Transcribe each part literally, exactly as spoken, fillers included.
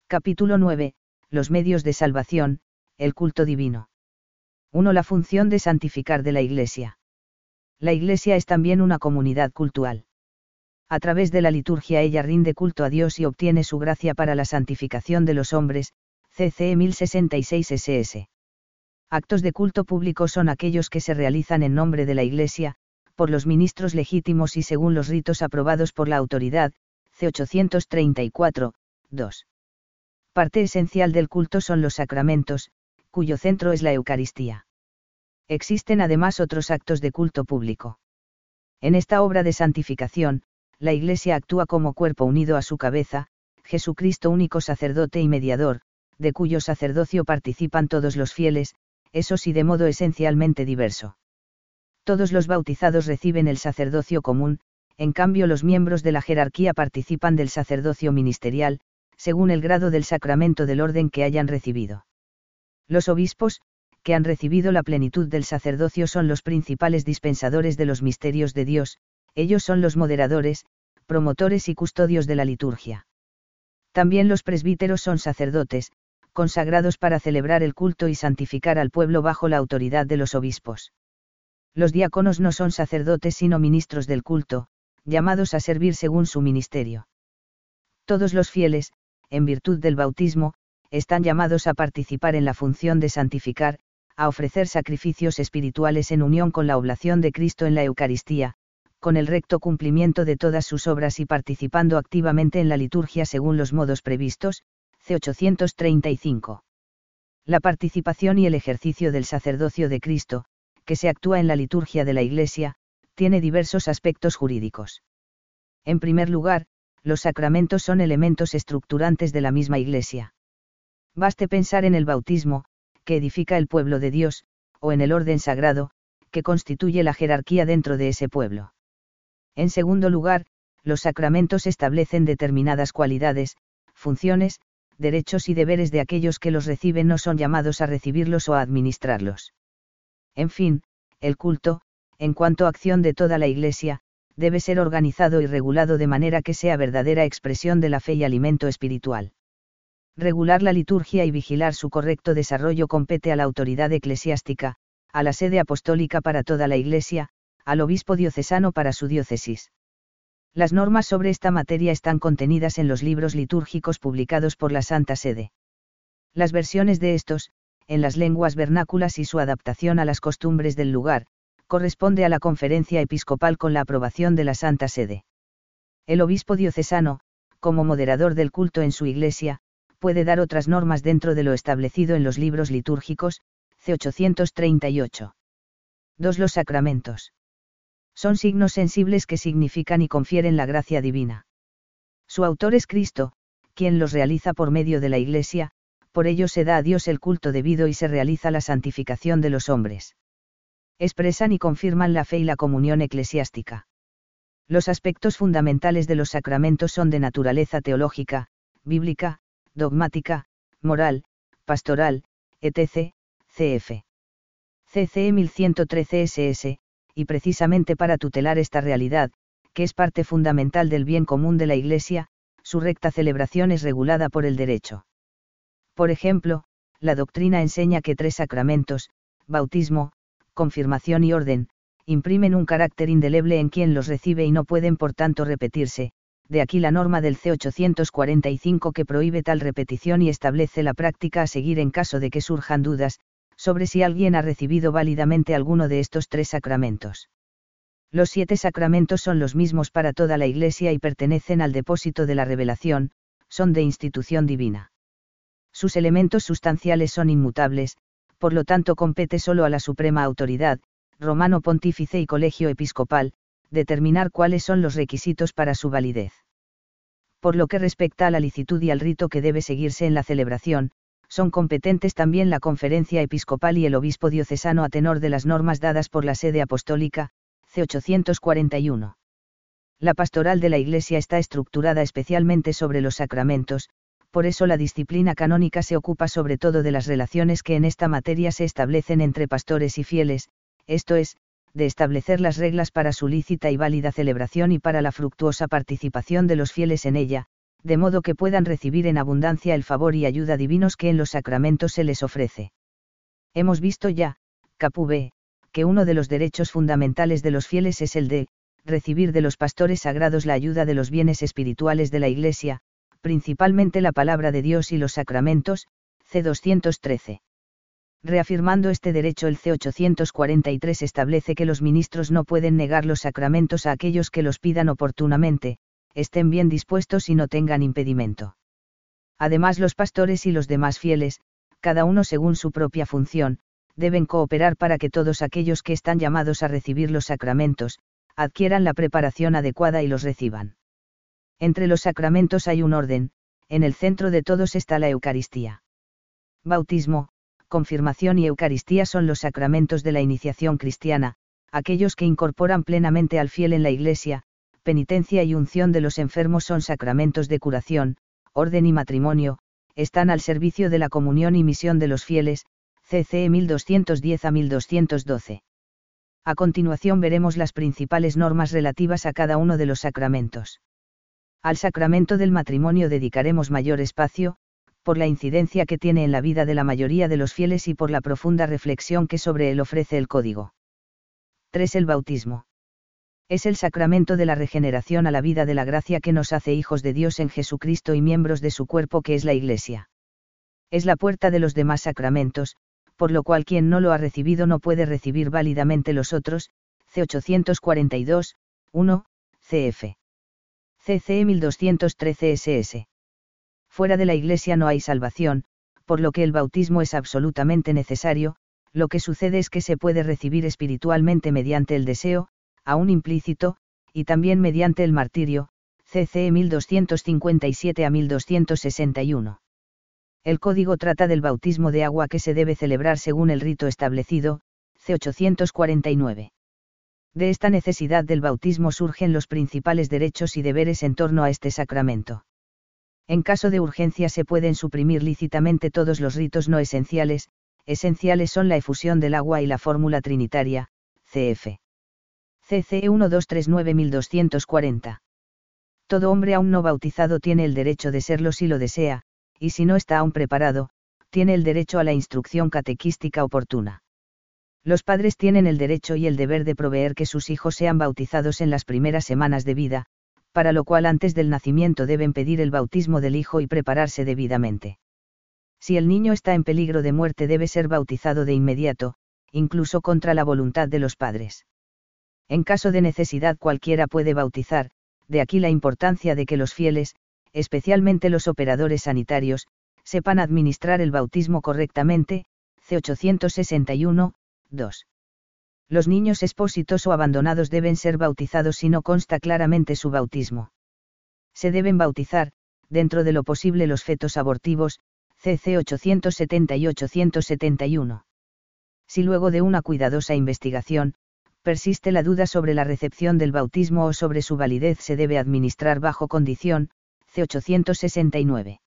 Capítulo nueve. Los medios de salvación, el culto divino. uno. La función de santificar de la Iglesia. La Iglesia es también una comunidad cultual. A través de la liturgia ella rinde culto a Dios y obtiene su gracia para la santificación de los hombres, C C E mil sesenta y seis S S. Actos de culto público son aquellos que se realizan en nombre de la Iglesia, por los ministros legítimos y según los ritos aprobados por la autoridad, C ochocientos treinta y cuatro, dos. Parte esencial del culto son los sacramentos, cuyo centro es la Eucaristía. Existen además otros actos de culto público. En esta obra de santificación, la Iglesia actúa como cuerpo unido a su cabeza, Jesucristo único sacerdote y mediador, de cuyo sacerdocio participan todos los fieles, eso sí de modo esencialmente diverso. Todos los bautizados reciben el sacerdocio común, en cambio los miembros de la jerarquía participan del sacerdocio ministerial, según el grado del sacramento del orden que hayan recibido. Los obispos, que han recibido la plenitud del sacerdocio, son los principales dispensadores de los misterios de Dios, ellos son los moderadores, promotores y custodios de la liturgia. También los presbíteros son sacerdotes, consagrados para celebrar el culto y santificar al pueblo bajo la autoridad de los obispos. Los diáconos no son sacerdotes sino ministros del culto, llamados a servir según su ministerio. Todos los fieles, en virtud del bautismo, están llamados a participar en la función de santificar, a ofrecer sacrificios espirituales en unión con la oblación de Cristo en la Eucaristía, con el recto cumplimiento de todas sus obras y participando activamente en la liturgia según los modos previstos, C ochocientos treinta y cinco. La participación y el ejercicio del sacerdocio de Cristo, que se actúa en la liturgia de la Iglesia, tiene diversos aspectos jurídicos. En primer lugar, los sacramentos son elementos estructurantes de la misma Iglesia. Baste pensar en el bautismo, que edifica el pueblo de Dios, o en el orden sagrado, que constituye la jerarquía dentro de ese pueblo. En segundo lugar, los sacramentos establecen determinadas cualidades, funciones, derechos y deberes de aquellos que los reciben, no son llamados a recibirlos o a administrarlos. En fin, el culto, en cuanto a acción de toda la Iglesia, debe ser organizado y regulado de manera que sea verdadera expresión de la fe y alimento espiritual. Regular la liturgia y vigilar su correcto desarrollo compete a la autoridad eclesiástica, a la sede apostólica para toda la Iglesia, al obispo diocesano para su diócesis. Las normas sobre esta materia están contenidas en los libros litúrgicos publicados por la Santa Sede. Las versiones de estos, en las lenguas vernáculas y su adaptación a las costumbres del lugar, corresponde a la conferencia episcopal con la aprobación de la Santa Sede. El obispo diocesano, como moderador del culto en su iglesia, puede dar otras normas dentro de lo establecido en los libros litúrgicos, C ochocientos treinta y ocho. dos. Los sacramentos. Son signos sensibles que significan y confieren la gracia divina. Su autor es Cristo, quien los realiza por medio de la Iglesia, por ello se da a Dios el culto debido y se realiza la santificación de los hombres. Expresan y confirman la fe y la comunión eclesiástica. Los aspectos fundamentales de los sacramentos son de naturaleza teológica, bíblica, dogmática, moral, pastoral, etcétera, cf. C C E mil ciento trece S S, y precisamente para tutelar esta realidad, que es parte fundamental del bien común de la Iglesia, su recta celebración es regulada por el derecho. Por ejemplo, la doctrina enseña que tres sacramentos, bautismo, confirmación y orden, imprimen un carácter indeleble en quien los recibe y no pueden por tanto repetirse, de aquí la norma del C ochocientos cuarenta y cinco que prohíbe tal repetición y establece la práctica a seguir en caso de que surjan dudas, sobre si alguien ha recibido válidamente alguno de estos tres sacramentos. Los siete sacramentos son los mismos para toda la Iglesia y pertenecen al depósito de la revelación, son de institución divina. Sus elementos sustanciales son inmutables, por lo tanto compete solo a la suprema autoridad, Romano Pontífice y Colegio Episcopal, determinar cuáles son los requisitos para su validez. Por lo que respecta a la licitud y al rito que debe seguirse en la celebración, son competentes también la Conferencia Episcopal y el Obispo Diocesano a tenor de las normas dadas por la Sede Apostólica, C ochocientos cuarenta y uno. La pastoral de la Iglesia está estructurada especialmente sobre los sacramentos, por eso la disciplina canónica se ocupa sobre todo de las relaciones que en esta materia se establecen entre pastores y fieles, esto es, de establecer las reglas para su lícita y válida celebración y para la fructuosa participación de los fieles en ella, de modo que puedan recibir en abundancia el favor y ayuda divinos que en los sacramentos se les ofrece. Hemos visto ya, caput B, que uno de los derechos fundamentales de los fieles es el de recibir de los pastores sagrados la ayuda de los bienes espirituales de la Iglesia, principalmente la palabra de Dios y los sacramentos, C doscientos trece. Reafirmando este derecho, el C ochocientos cuarenta y tres establece que los ministros no pueden negar los sacramentos a aquellos que los pidan oportunamente, estén bien dispuestos y no tengan impedimento. Además, los pastores y los demás fieles, cada uno según su propia función, deben cooperar para que todos aquellos que están llamados a recibir los sacramentos, adquieran la preparación adecuada y los reciban. Entre los sacramentos hay un orden, en el centro de todos está la Eucaristía. Bautismo, confirmación y Eucaristía son los sacramentos de la iniciación cristiana, aquellos que incorporan plenamente al fiel en la Iglesia. Penitencia y unción de los enfermos son sacramentos de curación, orden y matrimonio, están al servicio de la comunión y misión de los fieles, C C E mil doscientos diez a mil doscientos doce. A continuación veremos las principales normas relativas a cada uno de los sacramentos. Al sacramento del matrimonio dedicaremos mayor espacio, por la incidencia que tiene en la vida de la mayoría de los fieles y por la profunda reflexión que sobre él ofrece el Código. tres. El bautismo. Es el sacramento de la regeneración a la vida de la gracia que nos hace hijos de Dios en Jesucristo y miembros de su cuerpo que es la Iglesia. Es la puerta de los demás sacramentos, por lo cual quien no lo ha recibido no puede recibir válidamente los otros, C ochocientos cuarenta y dos, uno, C F. C C E mil doscientos trece S S. Fuera de la Iglesia no hay salvación, por lo que el bautismo es absolutamente necesario. Lo que sucede es que se puede recibir espiritualmente mediante el deseo, aún implícito, y también mediante el martirio, C C E mil doscientos cincuenta y siete a mil doscientos sesenta y uno. El Código trata del bautismo de agua que se debe celebrar según el rito establecido, C ochocientos cuarenta y nueve. De esta necesidad del bautismo surgen los principales derechos y deberes en torno a este sacramento. En caso de urgencia se pueden suprimir lícitamente todos los ritos no esenciales. Esenciales son la efusión del agua y la fórmula trinitaria, C F. C C E mil doscientos treinta y nueve a mil doscientos cuarenta. Todo hombre aún no bautizado tiene el derecho de serlo si lo desea, y si no está aún preparado, tiene el derecho a la instrucción catequística oportuna. Los padres tienen el derecho y el deber de proveer que sus hijos sean bautizados en las primeras semanas de vida, para lo cual antes del nacimiento deben pedir el bautismo del hijo y prepararse debidamente. Si el niño está en peligro de muerte debe ser bautizado de inmediato, incluso contra la voluntad de los padres. En caso de necesidad cualquiera puede bautizar, de aquí la importancia de que los fieles, especialmente los operadores sanitarios, sepan administrar el bautismo correctamente, C ochocientos sesenta y uno, dos. Los niños expósitos o abandonados deben ser bautizados si no consta claramente su bautismo. Se deben bautizar, dentro de lo posible, los fetos abortivos, C C ochocientos setenta y ochocientos setenta y uno. Si luego de una cuidadosa investigación, persiste la duda sobre la recepción del bautismo o sobre su validez, se debe administrar bajo condición, C ochocientos sesenta y nueve.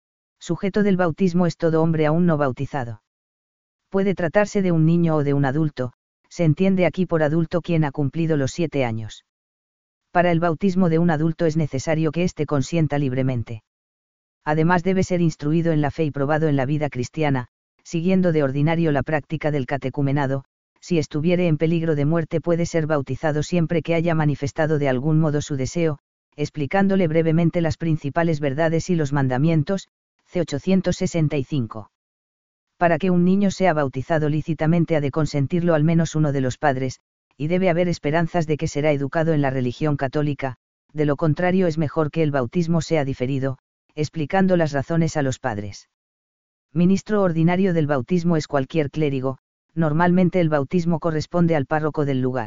Sujeto del bautismo es todo hombre aún no bautizado. Puede tratarse de un niño o de un adulto, se entiende aquí por adulto quien ha cumplido los siete años. Para el bautismo de un adulto es necesario que éste consienta libremente. Además debe ser instruido en la fe y probado en la vida cristiana, siguiendo de ordinario la práctica del catecumenado. Si estuviere en peligro de muerte puede ser bautizado siempre que haya manifestado de algún modo su deseo, explicándole brevemente las principales verdades y los mandamientos, C ochocientos sesenta y cinco. Para que un niño sea bautizado lícitamente ha de consentirlo al menos uno de los padres, y debe haber esperanzas de que será educado en la religión católica, de lo contrario es mejor que el bautismo sea diferido, explicando las razones a los padres. Ministro ordinario del bautismo es cualquier clérigo, normalmente el bautismo corresponde al párroco del lugar.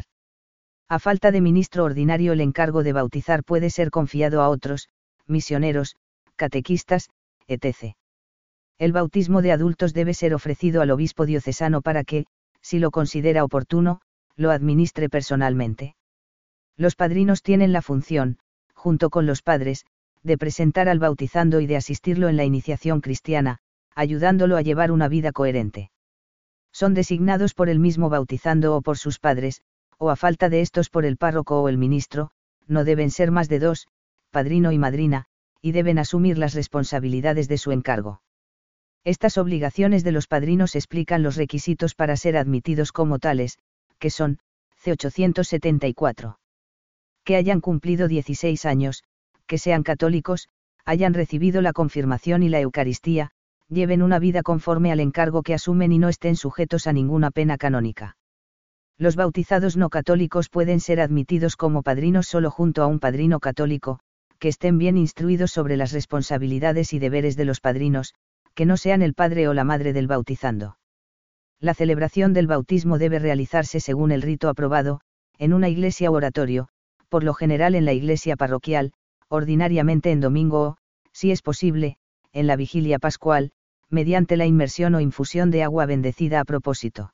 A falta de ministro ordinario el encargo de bautizar puede ser confiado a otros, misioneros, catequistas, etcétera. El bautismo de adultos debe ser ofrecido al obispo diocesano para que, si lo considera oportuno, lo administre personalmente. Los padrinos tienen la función, junto con los padres, de presentar al bautizando y de asistirlo en la iniciación cristiana, ayudándolo a llevar una vida coherente. Son designados por el mismo bautizando o por sus padres, o a falta de estos por el párroco o el ministro, no deben ser más de dos, padrino y madrina, y deben asumir las responsabilidades de su encargo. Estas obligaciones de los padrinos explican los requisitos para ser admitidos como tales, que son, C ochocientos setenta y cuatro. Que hayan cumplido dieciséis años, que sean católicos, hayan recibido la confirmación y la Eucaristía, lleven una vida conforme al encargo que asumen y no estén sujetos a ninguna pena canónica. Los bautizados no católicos pueden ser admitidos como padrinos solo junto a un padrino católico, que estén bien instruidos sobre las responsabilidades y deberes de los padrinos, que no sean el padre o la madre del bautizando. La celebración del bautismo debe realizarse según el rito aprobado, en una iglesia o oratorio, por lo general en la iglesia parroquial, ordinariamente en domingo o, si es posible, en la vigilia pascual, mediante la inmersión o infusión de agua bendecida a propósito.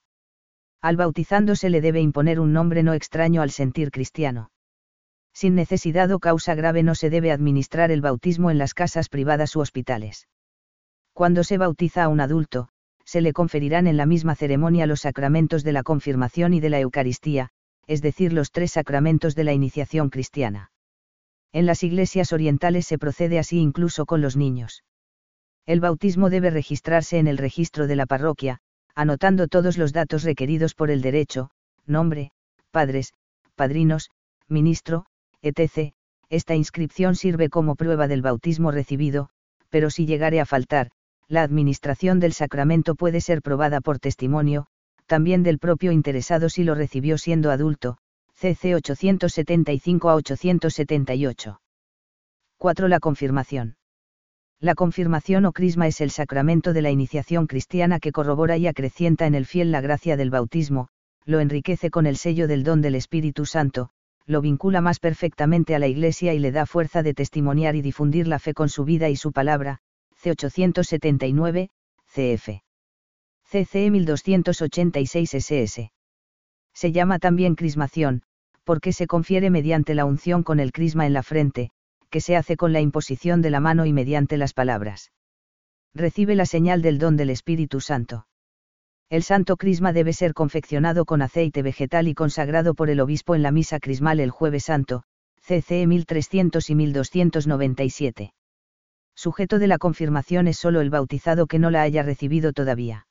Al bautizando se le debe imponer un nombre no extraño al sentir cristiano. Sin necesidad o causa grave no se debe administrar el bautismo en las casas privadas u hospitales. Cuando se bautiza a un adulto, se le conferirán en la misma ceremonia los sacramentos de la confirmación y de la Eucaristía, es decir, los tres sacramentos de la iniciación cristiana. En las iglesias orientales se procede así incluso con los niños. El bautismo debe registrarse en el registro de la parroquia, anotando todos los datos requeridos por el derecho, nombre, padres, padrinos, ministro, etcétera. Esta inscripción sirve como prueba del bautismo recibido, pero si llegare a faltar, la administración del sacramento puede ser probada por testimonio, también del propio interesado si lo recibió siendo adulto, C C ochocientos setenta y cinco a ochocientos setenta y ocho. cuatro. La confirmación. La confirmación o crisma es el sacramento de la iniciación cristiana que corrobora y acrecienta en el fiel la gracia del bautismo, lo enriquece con el sello del don del Espíritu Santo, lo vincula más perfectamente a la Iglesia y le da fuerza de testimoniar y difundir la fe con su vida y su palabra, C ochocientos setenta y nueve, C F. C C E mil doscientos ochenta y seis S S. Se llama también crismación, porque se confiere mediante la unción con el crisma en la frente, que se hace con la imposición de la mano y mediante las palabras. Recibe la señal del don del Espíritu Santo. El santo crisma debe ser confeccionado con aceite vegetal y consagrado por el obispo en la misa crismal el Jueves Santo, C C E mil trescientos y mil doscientos noventa y siete. Sujeto de la confirmación es solo el bautizado que no la haya recibido todavía.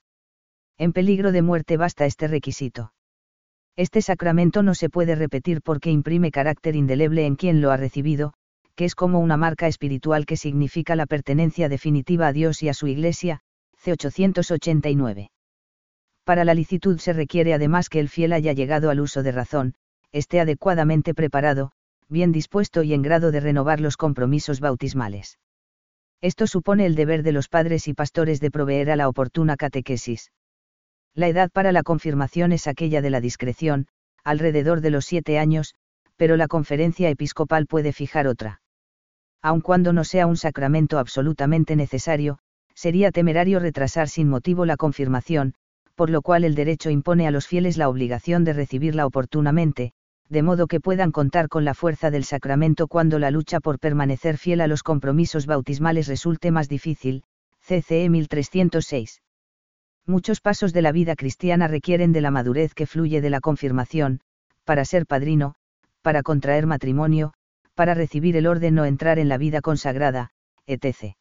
En peligro de muerte basta este requisito. Este sacramento no se puede repetir porque imprime carácter indeleble en quien lo ha recibido, que es como una marca espiritual que significa la pertenencia definitiva a Dios y a su Iglesia, C ochocientos ochenta y nueve. Para la licitud se requiere además que el fiel haya llegado al uso de razón, esté adecuadamente preparado, bien dispuesto y en grado de renovar los compromisos bautismales. Esto supone el deber de los padres y pastores de proveer a la oportuna catequesis. La edad para la confirmación es aquella de la discreción, alrededor de los siete años, pero la conferencia episcopal puede fijar otra. Aun cuando no sea un sacramento absolutamente necesario, sería temerario retrasar sin motivo la confirmación, por lo cual el derecho impone a los fieles la obligación de recibirla oportunamente, de modo que puedan contar con la fuerza del sacramento cuando la lucha por permanecer fiel a los compromisos bautismales resulte más difícil, C C E mil trescientos seis. Muchos pasos de la vida cristiana requieren de la madurez que fluye de la confirmación, para ser padrino, para contraer matrimonio, para recibir el orden o entrar en la vida consagrada, etcétera.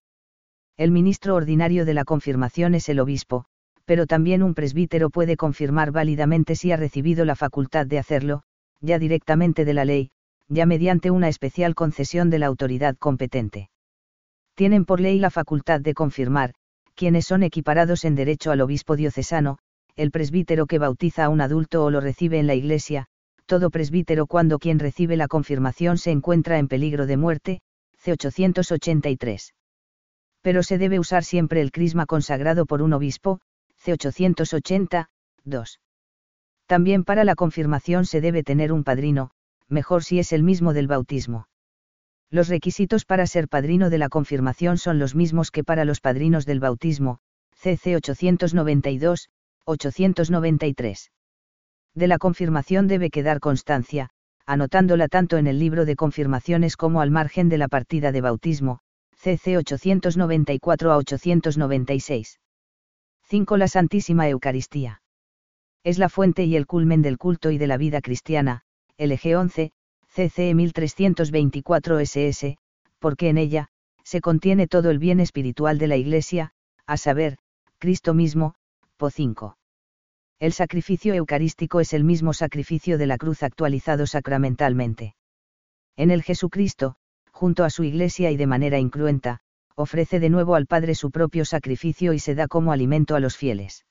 El ministro ordinario de la confirmación es el obispo, pero también un presbítero puede confirmar válidamente si ha recibido la facultad de hacerlo, ya directamente de la ley, ya mediante una especial concesión de la autoridad competente. Tienen por ley la facultad de confirmar, quienes son equiparados en derecho al obispo diocesano, el presbítero que bautiza a un adulto o lo recibe en la Iglesia, todo presbítero cuando quien recibe la confirmación se encuentra en peligro de muerte, C ochocientos ochenta y tres. Pero se debe usar siempre el crisma consagrado por un obispo, C ochocientos ochenta, dos. También para la confirmación se debe tener un padrino, mejor si es el mismo del bautismo. Los requisitos para ser padrino de la confirmación son los mismos que para los padrinos del bautismo, C C ochocientos noventa y dos, ochocientos noventa y tres. De la confirmación debe quedar constancia, anotándola tanto en el libro de confirmaciones como al margen de la partida de bautismo, C C ochocientos noventa y cuatro a ochocientos noventa y seis. cinco. La Santísima Eucaristía. Es la fuente y el culmen del culto y de la vida cristiana, L G once, C C E mil trescientos veinticuatro S S, porque en ella, se contiene todo el bien espiritual de la Iglesia, a saber, Cristo mismo, po cinco. El sacrificio eucarístico es el mismo sacrificio de la cruz actualizado sacramentalmente. En el Jesucristo, junto a su Iglesia y de manera incruenta, ofrece de nuevo al Padre su propio sacrificio y se da como alimento a los fieles.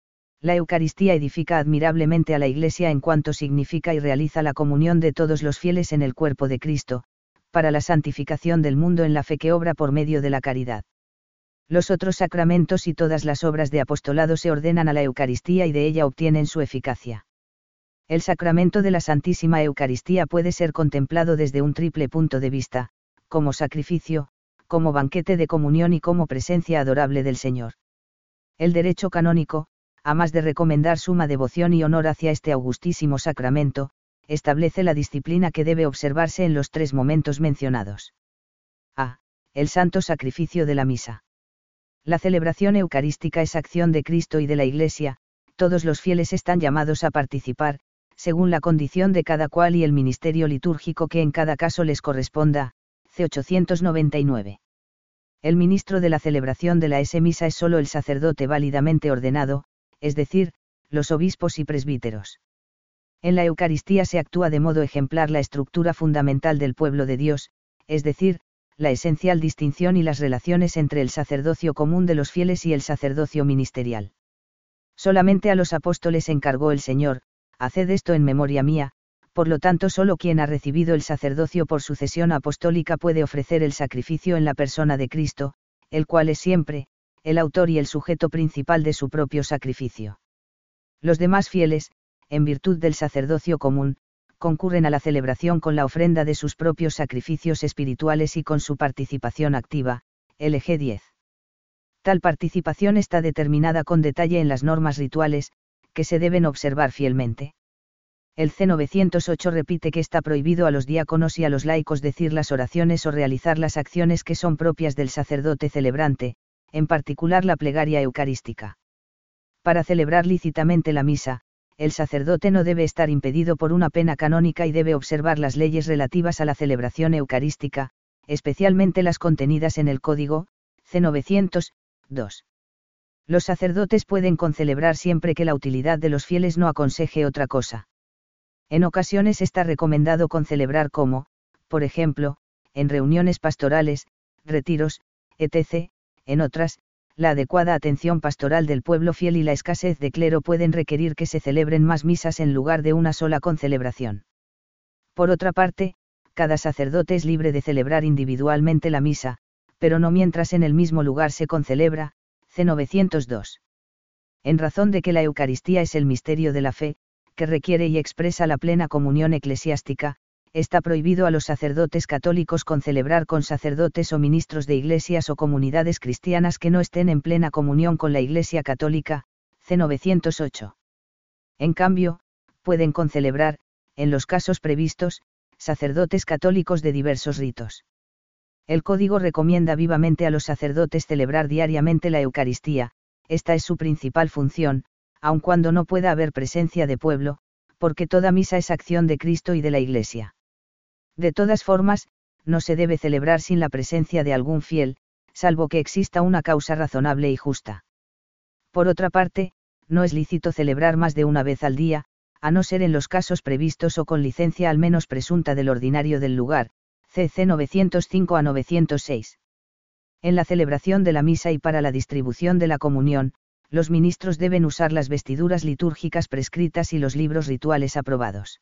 La Eucaristía edifica admirablemente a la Iglesia en cuanto significa y realiza la comunión de todos los fieles en el cuerpo de Cristo, para la santificación del mundo en la fe que obra por medio de la caridad. Los otros sacramentos y todas las obras de apostolado se ordenan a la Eucaristía y de ella obtienen su eficacia. El sacramento de la Santísima Eucaristía puede ser contemplado desde un triple punto de vista, como sacrificio, como banquete de comunión y como presencia adorable del Señor. El derecho canónico, a más de recomendar suma devoción y honor hacia este augustísimo sacramento, establece la disciplina que debe observarse en los tres momentos mencionados. A. El santo sacrificio de la misa. La celebración eucarística es acción de Cristo y de la Iglesia, todos los fieles están llamados a participar, según la condición de cada cual y el ministerio litúrgico que en cada caso les corresponda, C ochocientos noventa y nueve. El ministro de la celebración de la S misa es solo el sacerdote válidamente ordenado, es decir, los obispos y presbíteros. En la Eucaristía se actúa de modo ejemplar la estructura fundamental del pueblo de Dios, es decir, la esencial distinción y las relaciones entre el sacerdocio común de los fieles y el sacerdocio ministerial. Solamente a los apóstoles encargó el Señor, haced esto en memoria mía, por lo tanto solo quien ha recibido el sacerdocio por sucesión apostólica puede ofrecer el sacrificio en la persona de Cristo, el cual es siempre, el autor y el sujeto principal de su propio sacrificio. Los demás fieles, en virtud del sacerdocio común, concurren a la celebración con la ofrenda de sus propios sacrificios espirituales y con su participación activa, L G diez. Tal participación está determinada con detalle en las normas rituales, que se deben observar fielmente. El C novecientos ocho repite que está prohibido a los diáconos y a los laicos decir las oraciones o realizar las acciones que son propias del sacerdote celebrante, en particular la plegaria eucarística. Para celebrar lícitamente la misa, el sacerdote no debe estar impedido por una pena canónica y debe observar las leyes relativas a la celebración eucarística, especialmente las contenidas en el Código, C novecientos dos. Los sacerdotes pueden concelebrar siempre que la utilidad de los fieles no aconseje otra cosa. En ocasiones está recomendado concelebrar como, por ejemplo, en reuniones pastorales, retiros, etcétera, en otras, la adecuada atención pastoral del pueblo fiel y la escasez de clero pueden requerir que se celebren más misas en lugar de una sola concelebración. Por otra parte, cada sacerdote es libre de celebrar individualmente la misa, pero no mientras en el mismo lugar se concelebra, C novecientos dos. En razón de que la Eucaristía es el misterio de la fe, que requiere y expresa la plena comunión eclesiástica, está prohibido a los sacerdotes católicos concelebrar con sacerdotes o ministros de iglesias o comunidades cristianas que no estén en plena comunión con la Iglesia católica, C novecientos ocho. En cambio, pueden concelebrar, en los casos previstos, sacerdotes católicos de diversos ritos. El Código recomienda vivamente a los sacerdotes celebrar diariamente la Eucaristía, esta es su principal función, aun cuando no pueda haber presencia de pueblo, porque toda misa es acción de Cristo y de la Iglesia. De todas formas, no se debe celebrar sin la presencia de algún fiel, salvo que exista una causa razonable y justa. Por otra parte, no es lícito celebrar más de una vez al día, a no ser en los casos previstos o con licencia al menos presunta del ordinario del lugar, C C novecientos cinco a novecientos seis. En la celebración de la misa y para la distribución de la comunión, los ministros deben usar las vestiduras litúrgicas prescritas y los libros rituales aprobados.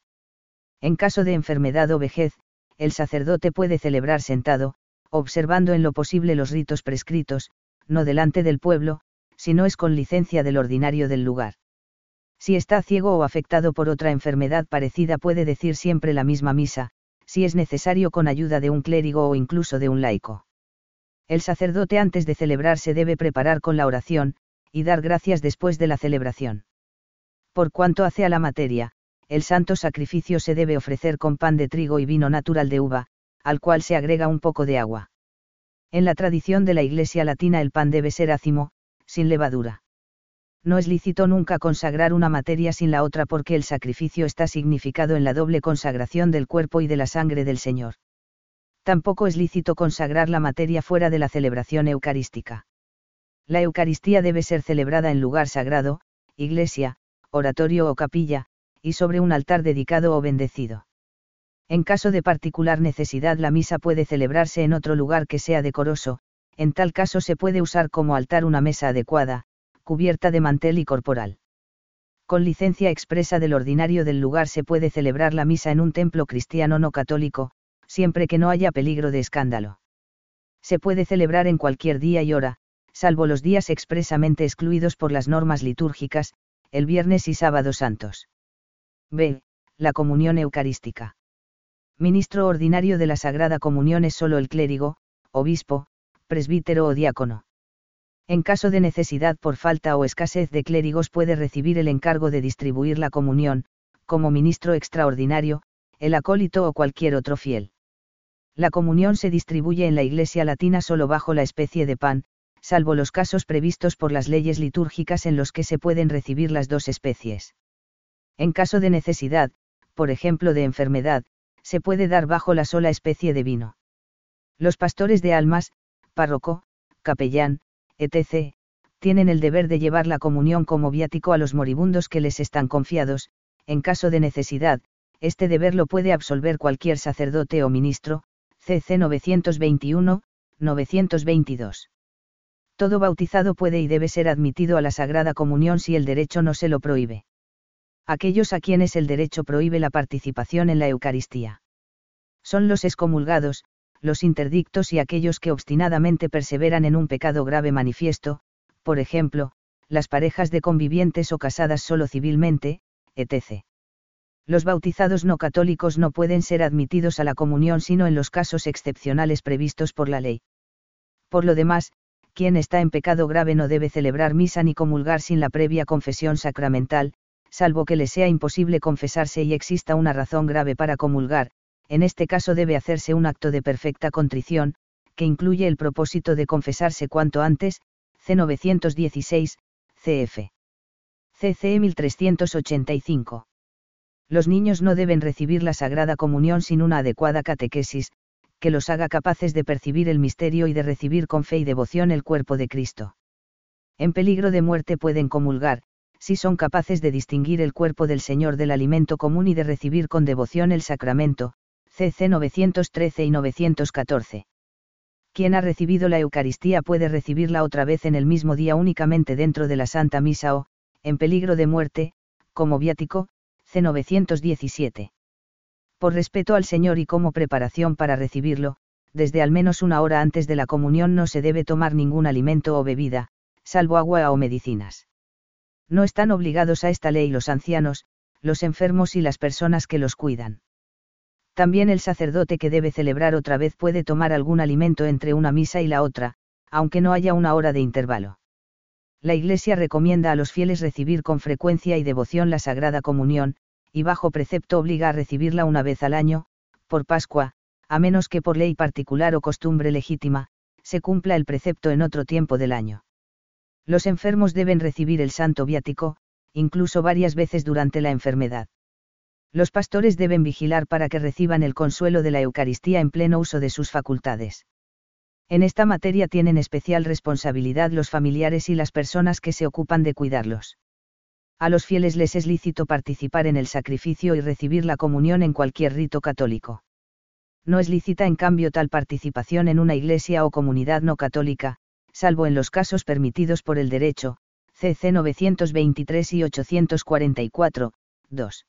En caso de enfermedad o vejez, el sacerdote puede celebrar sentado, observando en lo posible los ritos prescritos, no delante del pueblo, si no es con licencia del ordinario del lugar. Si está ciego o afectado por otra enfermedad parecida puede decir siempre la misma misa, si es necesario con ayuda de un clérigo o incluso de un laico. El sacerdote antes de celebrar se debe preparar con la oración, y dar gracias después de la celebración. Por cuanto hace a la materia, el santo sacrificio se debe ofrecer con pan de trigo y vino natural de uva, al cual se agrega un poco de agua. En la tradición de la Iglesia latina el pan debe ser ácimo, sin levadura. No es lícito nunca consagrar una materia sin la otra porque el sacrificio está significado en la doble consagración del cuerpo y de la sangre del Señor. Tampoco es lícito consagrar la materia fuera de la celebración eucarística. La Eucaristía debe ser celebrada en lugar sagrado, iglesia, oratorio o capilla, y sobre un altar dedicado o bendecido. En caso de particular necesidad, la misa puede celebrarse en otro lugar que sea decoroso. En tal caso se puede usar como altar una mesa adecuada, cubierta de mantel y corporal. Con licencia expresa del ordinario del lugar se puede celebrar la misa en un templo cristiano no católico, siempre que no haya peligro de escándalo. Se puede celebrar en cualquier día y hora, salvo los días expresamente excluidos por las normas litúrgicas, el viernes y sábado santos. B. La comunión eucarística. Ministro ordinario de la Sagrada Comunión es solo el clérigo, obispo, presbítero o diácono. En caso de necesidad por falta o escasez de clérigos puede recibir el encargo de distribuir la comunión, como ministro extraordinario, el acólito o cualquier otro fiel. La comunión se distribuye en la Iglesia latina solo bajo la especie de pan, salvo los casos previstos por las leyes litúrgicas en los que se pueden recibir las dos especies. En caso de necesidad, por ejemplo de enfermedad, se puede dar bajo la sola especie de vino. Los pastores de almas, párroco, capellán, etcétera, tienen el deber de llevar la comunión como viático a los moribundos que les están confiados. En caso de necesidad, este deber lo puede absolver cualquier sacerdote o ministro, C C novecientos veintiuno, novecientos veintidós. Todo bautizado puede y debe ser admitido a la Sagrada Comunión si el derecho no se lo prohíbe. Aquellos a quienes el derecho prohíbe la participación en la Eucaristía son los excomulgados, los interdictos y aquellos que obstinadamente perseveran en un pecado grave manifiesto, por ejemplo, las parejas de convivientes o casadas solo civilmente, etcétera. Los bautizados no católicos no pueden ser admitidos a la comunión sino en los casos excepcionales previstos por la ley. Por lo demás, quien está en pecado grave no debe celebrar misa ni comulgar sin la previa confesión sacramental, salvo que le sea imposible confesarse y exista una razón grave para comulgar. En este caso debe hacerse un acto de perfecta contrición, que incluye el propósito de confesarse cuanto antes, C novecientos dieciséis, C F. C C mil trescientos ochenta y cinco. Los niños no deben recibir la Sagrada Comunión sin una adecuada catequesis, que los haga capaces de percibir el misterio y de recibir con fe y devoción el cuerpo de Cristo. En peligro de muerte pueden comulgar, si son capaces de distinguir el cuerpo del Señor del alimento común y de recibir con devoción el sacramento, C C novecientos trece y novecientos catorce. Quien ha recibido la Eucaristía puede recibirla otra vez en el mismo día únicamente dentro de la Santa Misa o, en peligro de muerte, como viático, C novecientos diecisiete. Por respeto al Señor y como preparación para recibirlo, desde al menos una hora antes de la comunión no se debe tomar ningún alimento o bebida, salvo agua o medicinas. No están obligados a esta ley los ancianos, los enfermos y las personas que los cuidan. También el sacerdote que debe celebrar otra vez puede tomar algún alimento entre una misa y la otra, aunque no haya una hora de intervalo. La Iglesia recomienda a los fieles recibir con frecuencia y devoción la Sagrada Comunión, y bajo precepto obliga a recibirla una vez al año, por Pascua, a menos que por ley particular o costumbre legítima, se cumpla el precepto en otro tiempo del año. Los enfermos deben recibir el santo viático, incluso varias veces durante la enfermedad. Los pastores deben vigilar para que reciban el consuelo de la Eucaristía en pleno uso de sus facultades. En esta materia tienen especial responsabilidad los familiares y las personas que se ocupan de cuidarlos. A los fieles les es lícito participar en el sacrificio y recibir la comunión en cualquier rito católico. No es lícita en cambio tal participación en una iglesia o comunidad no católica, salvo en los casos permitidos por el derecho, C C novecientos veintitrés y ochocientos cuarenta y cuatro, dos.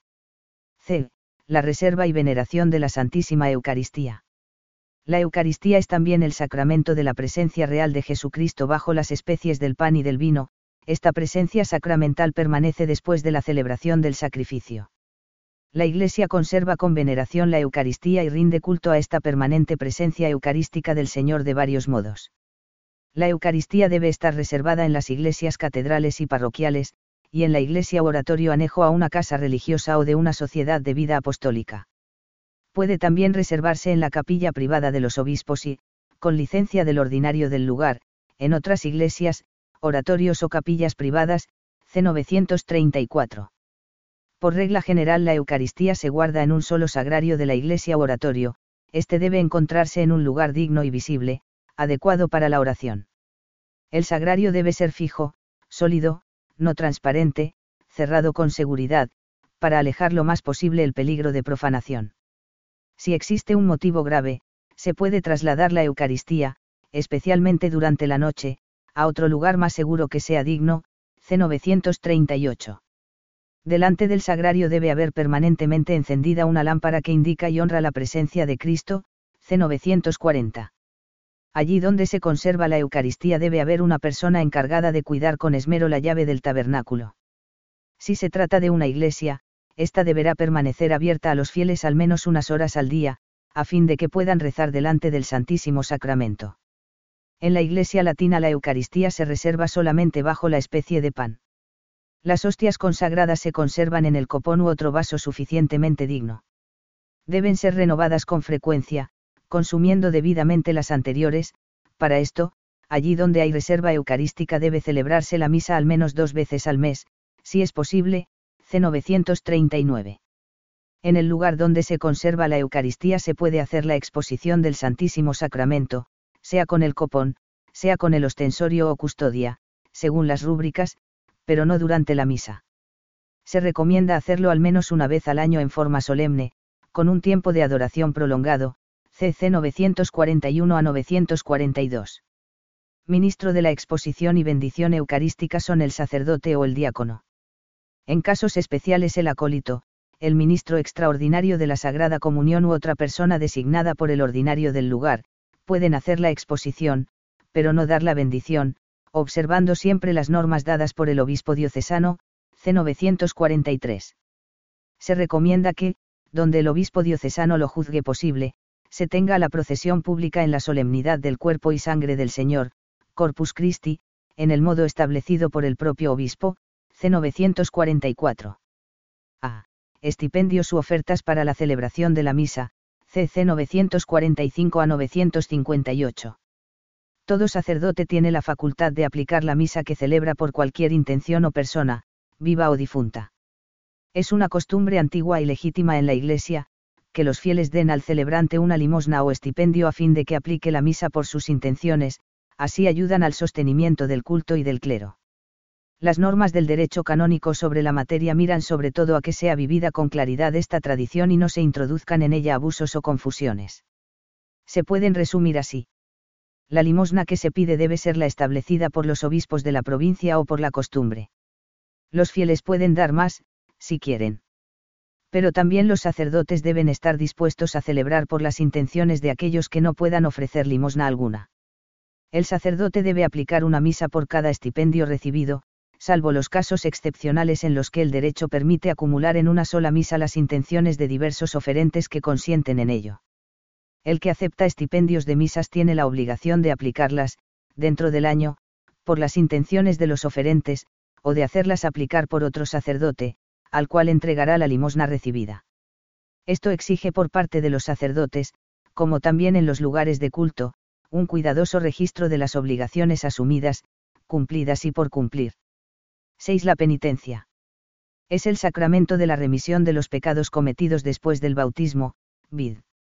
C. La reserva y veneración de la Santísima Eucaristía. La Eucaristía es también el sacramento de la presencia real de Jesucristo bajo las especies del pan y del vino. Esta presencia sacramental permanece después de la celebración del sacrificio. La Iglesia conserva con veneración la Eucaristía y rinde culto a esta permanente presencia eucarística del Señor de varios modos. La Eucaristía debe estar reservada en las iglesias catedrales y parroquiales, y en la iglesia o oratorio anejo a una casa religiosa o de una sociedad de vida apostólica. Puede también reservarse en la capilla privada de los obispos y, con licencia del ordinario del lugar, en otras iglesias, oratorios o capillas privadas, C novecientos treinta y cuatro. Por regla general la Eucaristía se guarda en un solo sagrario de la iglesia o oratorio, este debe encontrarse en un lugar digno y visible, adecuado para la oración. El sagrario debe ser fijo, sólido, no transparente, cerrado con seguridad, para alejar lo más posible el peligro de profanación. Si existe un motivo grave, se puede trasladar la Eucaristía, especialmente durante la noche, a otro lugar más seguro que sea digno, C novecientos treinta y ocho. Delante del sagrario debe haber permanentemente encendida una lámpara que indica y honra la presencia de Cristo, C novecientos cuarenta. Allí donde se conserva la Eucaristía debe haber una persona encargada de cuidar con esmero la llave del tabernáculo. Si se trata de una iglesia, ésta deberá permanecer abierta a los fieles al menos unas horas al día, a fin de que puedan rezar delante del Santísimo Sacramento. En la Iglesia latina la Eucaristía se reserva solamente bajo la especie de pan. Las hostias consagradas se conservan en el copón u otro vaso suficientemente digno. Deben ser renovadas con frecuencia, consumiendo debidamente las anteriores. Para esto, allí donde hay reserva eucarística debe celebrarse la misa al menos dos veces al mes, si es posible, C novecientos treinta y nueve. En el lugar donde se conserva la Eucaristía se puede hacer la exposición del Santísimo Sacramento, sea con el copón, sea con el ostensorio o custodia, según las rúbricas, pero no durante la misa. Se recomienda hacerlo al menos una vez al año en forma solemne, con un tiempo de adoración prolongado, C C novecientos cuarenta y uno a novecientos cuarenta y dos. Ministro de la exposición y bendición eucarística son el sacerdote o el diácono. En casos especiales el acólito, el ministro extraordinario de la Sagrada Comunión u otra persona designada por el ordinario del lugar, pueden hacer la exposición, pero no dar la bendición, observando siempre las normas dadas por el obispo diocesano, C novecientos cuarenta y tres. Se recomienda que, donde el obispo diocesano lo juzgue posible, se tenga la procesión pública en la solemnidad del cuerpo y sangre del Señor, Corpus Christi, en el modo establecido por el propio obispo, C novecientos cuarenta y cuatro. A. Estipendios u ofertas para la celebración de la misa, C C novecientos cuarenta y cinco a novecientos cincuenta y ocho. Todo sacerdote tiene la facultad de aplicar la misa que celebra por cualquier intención o persona, viva o difunta. Es una costumbre antigua y legítima en la Iglesia, que los fieles den al celebrante una limosna o estipendio a fin de que aplique la misa por sus intenciones, así ayudan al sostenimiento del culto y del clero. Las normas del derecho canónico sobre la materia miran sobre todo a que sea vivida con claridad esta tradición y no se introduzcan en ella abusos o confusiones. Se pueden resumir así. La limosna que se pide debe ser la establecida por los obispos de la provincia o por la costumbre. Los fieles pueden dar más, si quieren. Pero también los sacerdotes deben estar dispuestos a celebrar por las intenciones de aquellos que no puedan ofrecer limosna alguna. El sacerdote debe aplicar una misa por cada estipendio recibido, salvo los casos excepcionales en los que el derecho permite acumular en una sola misa las intenciones de diversos oferentes que consienten en ello. El que acepta estipendios de misas tiene la obligación de aplicarlas, dentro del año, por las intenciones de los oferentes, o de hacerlas aplicar por otro sacerdote, al cual entregará la limosna recibida. Esto exige por parte de los sacerdotes, como también en los lugares de culto, un cuidadoso registro de las obligaciones asumidas, cumplidas y por cumplir. seis. La penitencia. Es el sacramento de la remisión de los pecados cometidos después del bautismo, vid.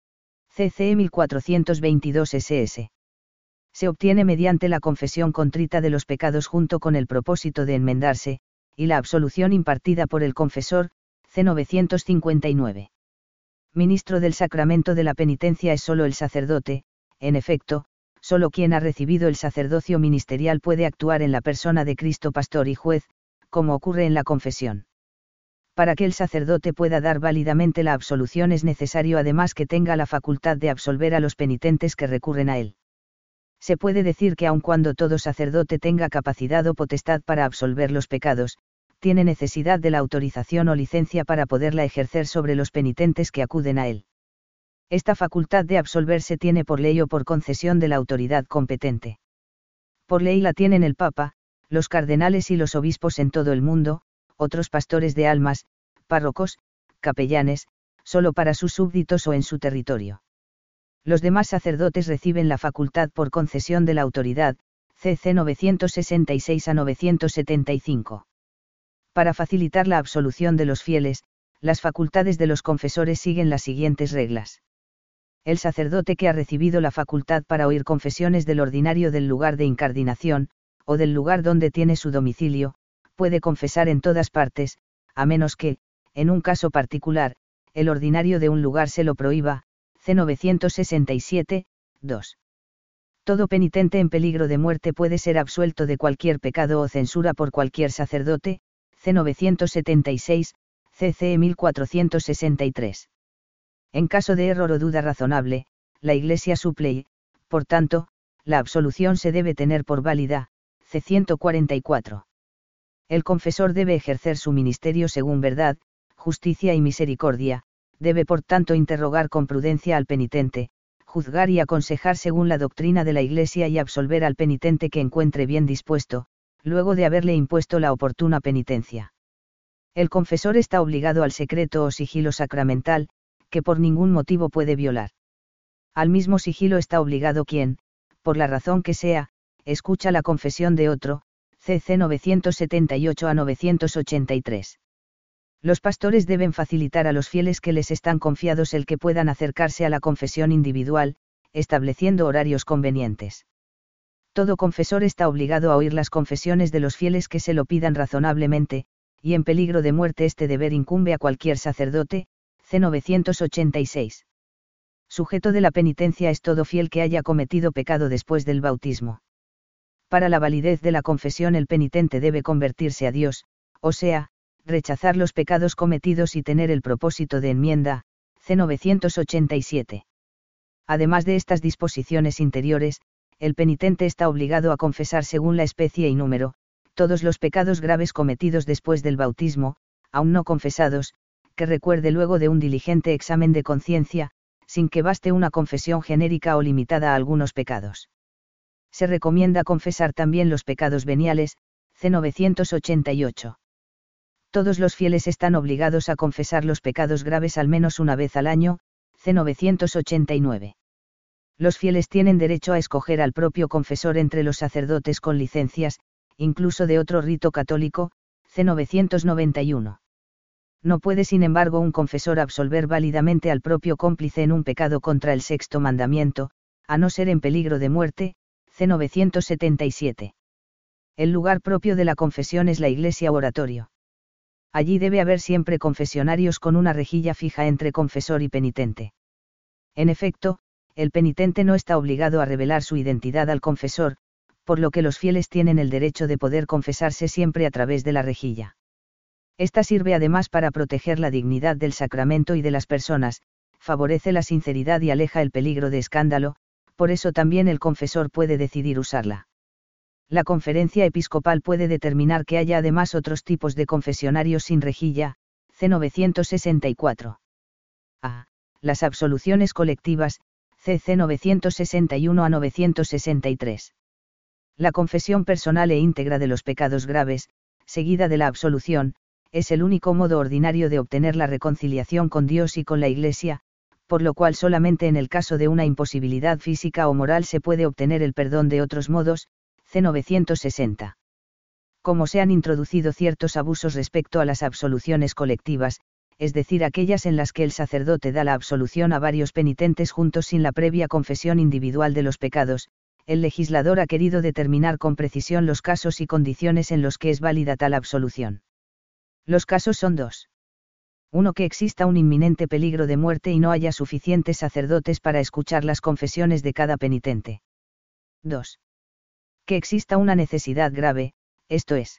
C C mil cuatrocientos veintidós S S. Se obtiene mediante la confesión contrita de los pecados junto con el propósito de enmendarse, y la absolución impartida por el confesor, C novecientos cincuenta y nueve. Ministro del sacramento de la penitencia es solo el sacerdote, en efecto, solo quien ha recibido el sacerdocio ministerial puede actuar en la persona de Cristo pastor y juez, como ocurre en la confesión. Para que el sacerdote pueda dar válidamente la absolución es necesario además que tenga la facultad de absolver a los penitentes que recurren a él. Se puede decir que aun cuando todo sacerdote tenga capacidad o potestad para absolver los pecados, tiene necesidad de la autorización o licencia para poderla ejercer sobre los penitentes que acuden a él. Esta facultad de absolver se tiene por ley o por concesión de la autoridad competente. Por ley la tienen el Papa, los cardenales y los obispos en todo el mundo, otros pastores de almas, párrocos, capellanes, solo para sus súbditos o en su territorio. Los demás sacerdotes reciben la facultad por concesión de la autoridad, C C novecientos sesenta y seis a novecientos setenta y cinco. Para facilitar la absolución de los fieles, las facultades de los confesores siguen las siguientes reglas. El sacerdote que ha recibido la facultad para oír confesiones del ordinario del lugar de incardinación, o del lugar donde tiene su domicilio, puede confesar en todas partes, a menos que, en un caso particular, el ordinario de un lugar se lo prohíba, C novecientos sesenta y siete, dos. Todo penitente en peligro de muerte puede ser absuelto de cualquier pecado o censura por cualquier sacerdote, C novecientos setenta y seis, C C E mil cuatrocientos sesenta y tres. En caso de error o duda razonable, la Iglesia suple y, por tanto, la absolución se debe tener por válida, C ciento cuarenta y cuatro. El confesor debe ejercer su ministerio según verdad, justicia y misericordia, debe por tanto interrogar con prudencia al penitente, juzgar y aconsejar según la doctrina de la Iglesia y absolver al penitente que encuentre bien dispuesto, luego de haberle impuesto la oportuna penitencia. El confesor está obligado al secreto o sigilo sacramental, que por ningún motivo puede violar. Al mismo sigilo está obligado quien, por la razón que sea, escucha la confesión de otro, C C novecientos setenta y ocho a novecientos ochenta y tres. Los pastores deben facilitar a los fieles que les están confiados el que puedan acercarse a la confesión individual, estableciendo horarios convenientes. Todo confesor está obligado a oír las confesiones de los fieles que se lo pidan razonablemente, y en peligro de muerte este deber incumbe a cualquier sacerdote, C novecientos ochenta y seis. Sujeto de la penitencia es todo fiel que haya cometido pecado después del bautismo. Para la validez de la confesión el penitente debe convertirse a Dios, o sea, rechazar los pecados cometidos y tener el propósito de enmienda, C novecientos ochenta y siete. Además de estas disposiciones interiores, el penitente está obligado a confesar según la especie y número, todos los pecados graves cometidos después del bautismo, aún no confesados, que recuerde luego de un diligente examen de conciencia, sin que baste una confesión genérica o limitada a algunos pecados. Se recomienda confesar también los pecados veniales, C novecientos ochenta y ocho. Todos los fieles están obligados a confesar los pecados graves al menos una vez al año, C novecientos ochenta y nueve. Los fieles tienen derecho a escoger al propio confesor entre los sacerdotes con licencias, incluso de otro rito católico, C novecientos noventa y uno. No puede sin embargo un confesor absolver válidamente al propio cómplice en un pecado contra el sexto mandamiento, a no ser en peligro de muerte, C novecientos setenta y siete. El lugar propio de la confesión es la iglesia o oratorio. Allí debe haber siempre confesionarios con una rejilla fija entre confesor y penitente. En efecto, el penitente no está obligado a revelar su identidad al confesor, por lo que los fieles tienen el derecho de poder confesarse siempre a través de la rejilla. Esta sirve además para proteger la dignidad del sacramento y de las personas, favorece la sinceridad y aleja el peligro de escándalo, por eso también el confesor puede decidir usarla. La conferencia episcopal puede determinar que haya además otros tipos de confesionarios sin rejilla, C novecientos sesenta y cuatro. A. Las absoluciones colectivas, C C novecientos sesenta y uno a novecientos sesenta y tres. La confesión personal e íntegra de los pecados graves, seguida de la absolución, es el único modo ordinario de obtener la reconciliación con Dios y con la Iglesia, por lo cual solamente en el caso de una imposibilidad física o moral se puede obtener el perdón de otros modos, C novecientos sesenta. Como se han introducido ciertos abusos respecto a las absoluciones colectivas, es decir, aquellas en las que el sacerdote da la absolución a varios penitentes juntos sin la previa confesión individual de los pecados, el legislador ha querido determinar con precisión los casos y condiciones en los que es válida tal absolución. Los casos son dos. uno Que exista un inminente peligro de muerte y no haya suficientes sacerdotes para escuchar las confesiones de cada penitente. dos Que exista una necesidad grave, esto es.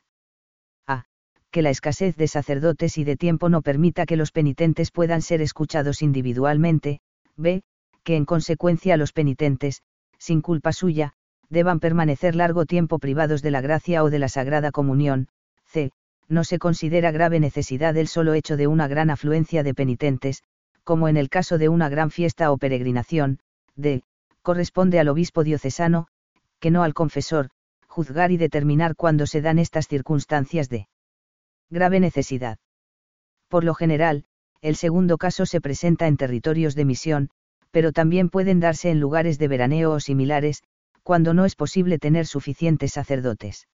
A. Que la escasez de sacerdotes y de tiempo no permita que los penitentes puedan ser escuchados individualmente. B. Que en consecuencia los penitentes, sin culpa suya, deban permanecer largo tiempo privados de la gracia o de la Sagrada Comunión. C. No se considera grave necesidad el solo hecho de una gran afluencia de penitentes, como en el caso de una gran fiesta o peregrinación. D. Corresponde al obispo diocesano, que no al confesor, juzgar y determinar cuándo se dan estas circunstancias de grave necesidad. Por lo general, el segundo caso se presenta en territorios de misión, pero también pueden darse en lugares de veraneo o similares, cuando no es posible tener suficientes sacerdotes.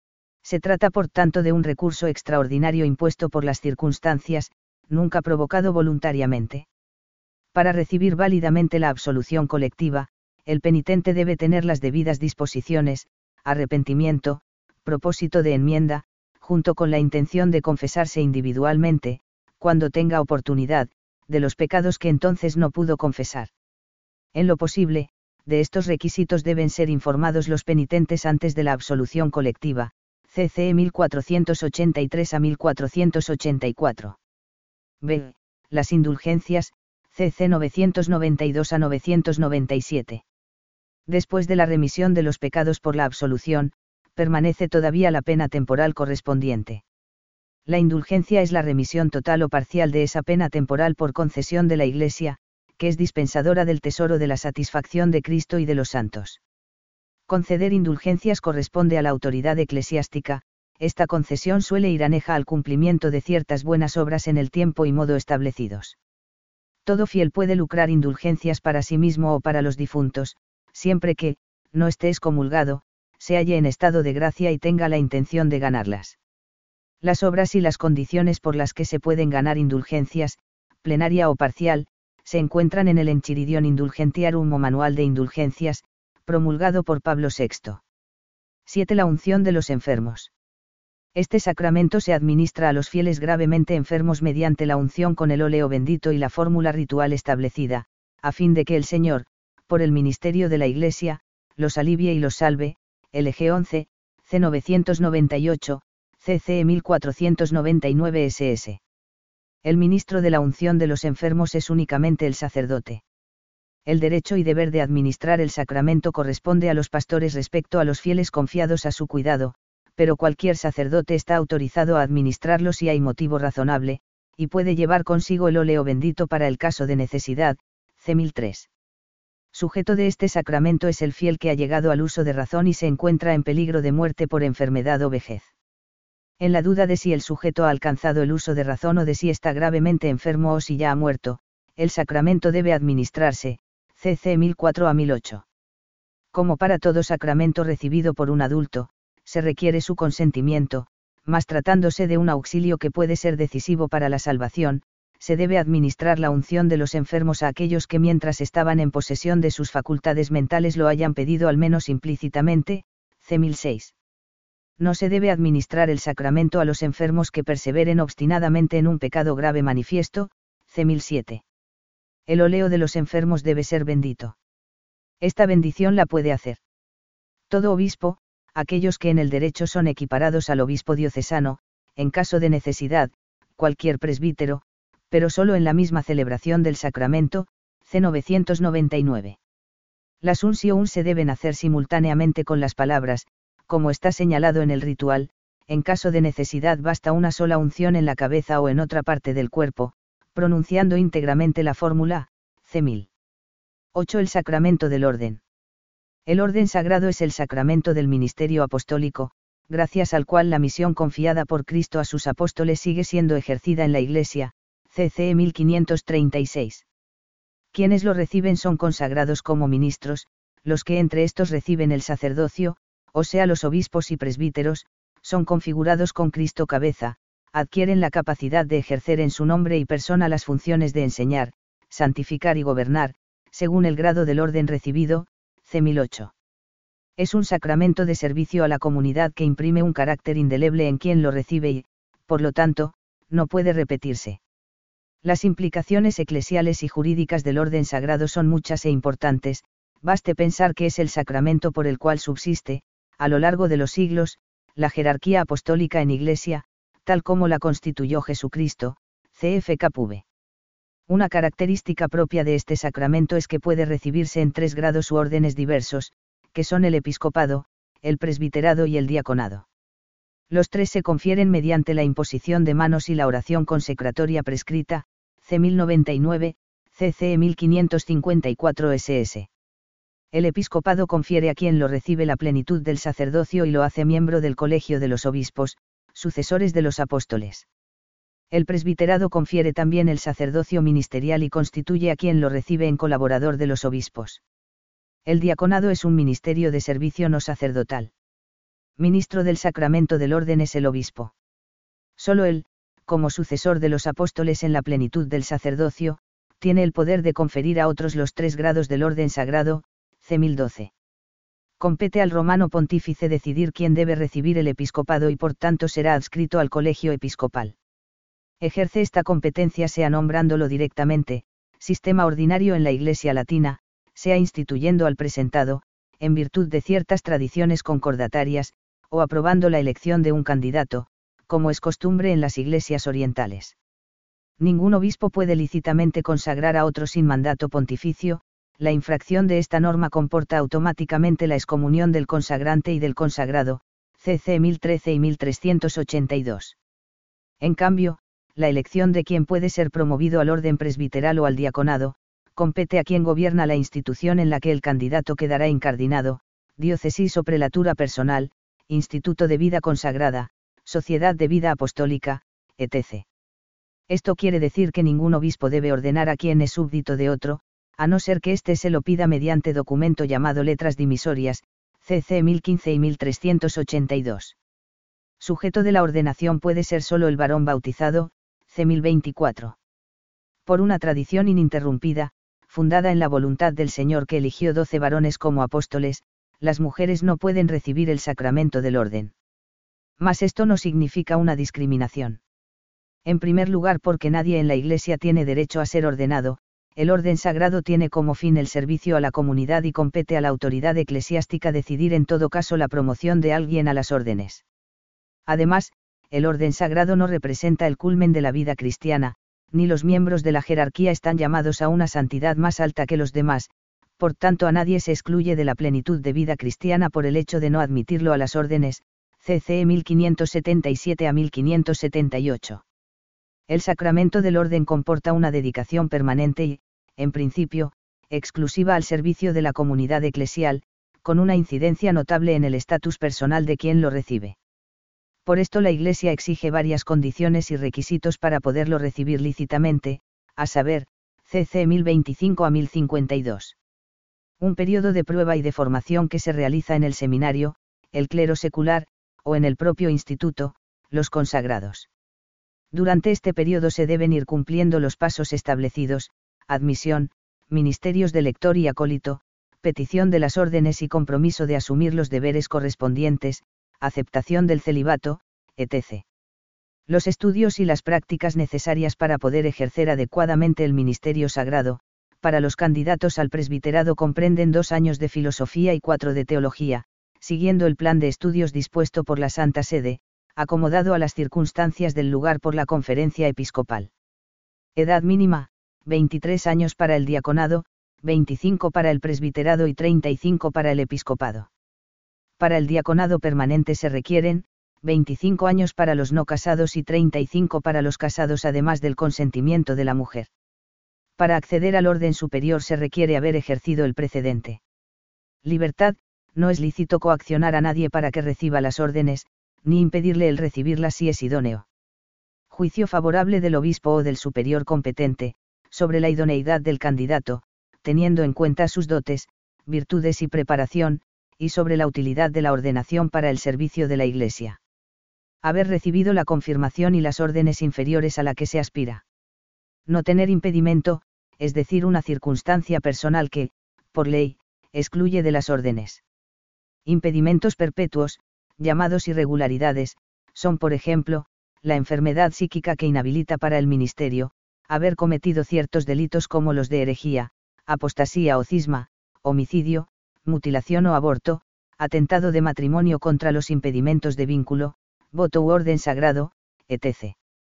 Se trata por tanto de un recurso extraordinario impuesto por las circunstancias, nunca provocado voluntariamente. Para recibir válidamente la absolución colectiva, el penitente debe tener las debidas disposiciones, arrepentimiento, propósito de enmienda, junto con la intención de confesarse individualmente, cuando tenga oportunidad, de los pecados que entonces no pudo confesar. En lo posible, de estos requisitos deben ser informados los penitentes antes de la absolución colectiva, C C mil cuatrocientos ochenta y tres a mil cuatrocientos ochenta y cuatro. B. Las indulgencias, C C novecientos noventa y dos a novecientos noventa y siete. Después de la remisión de los pecados por la absolución, permanece todavía la pena temporal correspondiente. La indulgencia es la remisión total o parcial de esa pena temporal por concesión de la Iglesia, que es dispensadora del tesoro de la satisfacción de Cristo y de los santos. Conceder indulgencias corresponde a la autoridad eclesiástica. Esta concesión suele ir aneja al cumplimiento de ciertas buenas obras en el tiempo y modo establecidos. Todo fiel puede lucrar indulgencias para sí mismo o para los difuntos, siempre que, no esté excomulgado, se halle en estado de gracia y tenga la intención de ganarlas. Las obras y las condiciones por las que se pueden ganar indulgencias, plenaria o parcial, se encuentran en el Enchiridion Indulgentiarum o Manual de Indulgencias, promulgado por Pablo sexto. siete. La unción de los enfermos. Este sacramento se administra a los fieles gravemente enfermos mediante la unción con el óleo bendito y la fórmula ritual establecida, a fin de que el Señor, por el ministerio de la Iglesia, los alivie y los salve. L G once, C novecientos noventa y ocho, C C mil cuatrocientos noventa y nueve S S. El ministro de la unción de los enfermos es únicamente el sacerdote. El derecho y deber de administrar el sacramento corresponde a los pastores respecto a los fieles confiados a su cuidado, pero cualquier sacerdote está autorizado a administrarlo si hay motivo razonable, y puede llevar consigo el óleo bendito para el caso de necesidad. C mil tres. Sujeto de este sacramento es el fiel que ha llegado al uso de razón y se encuentra en peligro de muerte por enfermedad o vejez. En la duda de si el sujeto ha alcanzado el uso de razón o de si está gravemente enfermo o si ya ha muerto, el sacramento debe administrarse. C C mil cuatro a mil ocho. Como para todo sacramento recibido por un adulto, se requiere su consentimiento, mas tratándose de un auxilio que puede ser decisivo para la salvación, se debe administrar la unción de los enfermos a aquellos que mientras estaban en posesión de sus facultades mentales lo hayan pedido al menos implícitamente. C mil seis. No se debe administrar el sacramento a los enfermos que perseveren obstinadamente en un pecado grave manifiesto. C mil siete. El óleo de los enfermos debe ser bendito. Esta bendición la puede hacer todo obispo, aquellos que en el derecho son equiparados al obispo diocesano, en caso de necesidad, cualquier presbítero, pero solo en la misma celebración del sacramento. C novecientos noventa y nueve. Las unción se deben hacer simultáneamente con las palabras, como está señalado en el ritual. En caso de necesidad basta una sola unción en la cabeza o en otra parte del cuerpo, pronunciando íntegramente la fórmula. C mil ocho. El sacramento del orden. El orden sagrado es el sacramento del ministerio apostólico, gracias al cual la misión confiada por Cristo a sus apóstoles sigue siendo ejercida en la Iglesia. C C mil quinientos treinta y seis. Quienes lo reciben son consagrados como ministros, los que entre estos reciben el sacerdocio, o sea los obispos y presbíteros, son configurados con Cristo cabeza, adquieren la capacidad de ejercer en su nombre y persona las funciones de enseñar, santificar y gobernar, según el grado del orden recibido. C mil ocho. Es un sacramento de servicio a la comunidad que imprime un carácter indeleble en quien lo recibe y, por lo tanto, no puede repetirse. Las implicaciones eclesiales y jurídicas del orden sagrado son muchas e importantes. Baste pensar que es el sacramento por el cual subsiste, a lo largo de los siglos, la jerarquía apostólica en Iglesia, tal como la constituyó Jesucristo. C F K P V. Una característica propia de este sacramento es que puede recibirse en tres grados u órdenes diversos, que son el episcopado, el presbiterado y el diaconado. Los tres se confieren mediante la imposición de manos y la oración consecratoria prescrita. C mil noventa y nueve, C C mil quinientos cincuenta y cuatro S S. El episcopado confiere a quien lo recibe la plenitud del sacerdocio y lo hace miembro del colegio de los obispos, sucesores de los apóstoles. El presbiterado confiere también el sacerdocio ministerial y constituye a quien lo recibe en colaborador de los obispos. El diaconado es un ministerio de servicio no sacerdotal. Ministro del sacramento del orden es el obispo. Solo él, como sucesor de los apóstoles en la plenitud del sacerdocio, tiene el poder de conferir a otros los tres grados del orden sagrado, C mil doce. Compete al romano pontífice decidir quién debe recibir el episcopado y por tanto será adscrito al colegio episcopal. Ejerce esta competencia sea nombrándolo directamente, sistema ordinario en la Iglesia latina, sea instituyendo al presentado, en virtud de ciertas tradiciones concordatarias, o aprobando la elección de un candidato, como es costumbre en las iglesias orientales. Ningún obispo puede lícitamente consagrar a otro sin mandato pontificio, la infracción de esta norma comporta automáticamente la excomunión del consagrante y del consagrado, C C mil trece y mil trescientos ochenta y dos. En cambio, la elección de quien puede ser promovido al orden presbiteral o al diaconado, compete a quien gobierna la institución en la que el candidato quedará incardinado, diócesis o prelatura personal, instituto de vida consagrada, sociedad de vida apostólica, etcétera. Esto quiere decir que ningún obispo debe ordenar a quien es súbdito de otro, a no ser que éste se lo pida mediante documento llamado letras dimisorias, C C mil quince y mil trescientos ochenta y dos. Sujeto de la ordenación puede ser solo el varón bautizado, C mil veinticuatro. Por una tradición ininterrumpida, fundada en la voluntad del Señor que eligió doce varones como apóstoles, las mujeres no pueden recibir el sacramento del orden. Mas esto no significa una discriminación. En primer lugar porque nadie en la Iglesia tiene derecho a ser ordenado, el orden sagrado tiene como fin el servicio a la comunidad y compete a la autoridad eclesiástica decidir en todo caso la promoción de alguien a las órdenes. Además, el orden sagrado no representa el culmen de la vida cristiana, ni los miembros de la jerarquía están llamados a una santidad más alta que los demás, por tanto a nadie se excluye de la plenitud de vida cristiana por el hecho de no admitirlo a las órdenes, C C mil quinientos setenta y siete a mil quinientos setenta y ocho. El sacramento del orden comporta una dedicación permanente y, en principio, exclusiva al servicio de la comunidad eclesial, con una incidencia notable en el estatus personal de quien lo recibe. Por esto la Iglesia exige varias condiciones y requisitos para poderlo recibir lícitamente, a saber, C C mil veinticinco a mil cincuenta y dos. Un periodo de prueba y de formación que se realiza en el seminario, el clero secular, o en el propio instituto, los consagrados. Durante este periodo se deben ir cumpliendo los pasos establecidos: admisión, ministerios de lector y acólito, petición de las órdenes y compromiso de asumir los deberes correspondientes, aceptación del celibato, etcétera. Los estudios y las prácticas necesarias para poder ejercer adecuadamente el ministerio sagrado, para los candidatos al presbiterado comprenden dos años de filosofía y cuatro de teología, siguiendo el plan de estudios dispuesto por la Santa Sede, acomodado a las circunstancias del lugar por la Conferencia Episcopal. Edad mínima, veintitrés años para el diaconado, veinticinco para el presbiterado y treinta y cinco para el episcopado. Para el diaconado permanente se requieren, veinticinco años para los no casados y treinta y cinco para los casados, además del consentimiento de la mujer. Para acceder al orden superior se requiere haber ejercido el precedente. Libertad, no es lícito coaccionar a nadie para que reciba las órdenes, ni impedirle el recibirlas si es idóneo. Juicio favorable del obispo o del superior competente, sobre la idoneidad del candidato, teniendo en cuenta sus dotes, virtudes y preparación, y sobre la utilidad de la ordenación para el servicio de la Iglesia. Haber recibido la confirmación y las órdenes inferiores a la que se aspira. No tener impedimento, es decir, una circunstancia personal que, por ley, excluye de las órdenes. Impedimentos perpetuos, llamados irregularidades, son por ejemplo, la enfermedad psíquica que inhabilita para el ministerio, haber cometido ciertos delitos como los de herejía, apostasía o cisma, homicidio, mutilación o aborto, atentado de matrimonio contra los impedimentos de vínculo, voto u orden sagrado, etcétera.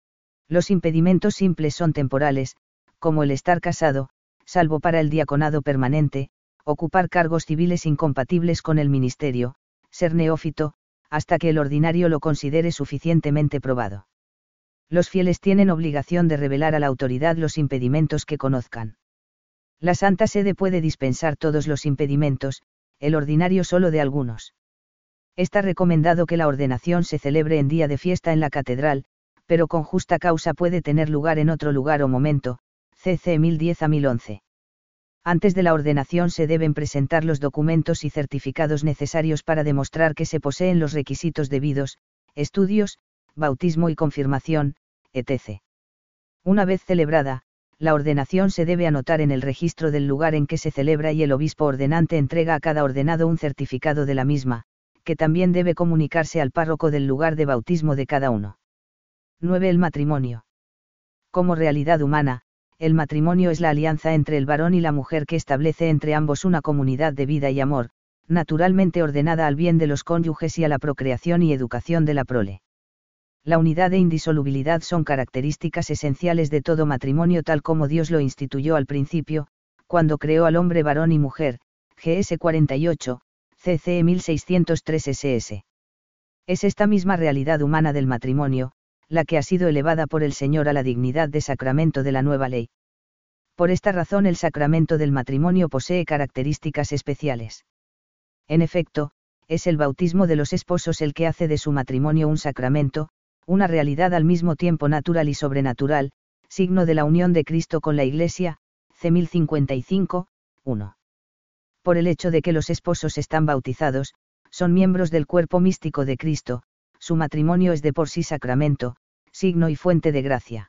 Los impedimentos simples son temporales, como el estar casado, salvo para el diaconado permanente, ocupar cargos civiles incompatibles con el ministerio, ser neófito, hasta que el ordinario lo considere suficientemente probado. Los fieles tienen obligación de revelar a la autoridad los impedimentos que conozcan. La Santa Sede puede dispensar todos los impedimentos, el ordinario solo de algunos. Está recomendado que la ordenación se celebre en día de fiesta en la catedral, pero con justa causa puede tener lugar en otro lugar o momento, C C mil diez a mil once. Antes de la ordenación se deben presentar los documentos y certificados necesarios para demostrar que se poseen los requisitos debidos, estudios, bautismo y confirmación, etcétera. Una vez celebrada, la ordenación se debe anotar en el registro del lugar en que se celebra y el obispo ordenante entrega a cada ordenado un certificado de la misma, que también debe comunicarse al párroco del lugar de bautismo de cada uno. nueve. El matrimonio. Como realidad humana, el matrimonio es la alianza entre el varón y la mujer que establece entre ambos una comunidad de vida y amor, naturalmente ordenada al bien de los cónyuges y a la procreación y educación de la prole. La unidad e indisolubilidad son características esenciales de todo matrimonio tal como Dios lo instituyó al principio, cuando creó al hombre varón y mujer, G S cuarenta y ocho, C C E mil seiscientos tres S S. Es esta misma realidad humana del matrimonio, la que ha sido elevada por el Señor a la dignidad de sacramento de la nueva ley. Por esta razón el sacramento del matrimonio posee características especiales. En efecto, es el bautismo de los esposos el que hace de su matrimonio un sacramento, una realidad al mismo tiempo natural y sobrenatural, signo de la unión de Cristo con la Iglesia, C mil cincuenta y cinco, uno. Por el hecho de que los esposos están bautizados, son miembros del cuerpo místico de Cristo, su matrimonio es de por sí sacramento, signo y fuente de gracia.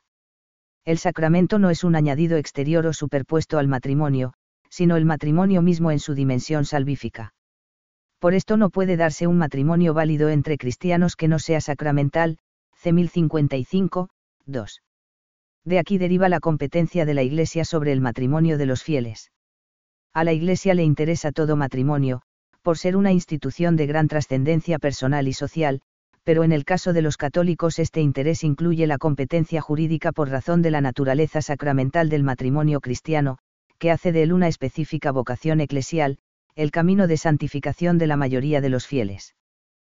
El sacramento no es un añadido exterior o superpuesto al matrimonio, sino el matrimonio mismo en su dimensión salvífica. Por esto no puede darse un matrimonio válido entre cristianos que no sea sacramental, C mil cincuenta y cinco, dos. De aquí deriva la competencia de la Iglesia sobre el matrimonio de los fieles. A la Iglesia le interesa todo matrimonio, por ser una institución de gran trascendencia personal y social, pero en el caso de los católicos este interés incluye la competencia jurídica por razón de la naturaleza sacramental del matrimonio cristiano, que hace de él una específica vocación eclesial, el camino de santificación de la mayoría de los fieles.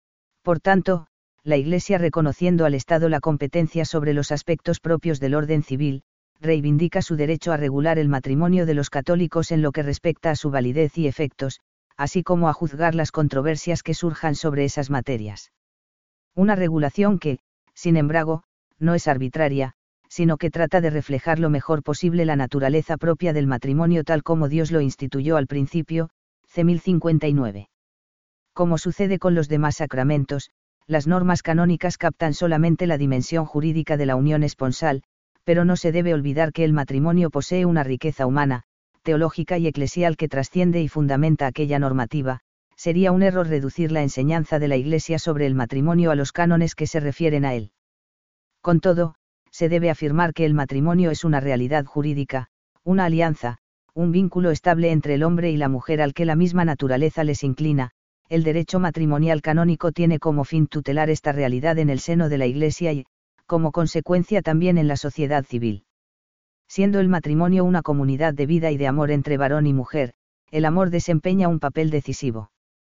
Por tanto, la Iglesia, reconociendo al Estado la competencia sobre los aspectos propios del orden civil, reivindica su derecho a regular el matrimonio de los católicos en lo que respecta a su validez y efectos, así como a juzgar las controversias que surjan sobre esas materias. Una regulación que, sin embargo, no es arbitraria, sino que trata de reflejar lo mejor posible la naturaleza propia del matrimonio tal como Dios lo instituyó al principio, C mil cincuenta y nueve. Como sucede con los demás sacramentos, las normas canónicas captan solamente la dimensión jurídica de la unión esponsal, pero no se debe olvidar que el matrimonio posee una riqueza humana, teológica y eclesial que trasciende y fundamenta aquella normativa. Sería un error reducir la enseñanza de la Iglesia sobre el matrimonio a los cánones que se refieren a él. Con todo, se debe afirmar que el matrimonio es una realidad jurídica, una alianza, un vínculo estable entre el hombre y la mujer al que la misma naturaleza les inclina. El derecho matrimonial canónico tiene como fin tutelar esta realidad en el seno de la Iglesia y, como consecuencia también en la sociedad civil. Siendo el matrimonio una comunidad de vida y de amor entre varón y mujer, el amor desempeña un papel decisivo.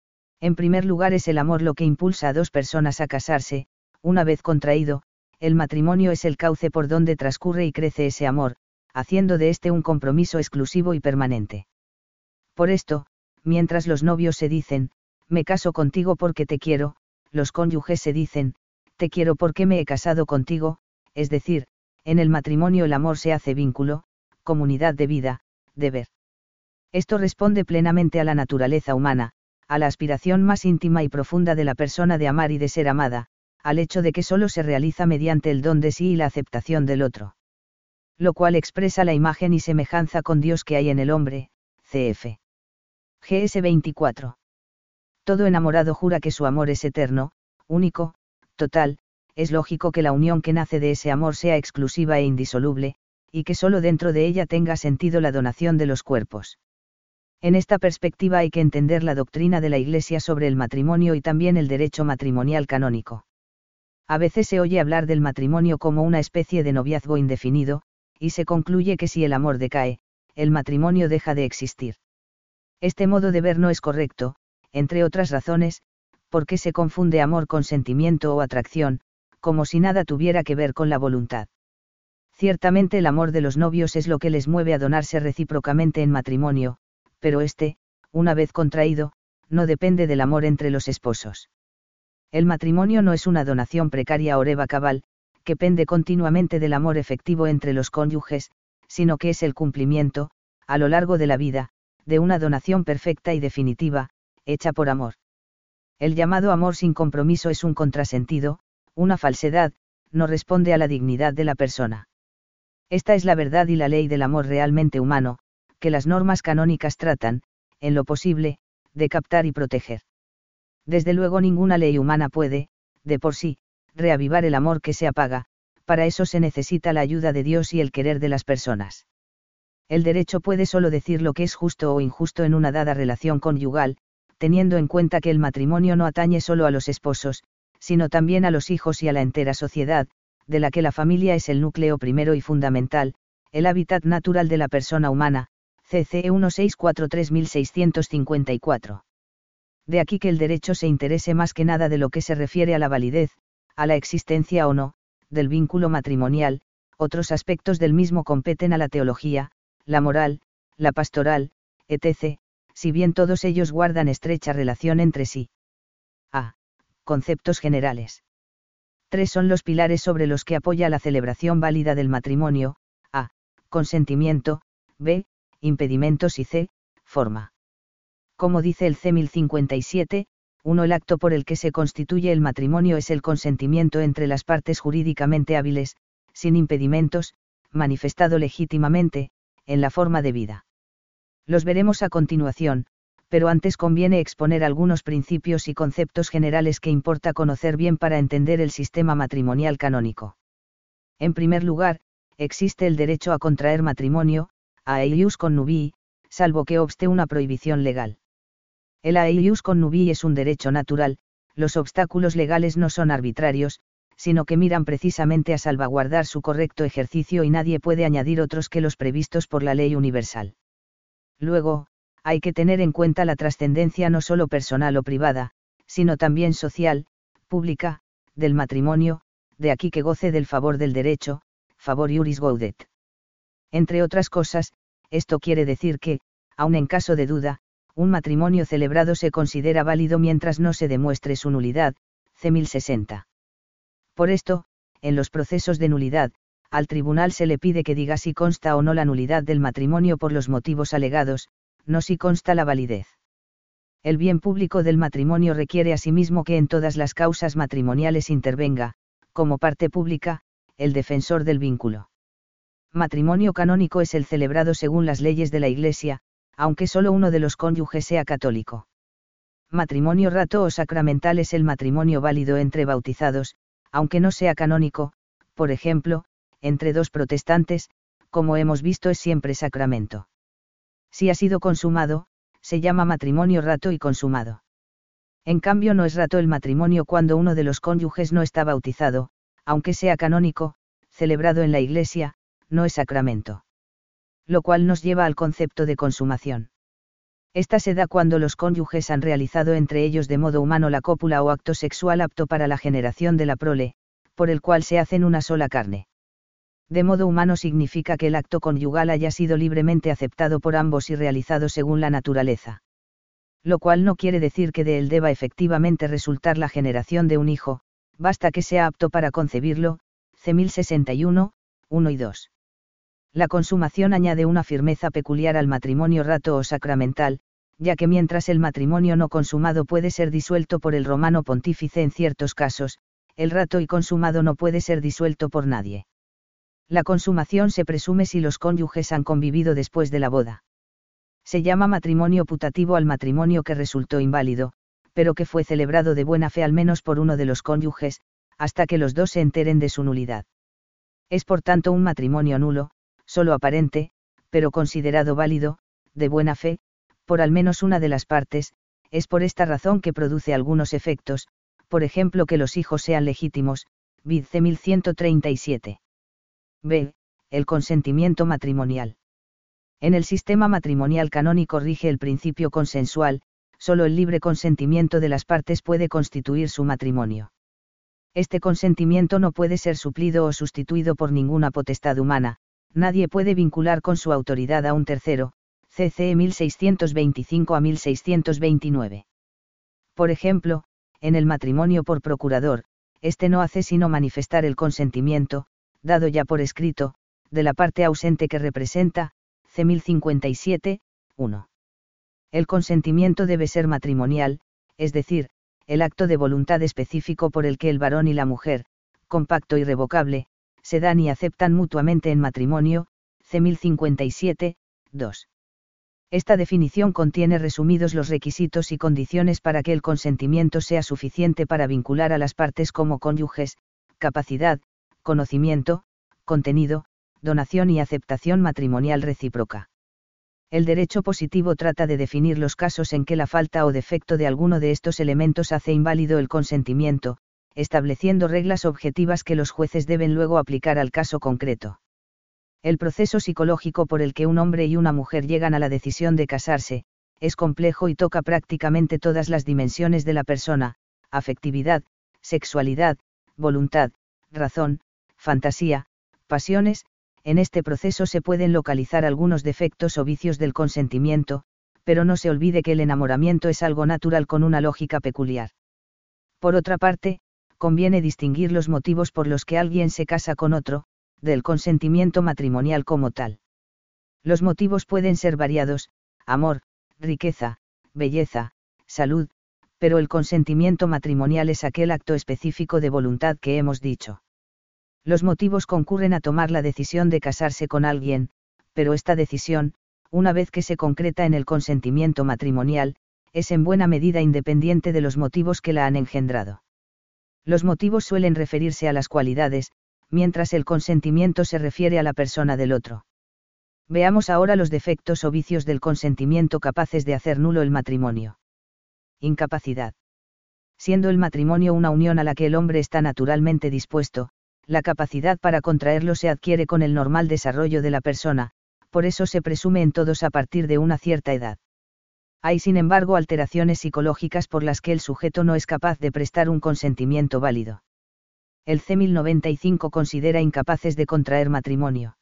En primer lugar es el amor lo que impulsa a dos personas a casarse, una vez contraído, el matrimonio es el cauce por donde transcurre y crece ese amor, haciendo de este un compromiso exclusivo y permanente. Por esto, mientras los novios se dicen, me caso contigo porque te quiero, los cónyuges se dicen, te quiero porque me he casado contigo, es decir, en el matrimonio el amor se hace vínculo, comunidad de vida, deber. Esto responde plenamente a la naturaleza humana, a la aspiración más íntima y profunda de la persona de amar y de ser amada, al hecho de que solo se realiza mediante el don de sí y la aceptación del otro. Lo cual expresa la imagen y semejanza con Dios que hay en el hombre, cf. G S veinticuatro. Todo enamorado jura que su amor es eterno, único, total, es lógico que la unión que nace de ese amor sea exclusiva e indisoluble, y que solo dentro de ella tenga sentido la donación de los cuerpos. En esta perspectiva hay que entender la doctrina de la Iglesia sobre el matrimonio y también el derecho matrimonial canónico. A veces se oye hablar del matrimonio como una especie de noviazgo indefinido, y se concluye que si el amor decae, el matrimonio deja de existir. Este modo de ver no es correcto, entre otras razones, porque se confunde amor con sentimiento o atracción, como si nada tuviera que ver con la voluntad. Ciertamente el amor de los novios es lo que les mueve a donarse recíprocamente en matrimonio, pero este, una vez contraído, no depende del amor entre los esposos. El matrimonio no es una donación precaria o reba cabal, que pende continuamente del amor efectivo entre los cónyuges, sino que es el cumplimiento, a lo largo de la vida, de una donación perfecta y definitiva, hecha por amor. El llamado amor sin compromiso es un contrasentido, una falsedad, no responde a la dignidad de la persona. Esta es la verdad y la ley del amor realmente humano, que las normas canónicas tratan, en lo posible, de captar y proteger. Desde luego ninguna ley humana puede, de por sí, reavivar el amor que se apaga, para eso se necesita la ayuda de Dios y el querer de las personas. El derecho puede solo decir lo que es justo o injusto en una dada relación conyugal, teniendo en cuenta que el matrimonio no atañe solo a los esposos, sino también a los hijos y a la entera sociedad, de la que la familia es el núcleo primero y fundamental, el hábitat natural de la persona humana, C C E mil seiscientos cuarenta y tres mil seiscientos cincuenta y cuatro. De aquí que el derecho se interese más que nada de lo que se refiere a la validez, a la existencia o no, del vínculo matrimonial, otros aspectos del mismo competen a la teología, la moral, la pastoral, etcétera, si bien todos ellos guardan estrecha relación entre sí. A. Conceptos generales. Tres son los pilares sobre los que apoya la celebración válida del matrimonio: A. Consentimiento, B. Impedimentos y C. Forma. Como dice el C mil cincuenta y siete, uno El acto por el que se constituye el matrimonio es el consentimiento entre las partes jurídicamente hábiles, sin impedimentos, manifestado legítimamente, en la forma debida. Los veremos a continuación, pero antes conviene exponer algunos principios y conceptos generales que importa conocer bien para entender el sistema matrimonial canónico. En primer lugar, existe el derecho a contraer matrimonio, aeius connubii, salvo que obste una prohibición legal. El aeius connubii es un derecho natural, los obstáculos legales no son arbitrarios, sino que miran precisamente a salvaguardar su correcto ejercicio y nadie puede añadir otros que los previstos por la ley universal. Luego, hay que tener en cuenta la trascendencia no solo personal o privada, sino también social, pública, del matrimonio, de aquí que goce del favor del derecho, favor iuris gaudet. Entre otras cosas, esto quiere decir que, aun en caso de duda, un matrimonio celebrado se considera válido mientras no se demuestre su nulidad, C mil sesenta. Por esto, en los procesos de nulidad, al tribunal se le pide que diga si consta o no la nulidad del matrimonio por los motivos alegados, no si consta la validez. El bien público del matrimonio requiere asimismo que en todas las causas matrimoniales intervenga, como parte pública, el defensor del vínculo. Matrimonio canónico es el celebrado según las leyes de la Iglesia, aunque solo uno de los cónyuges sea católico. Matrimonio rato o sacramental es el matrimonio válido entre bautizados, aunque no sea canónico, por ejemplo, entre dos protestantes, como hemos visto es siempre sacramento. Si ha sido consumado, se llama matrimonio rato y consumado. En cambio no es rato el matrimonio cuando uno de los cónyuges no está bautizado, aunque sea canónico, celebrado en la Iglesia, no es sacramento. Lo cual nos lleva al concepto de consumación. Esta se da cuando los cónyuges han realizado entre ellos de modo humano la cópula o acto sexual apto para la generación de la prole, por el cual se hacen una sola carne. De modo humano significa que el acto conyugal haya sido libremente aceptado por ambos y realizado según la naturaleza. Lo cual no quiere decir que de él deba efectivamente resultar la generación de un hijo, basta que sea apto para concebirlo, C mil sesenta y uno, uno y dos. La consumación añade una firmeza peculiar al matrimonio rato o sacramental, ya que mientras el matrimonio no consumado puede ser disuelto por el romano pontífice en ciertos casos, el rato y consumado no puede ser disuelto por nadie. La consumación se presume si los cónyuges han convivido después de la boda. Se llama matrimonio putativo al matrimonio que resultó inválido, pero que fue celebrado de buena fe al menos por uno de los cónyuges, hasta que los dos se enteren de su nulidad. Es por tanto un matrimonio nulo, solo aparente, pero considerado válido, de buena fe, por al menos una de las partes. Es por esta razón que produce algunos efectos, por ejemplo que los hijos sean legítimos, vid C mil ciento treinta y siete. B. El consentimiento matrimonial. En el sistema matrimonial canónico rige el principio consensual, solo el libre consentimiento de las partes puede constituir su matrimonio. Este consentimiento no puede ser suplido o sustituido por ninguna potestad humana, nadie puede vincular con su autoridad a un tercero, C C E mil seiscientos veinticinco a mil seiscientos veintinueve. Por ejemplo, en el matrimonio por procurador, este no hace sino manifestar el consentimiento, dado ya por escrito, de la parte ausente que representa, C mil cincuenta y siete, uno. El consentimiento debe ser matrimonial, es decir, el acto de voluntad específico por el que el varón y la mujer, compacto irrevocable, se dan y aceptan mutuamente en matrimonio, C mil cincuenta y siete, dos. Esta definición contiene resumidos los requisitos y condiciones para que el consentimiento sea suficiente para vincular a las partes como cónyuges: capacidad, conocimiento, contenido, donación y aceptación matrimonial recíproca. El derecho positivo trata de definir los casos en que la falta o defecto de alguno de estos elementos hace inválido el consentimiento, estableciendo reglas objetivas que los jueces deben luego aplicar al caso concreto. El proceso psicológico por el que un hombre y una mujer llegan a la decisión de casarse, es complejo y toca prácticamente todas las dimensiones de la persona: afectividad, sexualidad, voluntad, razón, fantasía, pasiones. En este proceso se pueden localizar algunos defectos o vicios del consentimiento, pero no se olvide que el enamoramiento es algo natural con una lógica peculiar. Por otra parte, conviene distinguir los motivos por los que alguien se casa con otro, del consentimiento matrimonial como tal. Los motivos pueden ser variados: amor, riqueza, belleza, salud, pero el consentimiento matrimonial es aquel acto específico de voluntad que hemos dicho. Los motivos concurren a tomar la decisión de casarse con alguien, pero esta decisión, una vez que se concreta en el consentimiento matrimonial, es en buena medida independiente de los motivos que la han engendrado. Los motivos suelen referirse a las cualidades, mientras el consentimiento se refiere a la persona del otro. Veamos ahora los defectos o vicios del consentimiento capaces de hacer nulo el matrimonio. Incapacidad. Siendo el matrimonio una unión a la que el hombre está naturalmente dispuesto, la capacidad para contraerlo se adquiere con el normal desarrollo de la persona, por eso se presume en todos a partir de una cierta edad. Hay sin embargo alteraciones psicológicas por las que el sujeto no es capaz de prestar un consentimiento válido. El C mil noventa y cinco considera incapaces de contraer matrimonio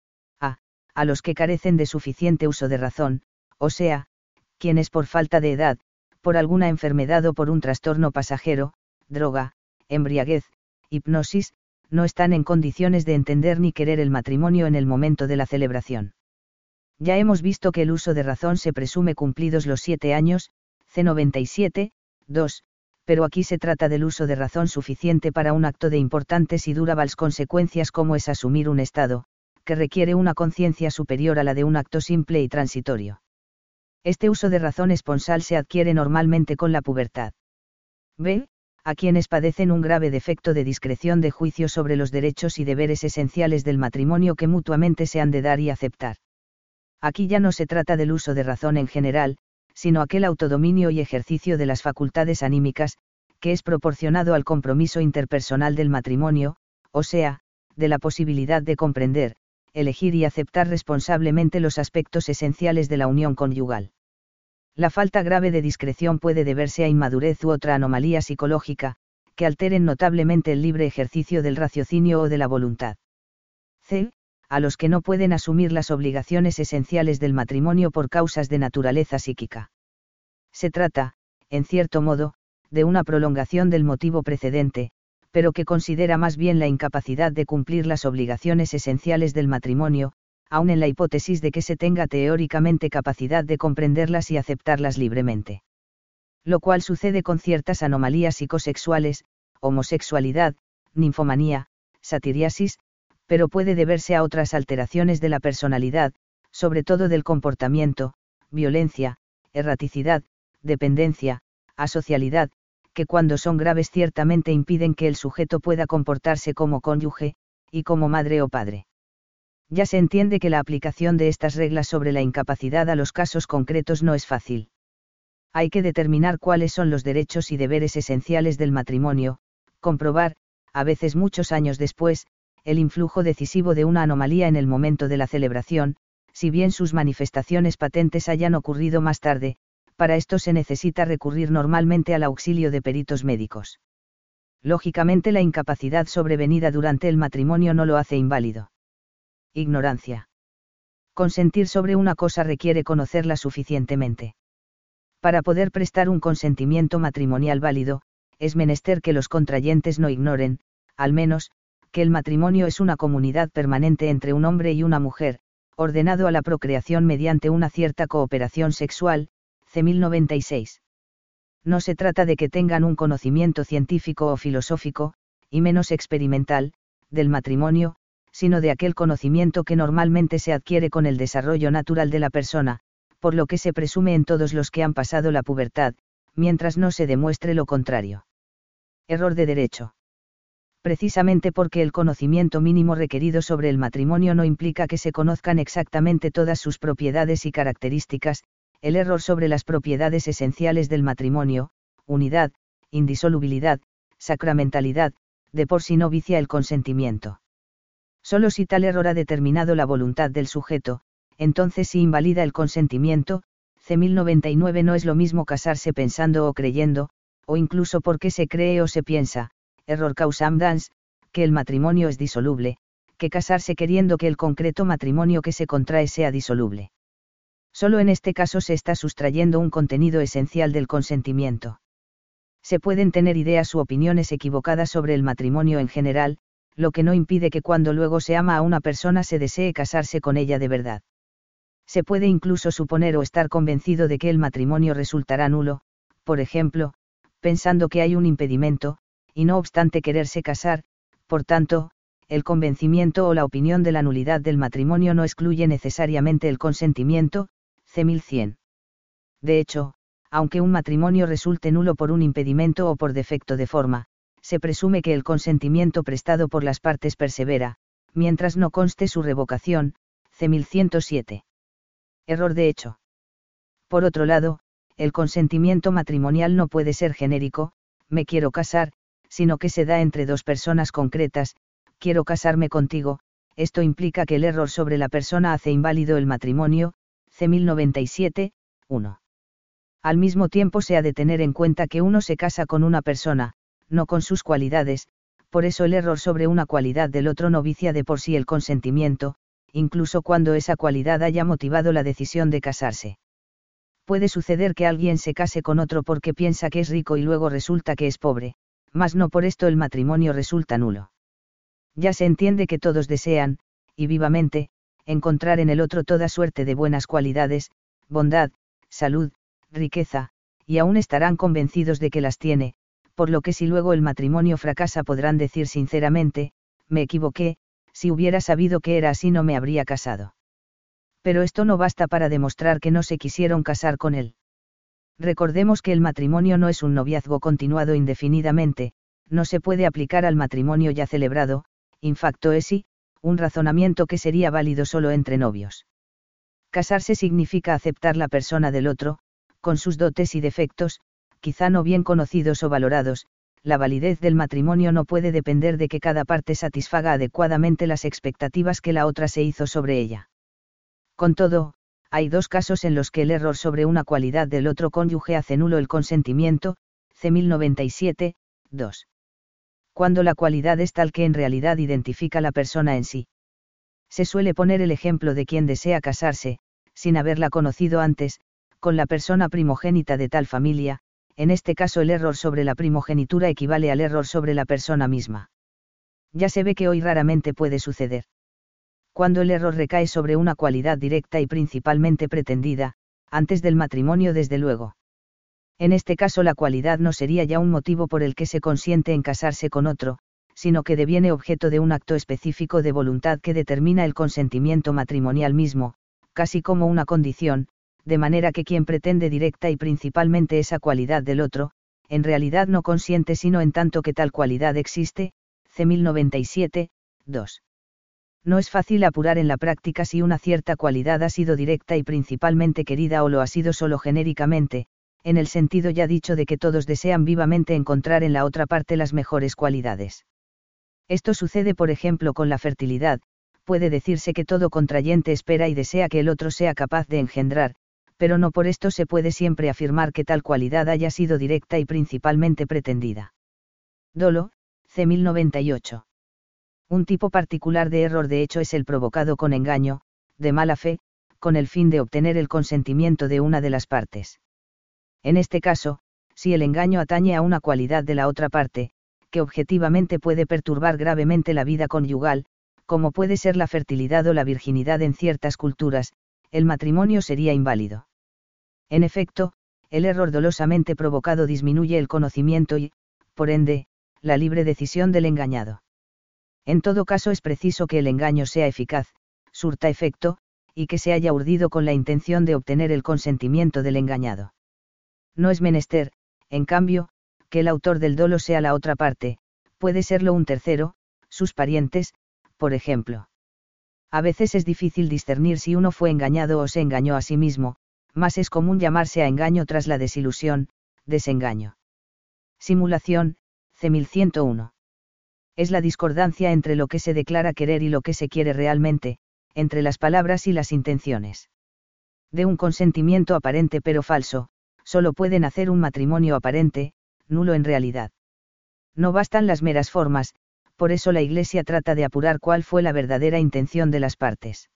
a. a los que carecen de suficiente uso de razón, o sea, quienes por falta de edad, por alguna enfermedad o por un trastorno pasajero, droga, embriaguez, hipnosis, no están en condiciones de entender ni querer el matrimonio en el momento de la celebración. Ya hemos visto que el uso de razón se presume cumplidos los siete años, C noventa y siete, dos, pero aquí se trata del uso de razón suficiente para un acto de importantes y durables consecuencias como es asumir un estado, que requiere una conciencia superior a la de un acto simple y transitorio. Este uso de razón esponsal se adquiere normalmente con la pubertad. B. A quienes padecen un grave defecto de discreción de juicio sobre los derechos y deberes esenciales del matrimonio que mutuamente se han de dar y aceptar. Aquí ya no se trata del uso de razón en general, sino aquel autodominio y ejercicio de las facultades anímicas, que es proporcionado al compromiso interpersonal del matrimonio, o sea, de la posibilidad de comprender, elegir y aceptar responsablemente los aspectos esenciales de la unión conyugal. La falta grave de discreción puede deberse a inmadurez u otra anomalía psicológica, que alteren notablemente el libre ejercicio del raciocinio o de la voluntad. C. A los que no pueden asumir las obligaciones esenciales del matrimonio por causas de naturaleza psíquica. Se trata, en cierto modo, de una prolongación del motivo precedente, pero que considera más bien la incapacidad de cumplir las obligaciones esenciales del matrimonio, aun en la hipótesis de que se tenga teóricamente capacidad de comprenderlas y aceptarlas libremente. Lo cual sucede con ciertas anomalías psicosexuales, homosexualidad, ninfomanía, satiriasis, pero puede deberse a otras alteraciones de la personalidad, sobre todo del comportamiento, violencia, erraticidad, dependencia, asocialidad, que cuando son graves ciertamente impiden que el sujeto pueda comportarse como cónyuge, y como madre o padre. Ya se entiende que la aplicación de estas reglas sobre la incapacidad a los casos concretos no es fácil. Hay que determinar cuáles son los derechos y deberes esenciales del matrimonio, comprobar, a veces muchos años después, el influjo decisivo de una anomalía en el momento de la celebración, si bien sus manifestaciones patentes hayan ocurrido más tarde. Para esto se necesita recurrir normalmente al auxilio de peritos médicos. Lógicamente la incapacidad sobrevenida durante el matrimonio no lo hace inválido. Ignorancia. Consentir sobre una cosa requiere conocerla suficientemente. Para poder prestar un consentimiento matrimonial válido, es menester que los contrayentes no ignoren, al menos, que el matrimonio es una comunidad permanente entre un hombre y una mujer, ordenado a la procreación mediante una cierta cooperación sexual, C mil noventa y seis. No se trata de que tengan un conocimiento científico o filosófico, y menos experimental, del matrimonio, sino de aquel conocimiento que normalmente se adquiere con el desarrollo natural de la persona, por lo que se presume en todos los que han pasado la pubertad, mientras no se demuestre lo contrario. Error de derecho. Precisamente porque el conocimiento mínimo requerido sobre el matrimonio no implica que se conozcan exactamente todas sus propiedades y características, el error sobre las propiedades esenciales del matrimonio, unidad, indisolubilidad, sacramentalidad, de por sí no vicia el consentimiento. Solo si tal error ha determinado la voluntad del sujeto, entonces sí invalida el consentimiento. C mil noventa y nueve No es lo mismo casarse pensando o creyendo, o incluso porque se cree o se piensa, error causam dans, que el matrimonio es disoluble, que casarse queriendo que el concreto matrimonio que se contrae sea disoluble. Solo en este caso se está sustrayendo un contenido esencial del consentimiento. Se pueden tener ideas u opiniones equivocadas sobre el matrimonio en general, lo que no impide que cuando luego se ama a una persona se desee casarse con ella de verdad. Se puede incluso suponer o estar convencido de que el matrimonio resultará nulo, por ejemplo, pensando que hay un impedimento, y no obstante quererse casar. Por tanto, el convencimiento o la opinión de la nulidad del matrimonio no excluye necesariamente el consentimiento. C mil cien. De hecho, aunque un matrimonio resulte nulo por un impedimento o por defecto de forma, se presume que el consentimiento prestado por las partes persevera, mientras no conste su revocación. C mil ciento siete. Error de hecho. Por otro lado, el consentimiento matrimonial no puede ser genérico, me quiero casar, sino que se da entre dos personas concretas, quiero casarme contigo. Esto implica que el error sobre la persona hace inválido el matrimonio. C mil noventa y siete. uno. Al mismo tiempo se ha de tener en cuenta que uno se casa con una persona, no con sus cualidades, por eso el error sobre una cualidad del otro no vicia de por sí el consentimiento, incluso cuando esa cualidad haya motivado la decisión de casarse. Puede suceder que alguien se case con otro porque piensa que es rico y luego resulta que es pobre, mas no por esto el matrimonio resulta nulo. Ya se entiende que todos desean, y vivamente, encontrar en el otro toda suerte de buenas cualidades, bondad, salud, riqueza, y aún estarán convencidos de que las tiene, por lo que si luego el matrimonio fracasa podrán decir sinceramente, me equivoqué, si hubiera sabido que era así no me habría casado. Pero esto no basta para demostrar que no se quisieron casar con él. Recordemos que el matrimonio no es un noviazgo continuado indefinidamente, no se puede aplicar al matrimonio ya celebrado, in facto esi, un razonamiento que sería válido solo entre novios. Casarse significa aceptar la persona del otro, con sus dotes y defectos, quizá no bien conocidos o valorados. La validez del matrimonio no puede depender de que cada parte satisfaga adecuadamente las expectativas que la otra se hizo sobre ella. Con todo, hay dos casos en los que el error sobre una cualidad del otro cónyuge hace nulo el consentimiento. C mil noventa y siete. dos. Cuando la cualidad es tal que en realidad identifica la persona en sí. Se suele poner el ejemplo de quien desea casarse, sin haberla conocido antes, con la persona primogénita de tal familia. En este caso el error sobre la primogenitura equivale al error sobre la persona misma. Ya se ve que hoy raramente puede suceder. Cuando el error recae sobre una cualidad directa y principalmente pretendida, antes del matrimonio desde luego. En este caso la cualidad no sería ya un motivo por el que se consiente en casarse con otro, sino que deviene objeto de un acto específico de voluntad que determina el consentimiento matrimonial mismo, casi como una condición, de manera que quien pretende directa y principalmente esa cualidad del otro, en realidad no consiente sino en tanto que tal cualidad existe. C mil noventa y siete. dos. No es fácil apurar en la práctica si una cierta cualidad ha sido directa y principalmente querida o lo ha sido solo genéricamente, en el sentido ya dicho de que todos desean vivamente encontrar en la otra parte las mejores cualidades. Esto sucede por ejemplo con la fertilidad. Puede decirse que todo contrayente espera y desea que el otro sea capaz de engendrar, pero no por esto se puede siempre afirmar que tal cualidad haya sido directa y principalmente pretendida. Dolo. C mil noventa y ocho. Un tipo particular de error de hecho es el provocado con engaño, de mala fe, con el fin de obtener el consentimiento de una de las partes. En este caso, si el engaño atañe a una cualidad de la otra parte, que objetivamente puede perturbar gravemente la vida conyugal, como puede ser la fertilidad o la virginidad en ciertas culturas, el matrimonio sería inválido. En efecto, el error dolosamente provocado disminuye el conocimiento y, por ende, la libre decisión del engañado. En todo caso es preciso que el engaño sea eficaz, surta efecto, y que se haya urdido con la intención de obtener el consentimiento del engañado. No es menester, en cambio, que el autor del dolo sea la otra parte, puede serlo un tercero, sus parientes, por ejemplo. A veces es difícil discernir si uno fue engañado o se engañó a sí mismo, mas es común llamarse a engaño tras la desilusión, desengaño. Simulación, C mil ciento uno. Es la discordancia entre lo que se declara querer y lo que se quiere realmente, entre las palabras y las intenciones. De un consentimiento aparente pero falso, solo puede nacer un matrimonio aparente, nulo en realidad. No bastan las meras formas, por eso la Iglesia trata de apurar cuál fue la verdadera intención de las partes.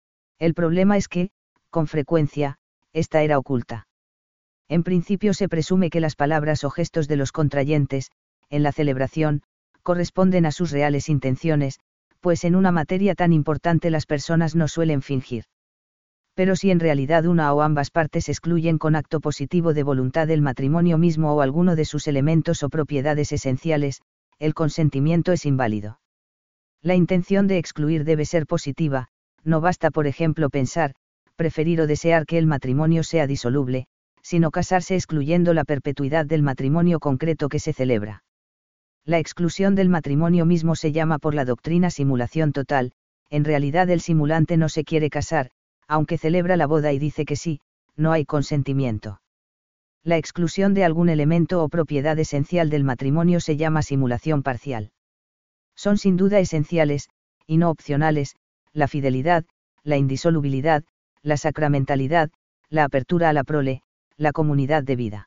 El problema es que, con frecuencia, esta era oculta. En principio se presume que las palabras o gestos de los contrayentes, en la celebración, corresponden a sus reales intenciones, pues en una materia tan importante las personas no suelen fingir. Pero si en realidad una o ambas partes excluyen con acto positivo de voluntad el matrimonio mismo o alguno de sus elementos o propiedades esenciales, el consentimiento es inválido. La intención de excluir debe ser positiva, no basta por ejemplo pensar, preferir o desear que el matrimonio sea disoluble, sino casarse excluyendo la perpetuidad del matrimonio concreto que se celebra. La exclusión del matrimonio mismo se llama por la doctrina simulación total, en realidad el simulante no se quiere casar, aunque celebra la boda y dice que sí, no hay consentimiento. La exclusión de algún elemento o propiedad esencial del matrimonio se llama simulación parcial. Son sin duda esenciales, y no opcionales, la fidelidad, la indisolubilidad, la sacramentalidad, la apertura a la prole, la comunidad de vida.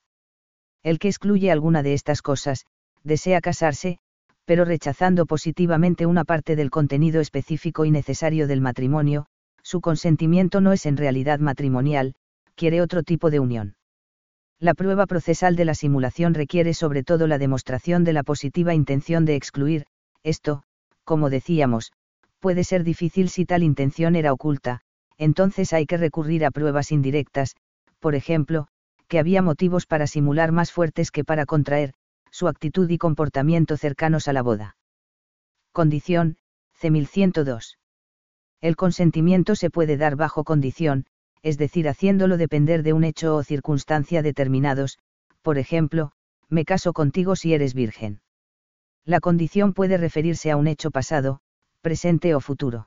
El que excluye alguna de estas cosas, desea casarse, pero rechazando positivamente una parte del contenido específico y necesario del matrimonio, su consentimiento no es en realidad matrimonial, quiere otro tipo de unión. La prueba procesal de la simulación requiere sobre todo la demostración de la positiva intención de excluir, esto, como decíamos, puede ser difícil si tal intención era oculta, entonces hay que recurrir a pruebas indirectas, por ejemplo, que había motivos para simular más fuertes que para contraer, su actitud y comportamiento cercanos a la boda. Condición, C mil ciento dos. El consentimiento se puede dar bajo condición, es decir, haciéndolo depender de un hecho o circunstancia determinados, por ejemplo, me caso contigo si eres virgen. La condición puede referirse a un hecho pasado, presente o futuro.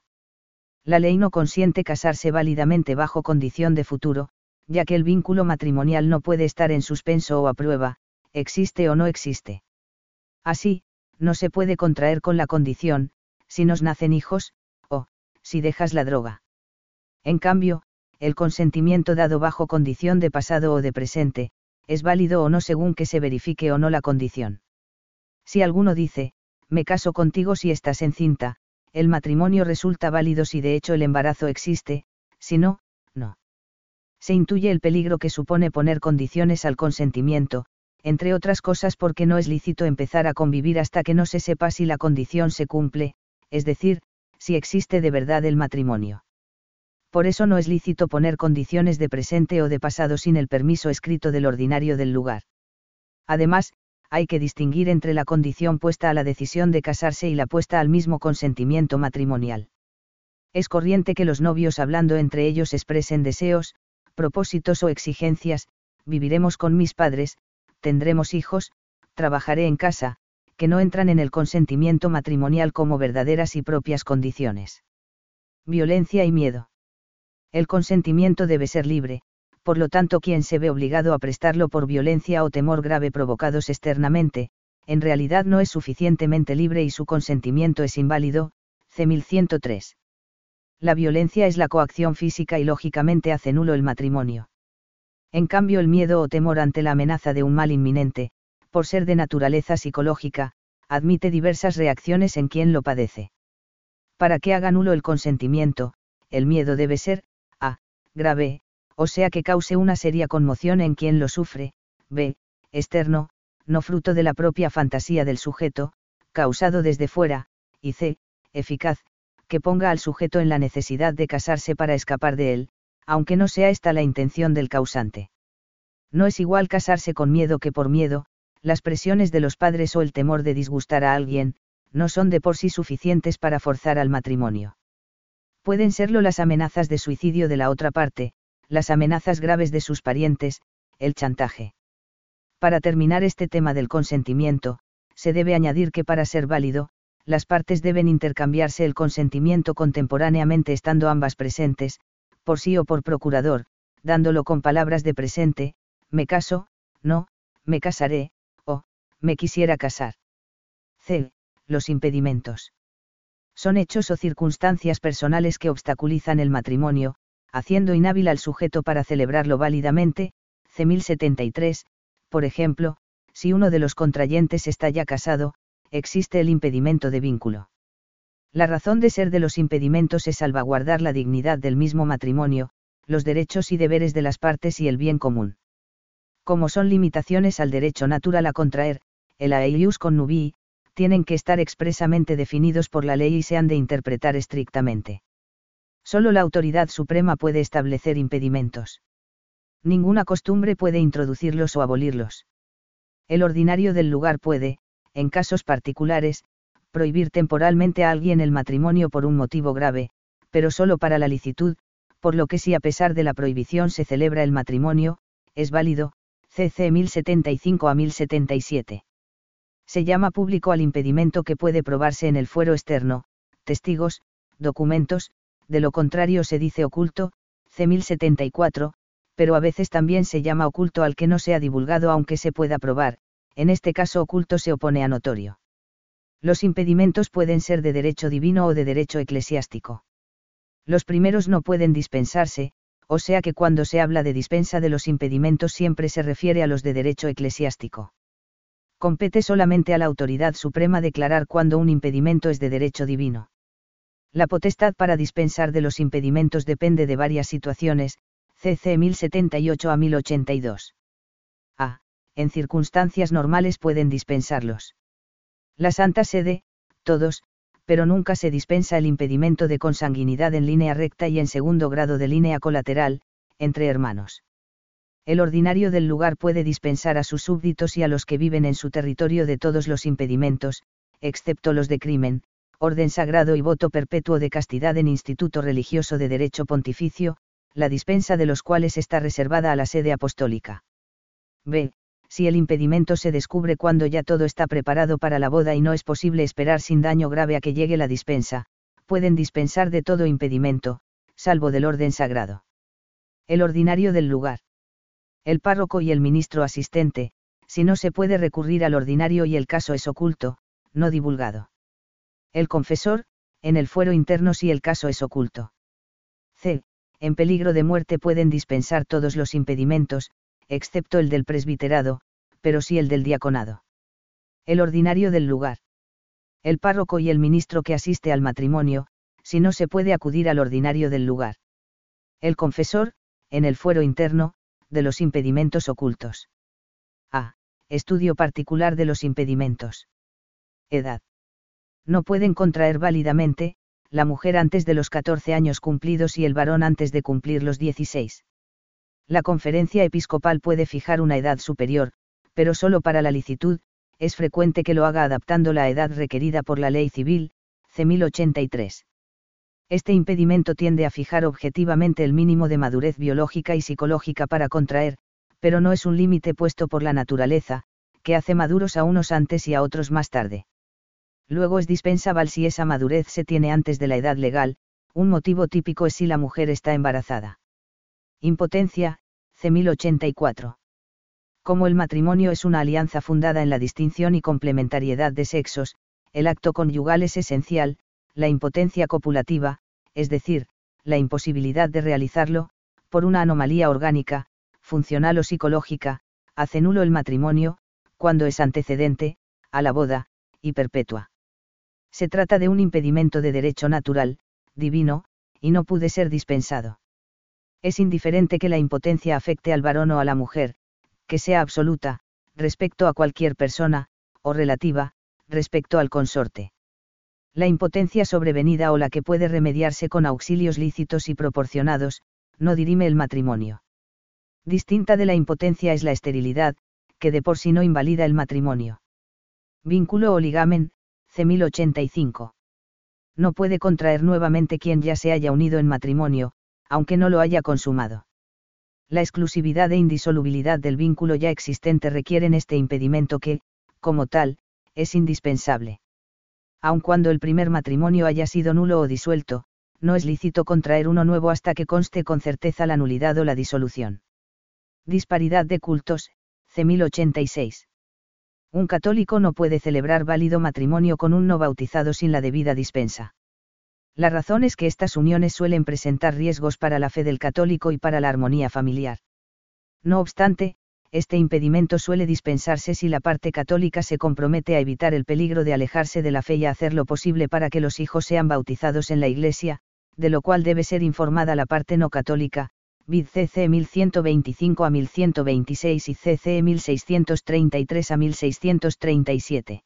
La ley no consiente casarse válidamente bajo condición de futuro, ya que el vínculo matrimonial no puede estar en suspenso o a prueba, existe o no existe. Así, no se puede contraer con la condición, si nos nacen hijos, o, si dejas la droga. En cambio, el consentimiento dado bajo condición de pasado o de presente, es válido o no según que se verifique o no la condición. Si alguno dice, me caso contigo si estás encinta, el matrimonio resulta válido si de hecho el embarazo existe, si no, no. Se intuye el peligro que supone poner condiciones al consentimiento, entre otras cosas porque no es lícito empezar a convivir hasta que no se sepa si la condición se cumple, es decir, si existe de verdad el matrimonio. Por eso no es lícito poner condiciones de presente o de pasado sin el permiso escrito del ordinario del lugar. Además, hay que distinguir entre la condición puesta a la decisión de casarse y la puesta al mismo consentimiento matrimonial. Es corriente que los novios hablando entre ellos expresen deseos, propósitos o exigencias, viviremos con mis padres, tendremos hijos, trabajaré en casa, que no entran en el consentimiento matrimonial como verdaderas y propias condiciones. Violencia y miedo. El consentimiento debe ser libre, por lo tanto quien se ve obligado a prestarlo por violencia o temor grave provocados externamente, en realidad no es suficientemente libre y su consentimiento es inválido, C mil ciento tres. La violencia es la coacción física y lógicamente hace nulo el matrimonio. En cambio el miedo o temor ante la amenaza de un mal inminente, por ser de naturaleza psicológica, admite diversas reacciones en quien lo padece. Para que haga nulo el consentimiento, el miedo debe ser, a, grave, o sea que cause una seria conmoción en quien lo sufre, b, externo, no fruto de la propia fantasía del sujeto, causado desde fuera, y c, eficaz, que ponga al sujeto en la necesidad de casarse para escapar de él, aunque no sea esta la intención del causante. No es igual casarse con miedo que por miedo, las presiones de los padres o el temor de disgustar a alguien, no son de por sí suficientes para forzar al matrimonio. Pueden serlo las amenazas de suicidio de la otra parte, las amenazas graves de sus parientes, el chantaje. Para terminar este tema del consentimiento, se debe añadir que para ser válido, las partes deben intercambiarse el consentimiento contemporáneamente estando ambas presentes, por sí o por procurador, dándolo con palabras de presente, me caso, no, me casaré, o, me quisiera casar. C. Los impedimentos. Son hechos o circunstancias personales que obstaculizan el matrimonio, haciendo inhábil al sujeto para celebrarlo válidamente. C. mil setenta y tres, por ejemplo, si uno de los contrayentes está ya casado, existe el impedimento de vínculo. La razón de ser de los impedimentos es salvaguardar la dignidad del mismo matrimonio, los derechos y deberes de las partes y el bien común. Como son limitaciones al derecho natural a contraer, el aius connubii, tienen que estar expresamente definidos por la ley y se han de interpretar estrictamente. Solo la autoridad suprema puede establecer impedimentos. Ninguna costumbre puede introducirlos o abolirlos. El ordinario del lugar puede, en casos particulares, prohibir temporalmente a alguien el matrimonio por un motivo grave, pero solo para la licitud, por lo que si a pesar de la prohibición se celebra el matrimonio, es válido. C C mil setenta y cinco a mil setenta y siete. Se llama público al impedimento que puede probarse en el fuero externo, testigos, documentos, de lo contrario se dice oculto. C mil setenta y cuatro, pero a veces también se llama oculto al que no sea divulgado aunque se pueda probar, en este caso oculto se opone a notorio. Los impedimentos pueden ser de derecho divino o de derecho eclesiástico. Los primeros no pueden dispensarse, o sea que cuando se habla de dispensa de los impedimentos siempre se refiere a los de derecho eclesiástico. Compete solamente a la autoridad suprema declarar cuando un impedimento es de derecho divino. La potestad para dispensar de los impedimentos depende de varias situaciones. C C mil setenta y ocho a mil ochenta y dos. A. En circunstancias normales pueden dispensarlos. La Santa Sede, todos, pero nunca se dispensa el impedimento de consanguinidad en línea recta y en segundo grado de línea colateral, entre hermanos. El ordinario del lugar puede dispensar a sus súbditos y a los que viven en su territorio de todos los impedimentos, excepto los de crimen, orden sagrado y voto perpetuo de castidad en instituto religioso de derecho pontificio, la dispensa de los cuales está reservada a la sede apostólica. B. Si el impedimento se descubre cuando ya todo está preparado para la boda y no es posible esperar sin daño grave a que llegue la dispensa, pueden dispensar de todo impedimento, salvo del orden sagrado. El ordinario del lugar. El párroco y el ministro asistente, si no se puede recurrir al ordinario y el caso es oculto, no divulgado. El confesor, en el fuero interno si el caso es oculto. C. En peligro de muerte pueden dispensar todos los impedimentos, excepto el del presbiterado, pero sí el del diaconado. El ordinario del lugar. El párroco y el ministro que asiste al matrimonio, si no se puede acudir al ordinario del lugar. El confesor, en el fuero interno, de los impedimentos ocultos. A. Estudio particular de los impedimentos. Edad. No pueden contraer válidamente, la mujer antes de los catorce años cumplidos y el varón antes de cumplir los dieciséis. La conferencia episcopal puede fijar una edad superior, pero solo para la licitud, es frecuente que lo haga adaptando la edad requerida por la ley civil. C mil ochenta y tres. Este impedimento tiende a fijar objetivamente el mínimo de madurez biológica y psicológica para contraer, pero no es un límite puesto por la naturaleza, que hace maduros a unos antes y a otros más tarde. Luego es dispensable si esa madurez se tiene antes de la edad legal, un motivo típico es si la mujer está embarazada. Impotencia, C mil ochenta y cuatro. Como el matrimonio es una alianza fundada en la distinción y complementariedad de sexos, el acto conyugal es esencial, la impotencia copulativa, es decir, la imposibilidad de realizarlo, por una anomalía orgánica, funcional o psicológica, hace nulo el matrimonio, cuando es antecedente, a la boda, y perpetua. Se trata de un impedimento de derecho natural, divino, y no puede ser dispensado. Es indiferente que la impotencia afecte al varón o a la mujer, que sea absoluta, respecto a cualquier persona, o relativa, respecto al consorte. La impotencia sobrevenida o la que puede remediarse con auxilios lícitos y proporcionados, no dirime el matrimonio. Distinta de la impotencia es la esterilidad, que de por sí no invalida el matrimonio. Vínculo o ligamen, C mil ochenta y cinco. No puede contraer nuevamente quien ya se haya unido en matrimonio, aunque no lo haya consumado. La exclusividad e indisolubilidad del vínculo ya existente requieren este impedimento que, como tal, es indispensable. Aun cuando el primer matrimonio haya sido nulo o disuelto, no es lícito contraer uno nuevo hasta que conste con certeza la nulidad o la disolución. Disparidad de cultos, C mil ochenta y seis. Un católico no puede celebrar válido matrimonio con un no bautizado sin la debida dispensa. La razón es que estas uniones suelen presentar riesgos para la fe del católico y para la armonía familiar. No obstante, este impedimento suele dispensarse si la parte católica se compromete a evitar el peligro de alejarse de la fe y a hacer lo posible para que los hijos sean bautizados en la Iglesia, de lo cual debe ser informada la parte no católica, vid C C mil ciento veinticinco a mil ciento veintiséis y C C mil seiscientos treinta y tres a mil seiscientos treinta y siete.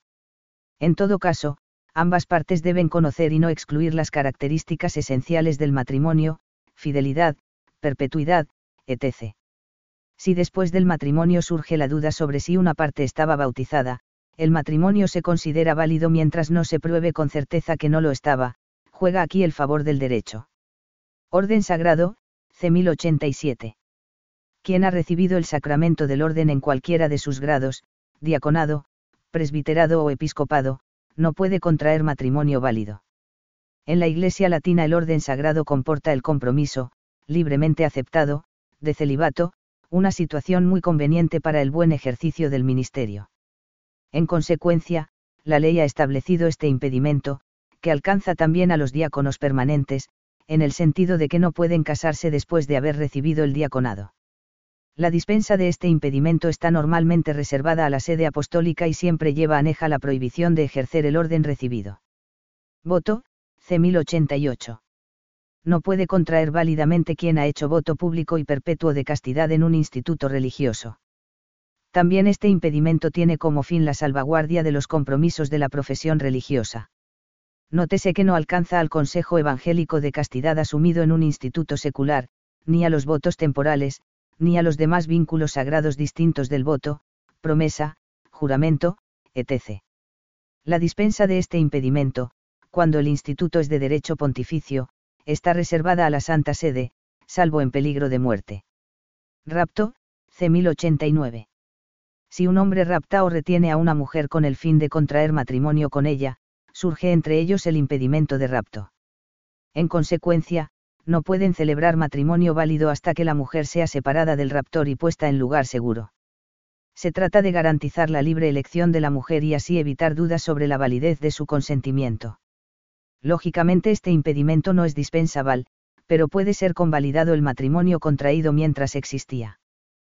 En todo caso, ambas partes deben conocer y no excluir las características esenciales del matrimonio, fidelidad, perpetuidad, etcétera. Si después del matrimonio surge la duda sobre si una parte estaba bautizada, el matrimonio se considera válido mientras no se pruebe con certeza que no lo estaba, juega aquí el favor del derecho. Orden sagrado, C mil ochenta y siete. Quien ha recibido el sacramento del orden en cualquiera de sus grados, diaconado, presbiterado o episcopado, no puede contraer matrimonio válido. En la Iglesia latina el orden sagrado comporta el compromiso, libremente aceptado, de celibato, una situación muy conveniente para el buen ejercicio del ministerio. En consecuencia, la ley ha establecido este impedimento, que alcanza también a los diáconos permanentes, en el sentido de que no pueden casarse después de haber recibido el diaconado. La dispensa de este impedimento está normalmente reservada a la sede apostólica y siempre lleva aneja la prohibición de ejercer el orden recibido. Voto, C mil ochenta y ocho. No puede contraer válidamente quien ha hecho voto público y perpetuo de castidad en un instituto religioso. También este impedimento tiene como fin la salvaguardia de los compromisos de la profesión religiosa. Nótese que no alcanza al consejo evangélico de castidad asumido en un instituto secular, ni a los votos temporales, ni a los demás vínculos sagrados distintos del voto, promesa, juramento, etcétera. La dispensa de este impedimento, cuando el instituto es de derecho pontificio, está reservada a la Santa Sede, salvo en peligro de muerte. Rapto, C mil ochenta y nueve. Si un hombre rapta o retiene a una mujer con el fin de contraer matrimonio con ella, surge entre ellos el impedimento de rapto. En consecuencia, no pueden celebrar matrimonio válido hasta que la mujer sea separada del raptor y puesta en lugar seguro. Se trata de garantizar la libre elección de la mujer y así evitar dudas sobre la validez de su consentimiento. Lógicamente este impedimento no es dispensable, pero puede ser convalidado el matrimonio contraído mientras existía.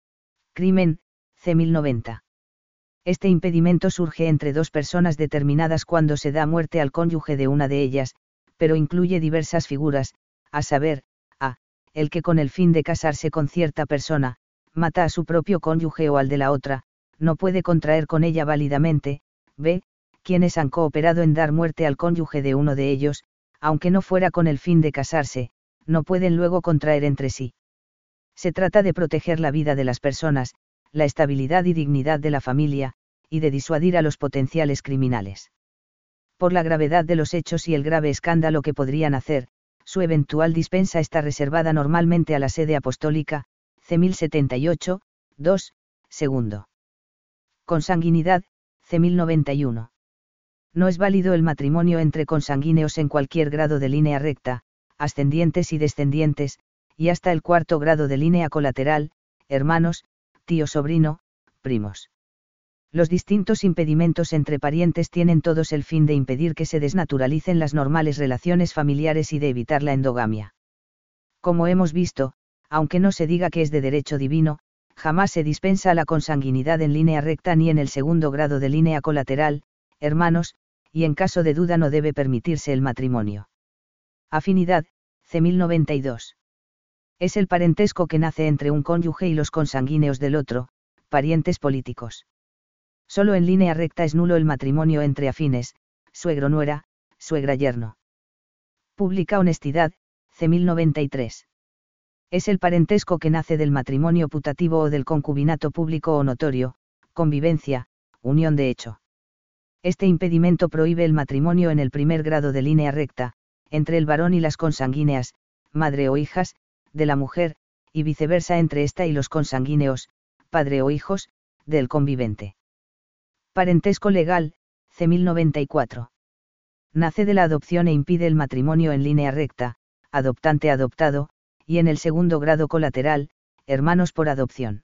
Crimen, C mil noventa. Este impedimento surge entre dos personas determinadas cuando se da muerte al cónyuge de una de ellas, pero incluye diversas figuras, a saber, a, el que con el fin de casarse con cierta persona, mata a su propio cónyuge o al de la otra, no puede contraer con ella válidamente, b, quienes han cooperado en dar muerte al cónyuge de uno de ellos, aunque no fuera con el fin de casarse, no pueden luego contraer entre sí. Se trata de proteger la vida de las personas, la estabilidad y dignidad de la familia, y de disuadir a los potenciales criminales. Por la gravedad de los hechos y el grave escándalo que podrían hacer, su eventual dispensa está reservada normalmente a la sede apostólica, C mil setenta y ocho, dos, segundo. Consanguinidad, C mil noventa y uno. No es válido el matrimonio entre consanguíneos en cualquier grado de línea recta, ascendientes y descendientes, y hasta el cuarto grado de línea colateral, hermanos, tío sobrino, primos. Los distintos impedimentos entre parientes tienen todos el fin de impedir que se desnaturalicen las normales relaciones familiares y de evitar la endogamia. Como hemos visto, aunque no se diga que es de derecho divino, jamás se dispensa la consanguinidad en línea recta ni en el segundo grado de línea colateral, hermanos, y en caso de duda no debe permitirse el matrimonio. Afinidad, C mil noventa y dos. Es el parentesco que nace entre un cónyuge y los consanguíneos del otro, parientes políticos. Solo en línea recta es nulo el matrimonio entre afines, suegro-nuera, suegra-yerno. Pública honestidad, C mil noventa y tres. Es el parentesco que nace del matrimonio putativo o del concubinato público o notorio, convivencia, unión de hecho. Este impedimento prohíbe el matrimonio en el primer grado de línea recta, entre el varón y las consanguíneas, madre o hijas, de la mujer, y viceversa entre ésta y los consanguíneos, padre o hijos, del convivente. Parentesco legal, C mil noventa y cuatro. Nace de la adopción e impide el matrimonio en línea recta, adoptante-adoptado, y en el segundo grado colateral, hermanos por adopción.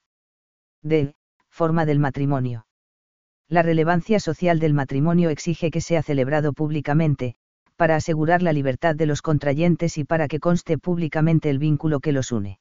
D. Forma del matrimonio. La relevancia social del matrimonio exige que sea celebrado públicamente, para asegurar la libertad de los contrayentes y para que conste públicamente el vínculo que los une.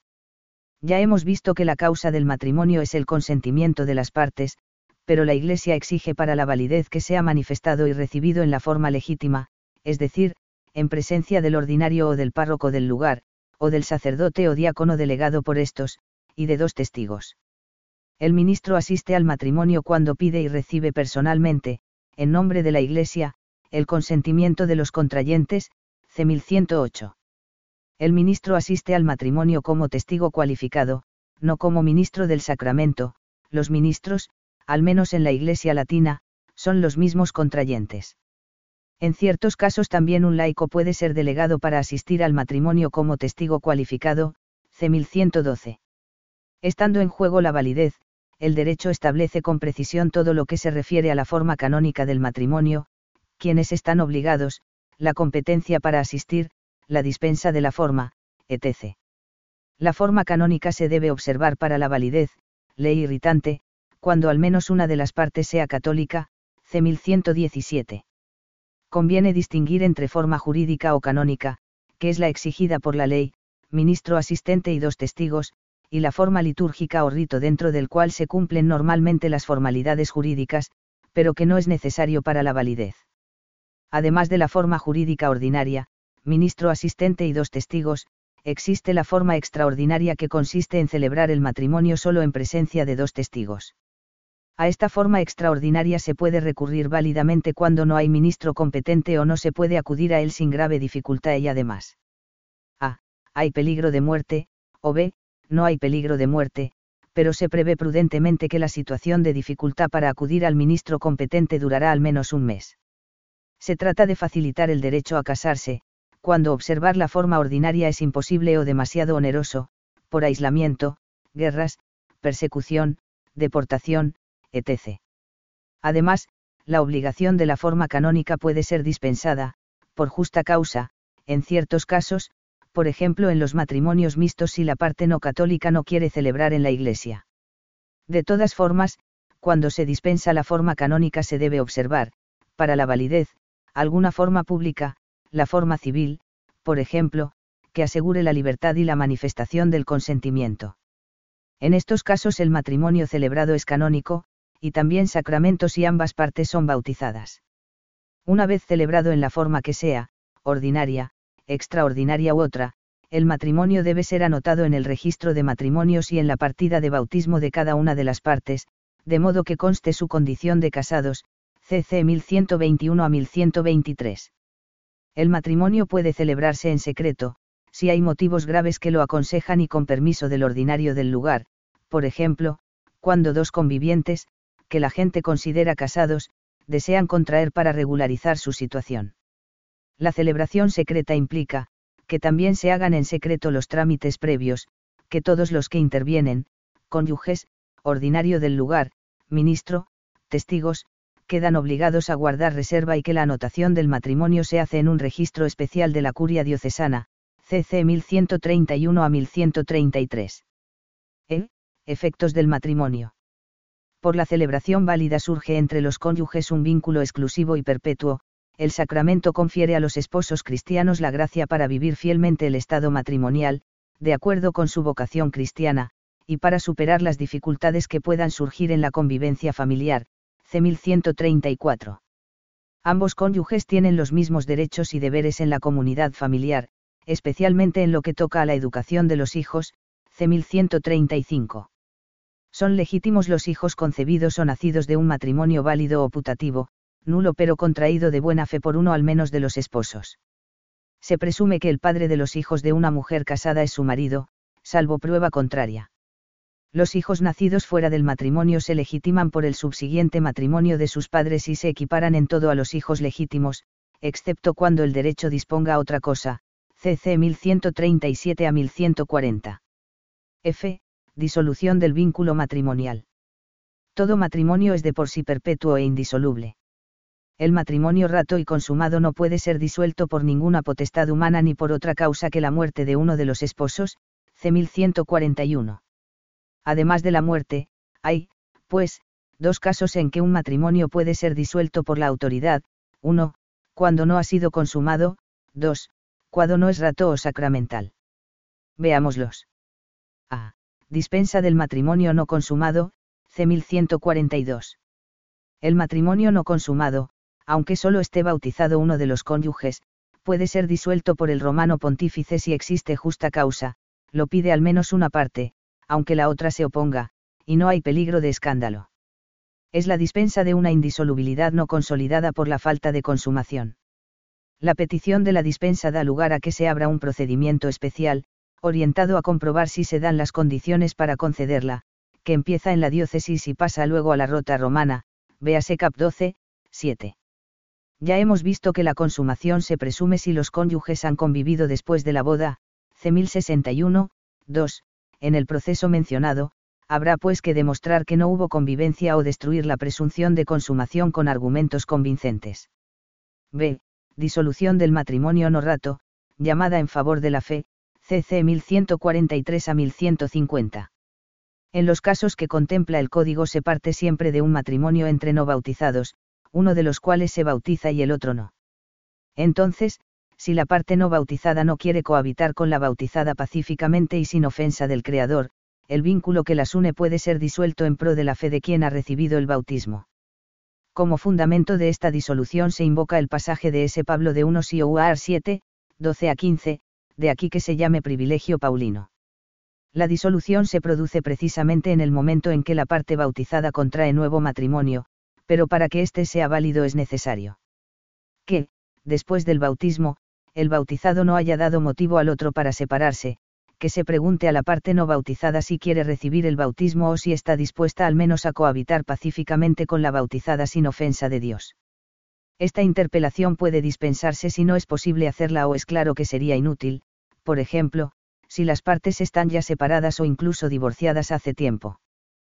Ya hemos visto que la causa del matrimonio es el consentimiento de las partes, pero la Iglesia exige para la validez que sea manifestado y recibido en la forma legítima, es decir, en presencia del ordinario o del párroco del lugar, o del sacerdote o diácono delegado por estos, y de dos testigos. El ministro asiste al matrimonio cuando pide y recibe personalmente, en nombre de la Iglesia, el consentimiento de los contrayentes, C mil ciento ocho. El ministro asiste al matrimonio como testigo cualificado, no como ministro del sacramento. Los ministros, al menos en la Iglesia latina, son los mismos contrayentes. En ciertos casos también un laico puede ser delegado para asistir al matrimonio como testigo cualificado, C mil ciento doce. Estando en juego la validez, el derecho establece con precisión todo lo que se refiere a la forma canónica del matrimonio, quienes están obligados, la competencia para asistir, la dispensa de la forma, etcétera. La forma canónica se debe observar para la validez, ley irritante, cuando al menos una de las partes sea católica, C mil ciento diecisiete. Conviene distinguir entre forma jurídica o canónica, que es la exigida por la ley, ministro asistente y dos testigos, y la forma litúrgica o rito dentro del cual se cumplen normalmente las formalidades jurídicas, pero que no es necesario para la validez. Además de la forma jurídica ordinaria, ministro asistente y dos testigos, existe la forma extraordinaria que consiste en celebrar el matrimonio solo en presencia de dos testigos. A esta forma extraordinaria se puede recurrir válidamente cuando no hay ministro competente o no se puede acudir a él sin grave dificultad y además A. Hay peligro de muerte, o B. No hay peligro de muerte, pero se prevé prudentemente que la situación de dificultad para acudir al ministro competente durará al menos un mes. Se trata de facilitar el derecho a casarse, cuando observar la forma ordinaria es imposible o demasiado oneroso, por aislamiento, guerras, persecución, deportación, etcétera. Además, la obligación de la forma canónica puede ser dispensada, por justa causa, en ciertos casos, por ejemplo en los matrimonios mixtos si la parte no católica no quiere celebrar en la Iglesia. De todas formas, cuando se dispensa la forma canónica se debe observar, para la validez, alguna forma pública, la forma civil, por ejemplo, que asegure la libertad y la manifestación del consentimiento. En estos casos el matrimonio celebrado es canónico, y también sacramento si ambas partes son bautizadas. Una vez celebrado en la forma que sea, ordinaria, extraordinaria u otra, el matrimonio debe ser anotado en el registro de matrimonios y en la partida de bautismo de cada una de las partes, de modo que conste su condición de casados, C C mil ciento veintiuno a mil ciento veintitrés. El matrimonio puede celebrarse en secreto, si hay motivos graves que lo aconsejan y con permiso del ordinario del lugar, por ejemplo, cuando dos convivientes, que la gente considera casados, desean contraer para regularizar su situación. La celebración secreta implica, que también se hagan en secreto los trámites previos, que todos los que intervienen, cónyuges, ordinario del lugar, ministro, testigos, quedan obligados a guardar reserva y que la anotación del matrimonio se hace en un registro especial de la curia diocesana, C C mil ciento treinta y uno a mil ciento treinta y tres. E. Efectos del matrimonio. Por la celebración válida surge entre los cónyuges un vínculo exclusivo y perpetuo. El sacramento confiere a los esposos cristianos la gracia para vivir fielmente el estado matrimonial, de acuerdo con su vocación cristiana, y para superar las dificultades que puedan surgir en la convivencia familiar, C mil ciento treinta y cuatro. Ambos cónyuges tienen los mismos derechos y deberes en la comunidad familiar, especialmente en lo que toca a la educación de los hijos, C mil ciento treinta y cinco. Son legítimos los hijos concebidos o nacidos de un matrimonio válido o putativo, nulo pero contraído de buena fe por uno al menos de los esposos. Se presume que el padre de los hijos de una mujer casada es su marido, salvo prueba contraria. Los hijos nacidos fuera del matrimonio se legitiman por el subsiguiente matrimonio de sus padres y se equiparan en todo a los hijos legítimos, excepto cuando el derecho disponga otra cosa, C C mil ciento treinta y siete a mil ciento cuarenta. F. Disolución del vínculo matrimonial. Todo matrimonio es de por sí perpetuo e indisoluble. El matrimonio rato y consumado no puede ser disuelto por ninguna potestad humana ni por otra causa que la muerte de uno de los esposos, C mil ciento cuarenta y uno. Además de la muerte, hay, pues, dos casos en que un matrimonio puede ser disuelto por la autoridad, uno, cuando no ha sido consumado, dos, cuando no es rato o sacramental. Veámoslos. A. Dispensa del matrimonio no consumado, C mil ciento cuarenta y dos. El matrimonio no consumado, aunque solo esté bautizado uno de los cónyuges, puede ser disuelto por el romano pontífice si existe justa causa, lo pide al menos una parte, aunque la otra se oponga, y no hay peligro de escándalo. Es la dispensa de una indisolubilidad no consolidada por la falta de consumación. La petición de la dispensa da lugar a que se abra un procedimiento especial, orientado a comprobar si se dan las condiciones para concederla, que empieza en la diócesis y pasa luego a la rota romana, véase cap doce, siete. Ya hemos visto que la consumación se presume si los cónyuges han convivido después de la boda, C mil sesenta y uno, dos. En el proceso mencionado, habrá pues que demostrar que no hubo convivencia o destruir la presunción de consumación con argumentos convincentes. B. Disolución del matrimonio no rato, llamada en favor de la fe, C C mil ciento cuarenta y tres a mil ciento cincuenta. En los casos que contempla el código se parte siempre de un matrimonio entre no bautizados, uno de los cuales se bautiza y el otro no. Entonces, si la parte no bautizada no quiere cohabitar con la bautizada pacíficamente y sin ofensa del Creador, el vínculo que las une puede ser disuelto en pro de la fe de quien ha recibido el bautismo. Como fundamento de esta disolución se invoca el pasaje de ese Pablo de uno Sioar siete, doce a quince, de aquí que se llame privilegio paulino. La disolución se produce precisamente en el momento en que la parte bautizada contrae nuevo matrimonio, pero para que éste sea válido es necesario que, después del bautismo, el bautizado no haya dado motivo al otro para separarse, que se pregunte a la parte no bautizada si quiere recibir el bautismo o si está dispuesta al menos a cohabitar pacíficamente con la bautizada sin ofensa de Dios. Esta interpelación puede dispensarse si no es posible hacerla o es claro que sería inútil, por ejemplo, si las partes están ya separadas o incluso divorciadas hace tiempo.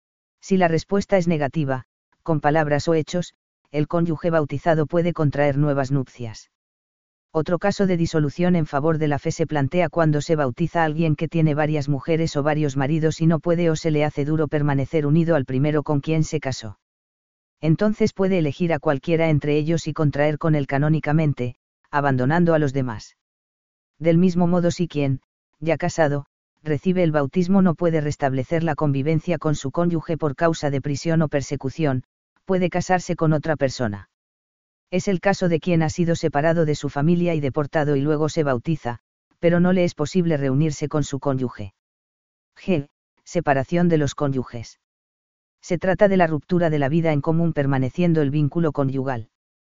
Si la respuesta es negativa, con palabras o hechos, el cónyuge bautizado puede contraer nuevas nupcias. Otro caso de disolución en favor de la fe se plantea cuando se bautiza a alguien que tiene varias mujeres o varios maridos y no puede o se le hace duro permanecer unido al primero con quien se casó. Entonces puede elegir a cualquiera entre ellos y contraer con él canónicamente, abandonando a los demás. Del mismo modo si quien, ya casado, recibe el bautismo no puede restablecer la convivencia con su cónyuge por causa de prisión o persecución, puede casarse con otra persona. Es el caso de quien ha sido separado de su familia y deportado y luego se bautiza, pero no le es posible reunirse con su cónyuge. G. Separación de los cónyuges. Se trata de la ruptura de la vida en común permaneciendo el vínculo conyugal.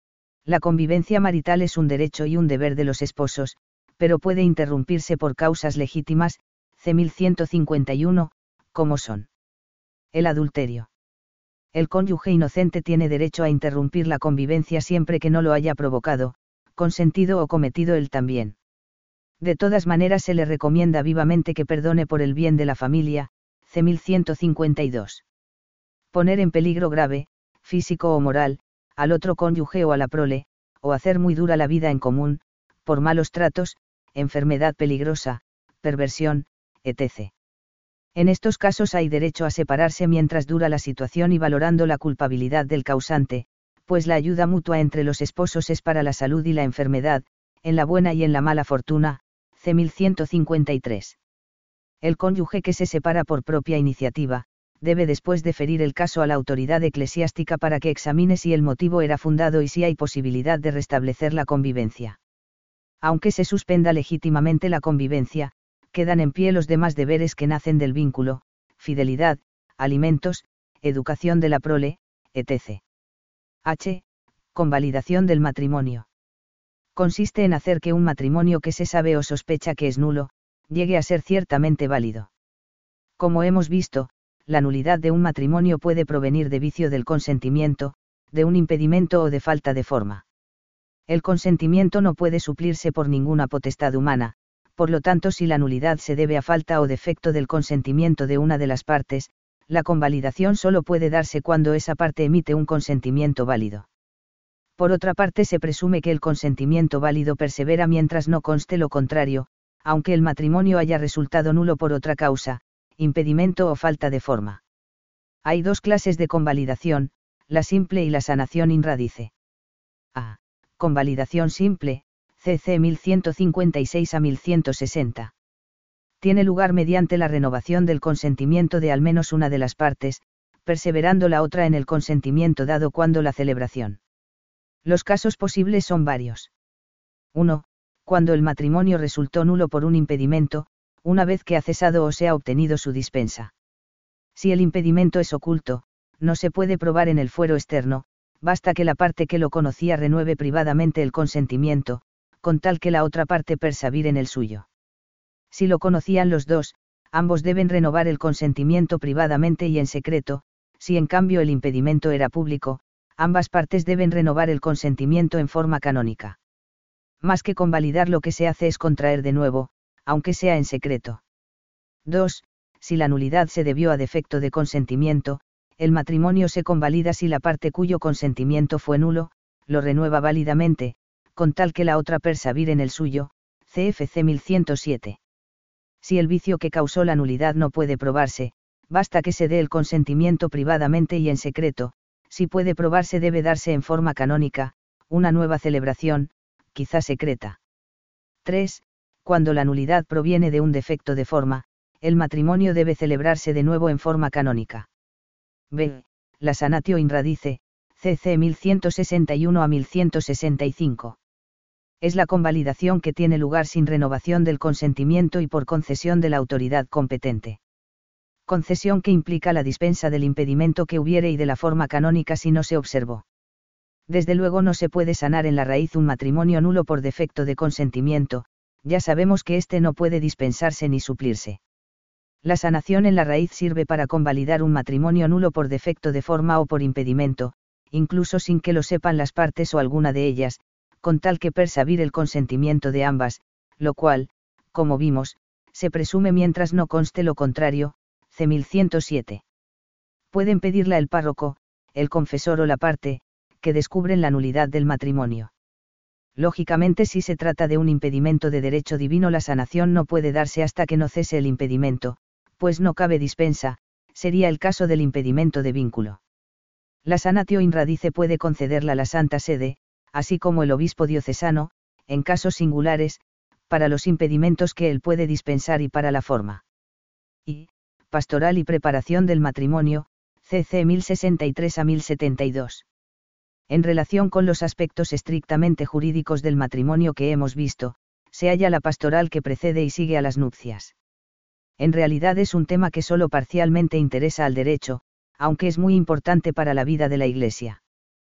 La convivencia marital es un derecho y un deber de los esposos, pero puede interrumpirse por causas legítimas, C mil ciento cincuenta y uno, como son el adulterio. El cónyuge inocente tiene derecho a interrumpir la convivencia siempre que no lo haya provocado, consentido o cometido él también. De todas maneras se le recomienda vivamente que perdone por el bien de la familia, C mil ciento cincuenta y dos. Poner en peligro grave, físico o moral, al otro cónyuge o a la prole, o hacer muy dura la vida en común, por malos tratos, enfermedad peligrosa, perversión, etcétera. En estos casos hay derecho a separarse mientras dura la situación y valorando la culpabilidad del causante, pues la ayuda mutua entre los esposos es para la salud y la enfermedad, en la buena y en la mala fortuna, C mil ciento cincuenta y tres. El cónyuge que se separa por propia iniciativa, debe después deferir el caso a la autoridad eclesiástica para que examine si el motivo era fundado y si hay posibilidad de restablecer la convivencia. Aunque se suspenda legítimamente la convivencia, quedan en pie los demás deberes que nacen del vínculo, fidelidad, alimentos, educación de la prole, etcétera. H. Convalidación del matrimonio. Consiste en hacer que un matrimonio que se sabe o sospecha que es nulo, llegue a ser ciertamente válido. Como hemos visto, la nulidad de un matrimonio puede provenir de vicio del consentimiento, de un impedimento o de falta de forma. El consentimiento no puede suplirse por ninguna potestad humana, por lo tanto si la nulidad se debe a falta o defecto del consentimiento de una de las partes, la convalidación solo puede darse cuando esa parte emite un consentimiento válido. Por otra parte se presume que el consentimiento válido persevera mientras no conste lo contrario, aunque el matrimonio haya resultado nulo por otra causa, impedimento o falta de forma. Hay dos clases de convalidación, la simple y la sanación in radice. A. Convalidación simple, C C mil ciento cincuenta y seis a mil ciento sesenta. Tiene lugar mediante la renovación del consentimiento de al menos una de las partes, perseverando la otra en el consentimiento dado cuando la celebración. Los casos posibles son varios. uno. Cuando el matrimonio resultó nulo por un impedimento, una vez que ha cesado o se ha obtenido su dispensa. Si el impedimento es oculto, no se puede probar en el fuero externo, basta que la parte que lo conocía renueve privadamente el consentimiento, con tal que la otra parte persevere en el suyo. Si lo conocían los dos, ambos deben renovar el consentimiento privadamente y en secreto, si en cambio el impedimento era público, ambas partes deben renovar el consentimiento en forma canónica. Más que convalidar, lo que se hace es contraer de nuevo, aunque sea en secreto. dos. Si la nulidad se debió a defecto de consentimiento, el matrimonio se convalida si la parte cuyo consentimiento fue nulo, lo renueva válidamente, con tal que la otra persevere en el suyo, C F C mil ciento siete. Si el vicio que causó la nulidad no puede probarse, basta que se dé el consentimiento privadamente y en secreto, si puede probarse debe darse en forma canónica, una nueva celebración, quizá secreta. tres. Cuando la nulidad proviene de un defecto de forma, el matrimonio debe celebrarse de nuevo en forma canónica. B. La sanatio in radice, C C mil ciento sesenta y uno a mil ciento sesenta y cinco. Es la convalidación que tiene lugar sin renovación del consentimiento y por concesión de la autoridad competente. Concesión que implica la dispensa del impedimento que hubiere y de la forma canónica si no se observó. Desde luego no se puede sanar en la raíz un matrimonio nulo por defecto de consentimiento, ya sabemos que éste no puede dispensarse ni suplirse. La sanación en la raíz sirve para convalidar un matrimonio nulo por defecto de forma o por impedimento, incluso sin que lo sepan las partes o alguna de ellas, con tal que persevere el consentimiento de ambas, lo cual, como vimos, se presume mientras no conste lo contrario, C mil ciento siete. Pueden pedirla el párroco, el confesor o la parte, que descubren la nulidad del matrimonio. Lógicamente, si se trata de un impedimento de derecho divino, la sanación no puede darse hasta que no cese el impedimento, pues no cabe dispensa, sería el caso del impedimento de vínculo. La sanatio in radice puede concederla la Santa Sede, así como el obispo diocesano, en casos singulares, para los impedimentos que él puede dispensar y para la forma. Y, pastoral y preparación del matrimonio, C C mil sesenta y tres a mil setenta y dos. En relación con los aspectos estrictamente jurídicos del matrimonio que hemos visto, se halla la pastoral que precede y sigue a las nupcias. En realidad es un tema que solo parcialmente interesa al derecho, aunque es muy importante para la vida de la Iglesia.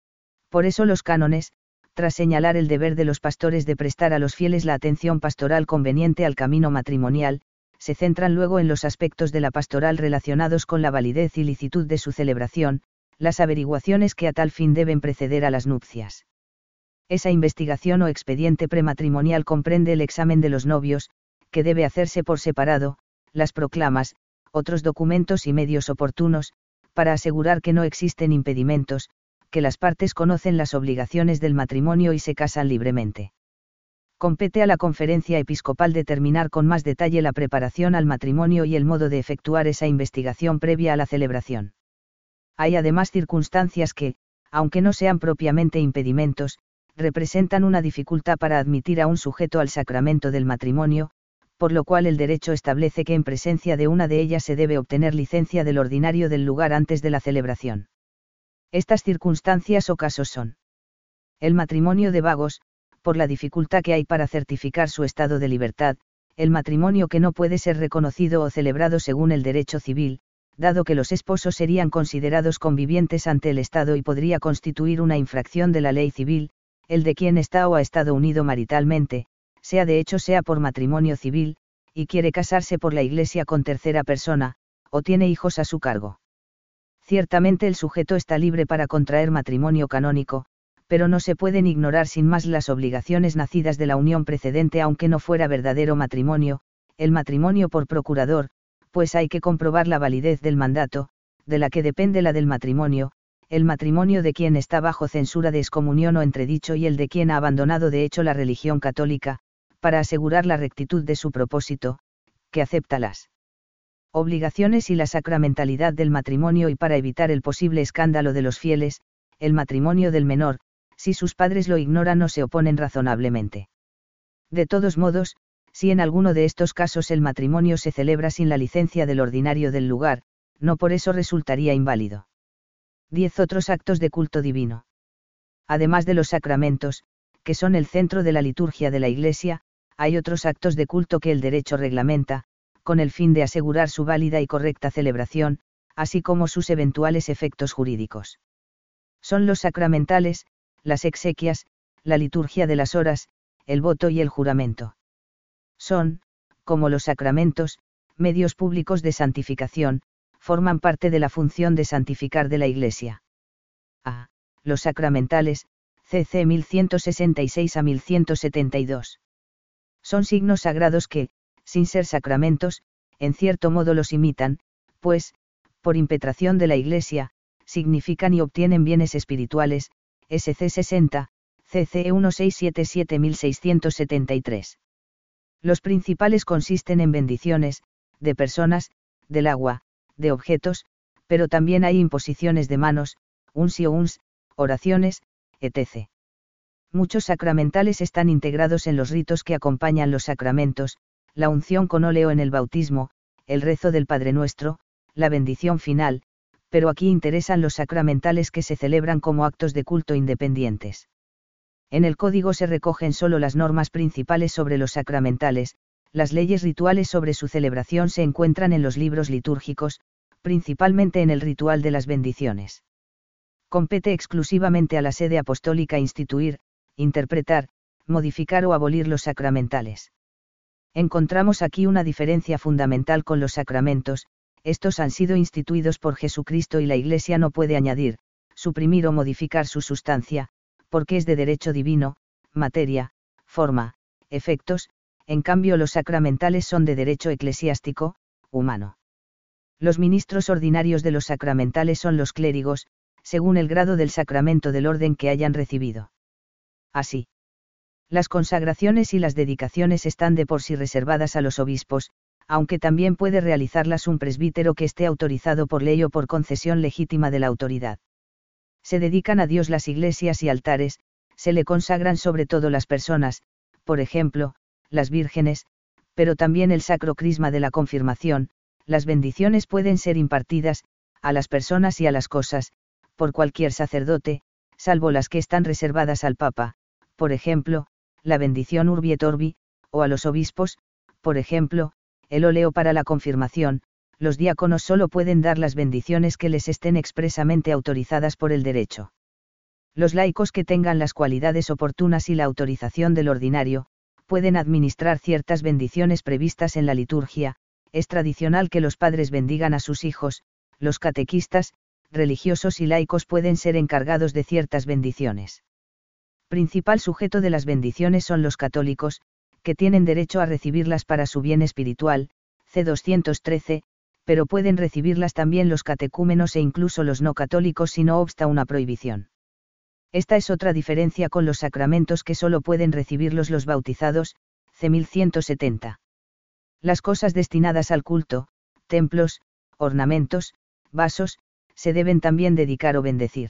Por eso los cánones, tras señalar el deber de los pastores de prestar a los fieles la atención pastoral conveniente al camino matrimonial, se centran luego en los aspectos de la pastoral relacionados con la validez y licitud de su celebración, las averiguaciones que a tal fin deben preceder a las nupcias. Esa investigación o expediente prematrimonial comprende el examen de los novios, que debe hacerse por separado, las proclamas, otros documentos y medios oportunos, para asegurar que no existen impedimentos, que las partes conocen las obligaciones del matrimonio y se casan libremente. Compete a la Conferencia Episcopal determinar con más detalle la preparación al matrimonio y el modo de efectuar esa investigación previa a la celebración. Hay además circunstancias que, aunque no sean propiamente impedimentos, representan una dificultad para admitir a un sujeto al sacramento del matrimonio, por lo cual el derecho establece que en presencia de una de ellas se debe obtener licencia del ordinario del lugar antes de la celebración. Estas circunstancias o casos son: el matrimonio de vagos, por la dificultad que hay para certificar su estado de libertad; el matrimonio que no puede ser reconocido o celebrado según el derecho civil, dado que los esposos serían considerados convivientes ante el Estado y podría constituir una infracción de la ley civil; el de quien está o ha estado unido maritalmente, sea de hecho sea por matrimonio civil, y quiere casarse por la Iglesia con tercera persona, o tiene hijos a su cargo. Ciertamente el sujeto está libre para contraer matrimonio canónico, pero no se pueden ignorar sin más las obligaciones nacidas de la unión precedente aunque no fuera verdadero matrimonio, el matrimonio por procurador, pues hay que comprobar la validez del mandato, de la que depende la del matrimonio, el matrimonio de quien está bajo censura de excomunión o entredicho y el de quien ha abandonado de hecho la religión católica, para asegurar la rectitud de su propósito, que acepta las obligaciones y la sacramentalidad del matrimonio y para evitar el posible escándalo de los fieles, el matrimonio del menor, si sus padres lo ignoran o se oponen razonablemente. De todos modos, si en alguno de estos casos el matrimonio se celebra sin la licencia del ordinario del lugar, no por eso resultaría inválido. diez Otros actos de culto divino. Además de los sacramentos, que son el centro de la liturgia de la Iglesia, hay otros actos de culto que el derecho reglamenta, con el fin de asegurar su válida y correcta celebración, así como sus eventuales efectos jurídicos. Son los sacramentales, las exequias, la liturgia de las horas, el voto y el juramento. Son, como los sacramentos, medios públicos de santificación, forman parte de la función de santificar de la Iglesia. A. Los sacramentales, C C mil ciento sesenta y seis a mil ciento setenta y dos. Son signos sagrados que, sin ser sacramentos, en cierto modo los imitan, pues, por impetración de la Iglesia, significan y obtienen bienes espirituales, S C sesenta, C C mil seiscientos setenta y siete a mil seiscientos setenta y tres. Los principales consisten en bendiciones, de personas, del agua, de objetos, pero también hay imposiciones de manos, uns y uns, oraciones, etcétera. Muchos sacramentales están integrados en los ritos que acompañan los sacramentos, la unción con óleo en el bautismo, el rezo del Padre Nuestro, la bendición final, pero aquí interesan los sacramentales que se celebran como actos de culto independientes. En el código se recogen solo las normas principales sobre los sacramentales, las leyes rituales sobre su celebración se encuentran en los libros litúrgicos, principalmente en el ritual de las bendiciones. Compete exclusivamente a la sede apostólica instituir, interpretar, modificar o abolir los sacramentales. Encontramos aquí una diferencia fundamental con los sacramentos, estos han sido instituidos por Jesucristo y la Iglesia no puede añadir, suprimir o modificar su sustancia, porque es de derecho divino, materia, forma, efectos, en cambio los sacramentales son de derecho eclesiástico, humano. Los ministros ordinarios de los sacramentales son los clérigos, según el grado del sacramento del orden que hayan recibido. Así, las consagraciones y las dedicaciones están de por sí reservadas a los obispos, aunque también puede realizarlas un presbítero que esté autorizado por ley o por concesión legítima de la autoridad. Se dedican a Dios las iglesias y altares, se le consagran sobre todo las personas, por ejemplo, las vírgenes, pero también el sacro crisma de la confirmación, las bendiciones pueden ser impartidas, a las personas y a las cosas, por cualquier sacerdote, salvo las que están reservadas al Papa, por ejemplo, la bendición Urbi et Orbi, o a los obispos, por ejemplo, el óleo para la confirmación, los diáconos solo pueden dar las bendiciones que les estén expresamente autorizadas por el derecho. Los laicos que tengan las cualidades oportunas y la autorización del ordinario, pueden administrar ciertas bendiciones previstas en la liturgia, es tradicional que los padres bendigan a sus hijos, los catequistas, religiosos y laicos pueden ser encargados de ciertas bendiciones. Principal sujeto de las bendiciones son los católicos, que tienen derecho a recibirlas para su bien espiritual, C doscientos trece, pero pueden recibirlas también los catecúmenos e incluso los no católicos si no obsta una prohibición. Esta es otra diferencia con los sacramentos que solo pueden recibirlos los bautizados, C mil ciento setenta. Las cosas destinadas al culto, templos, ornamentos, vasos, se deben también dedicar o bendecir.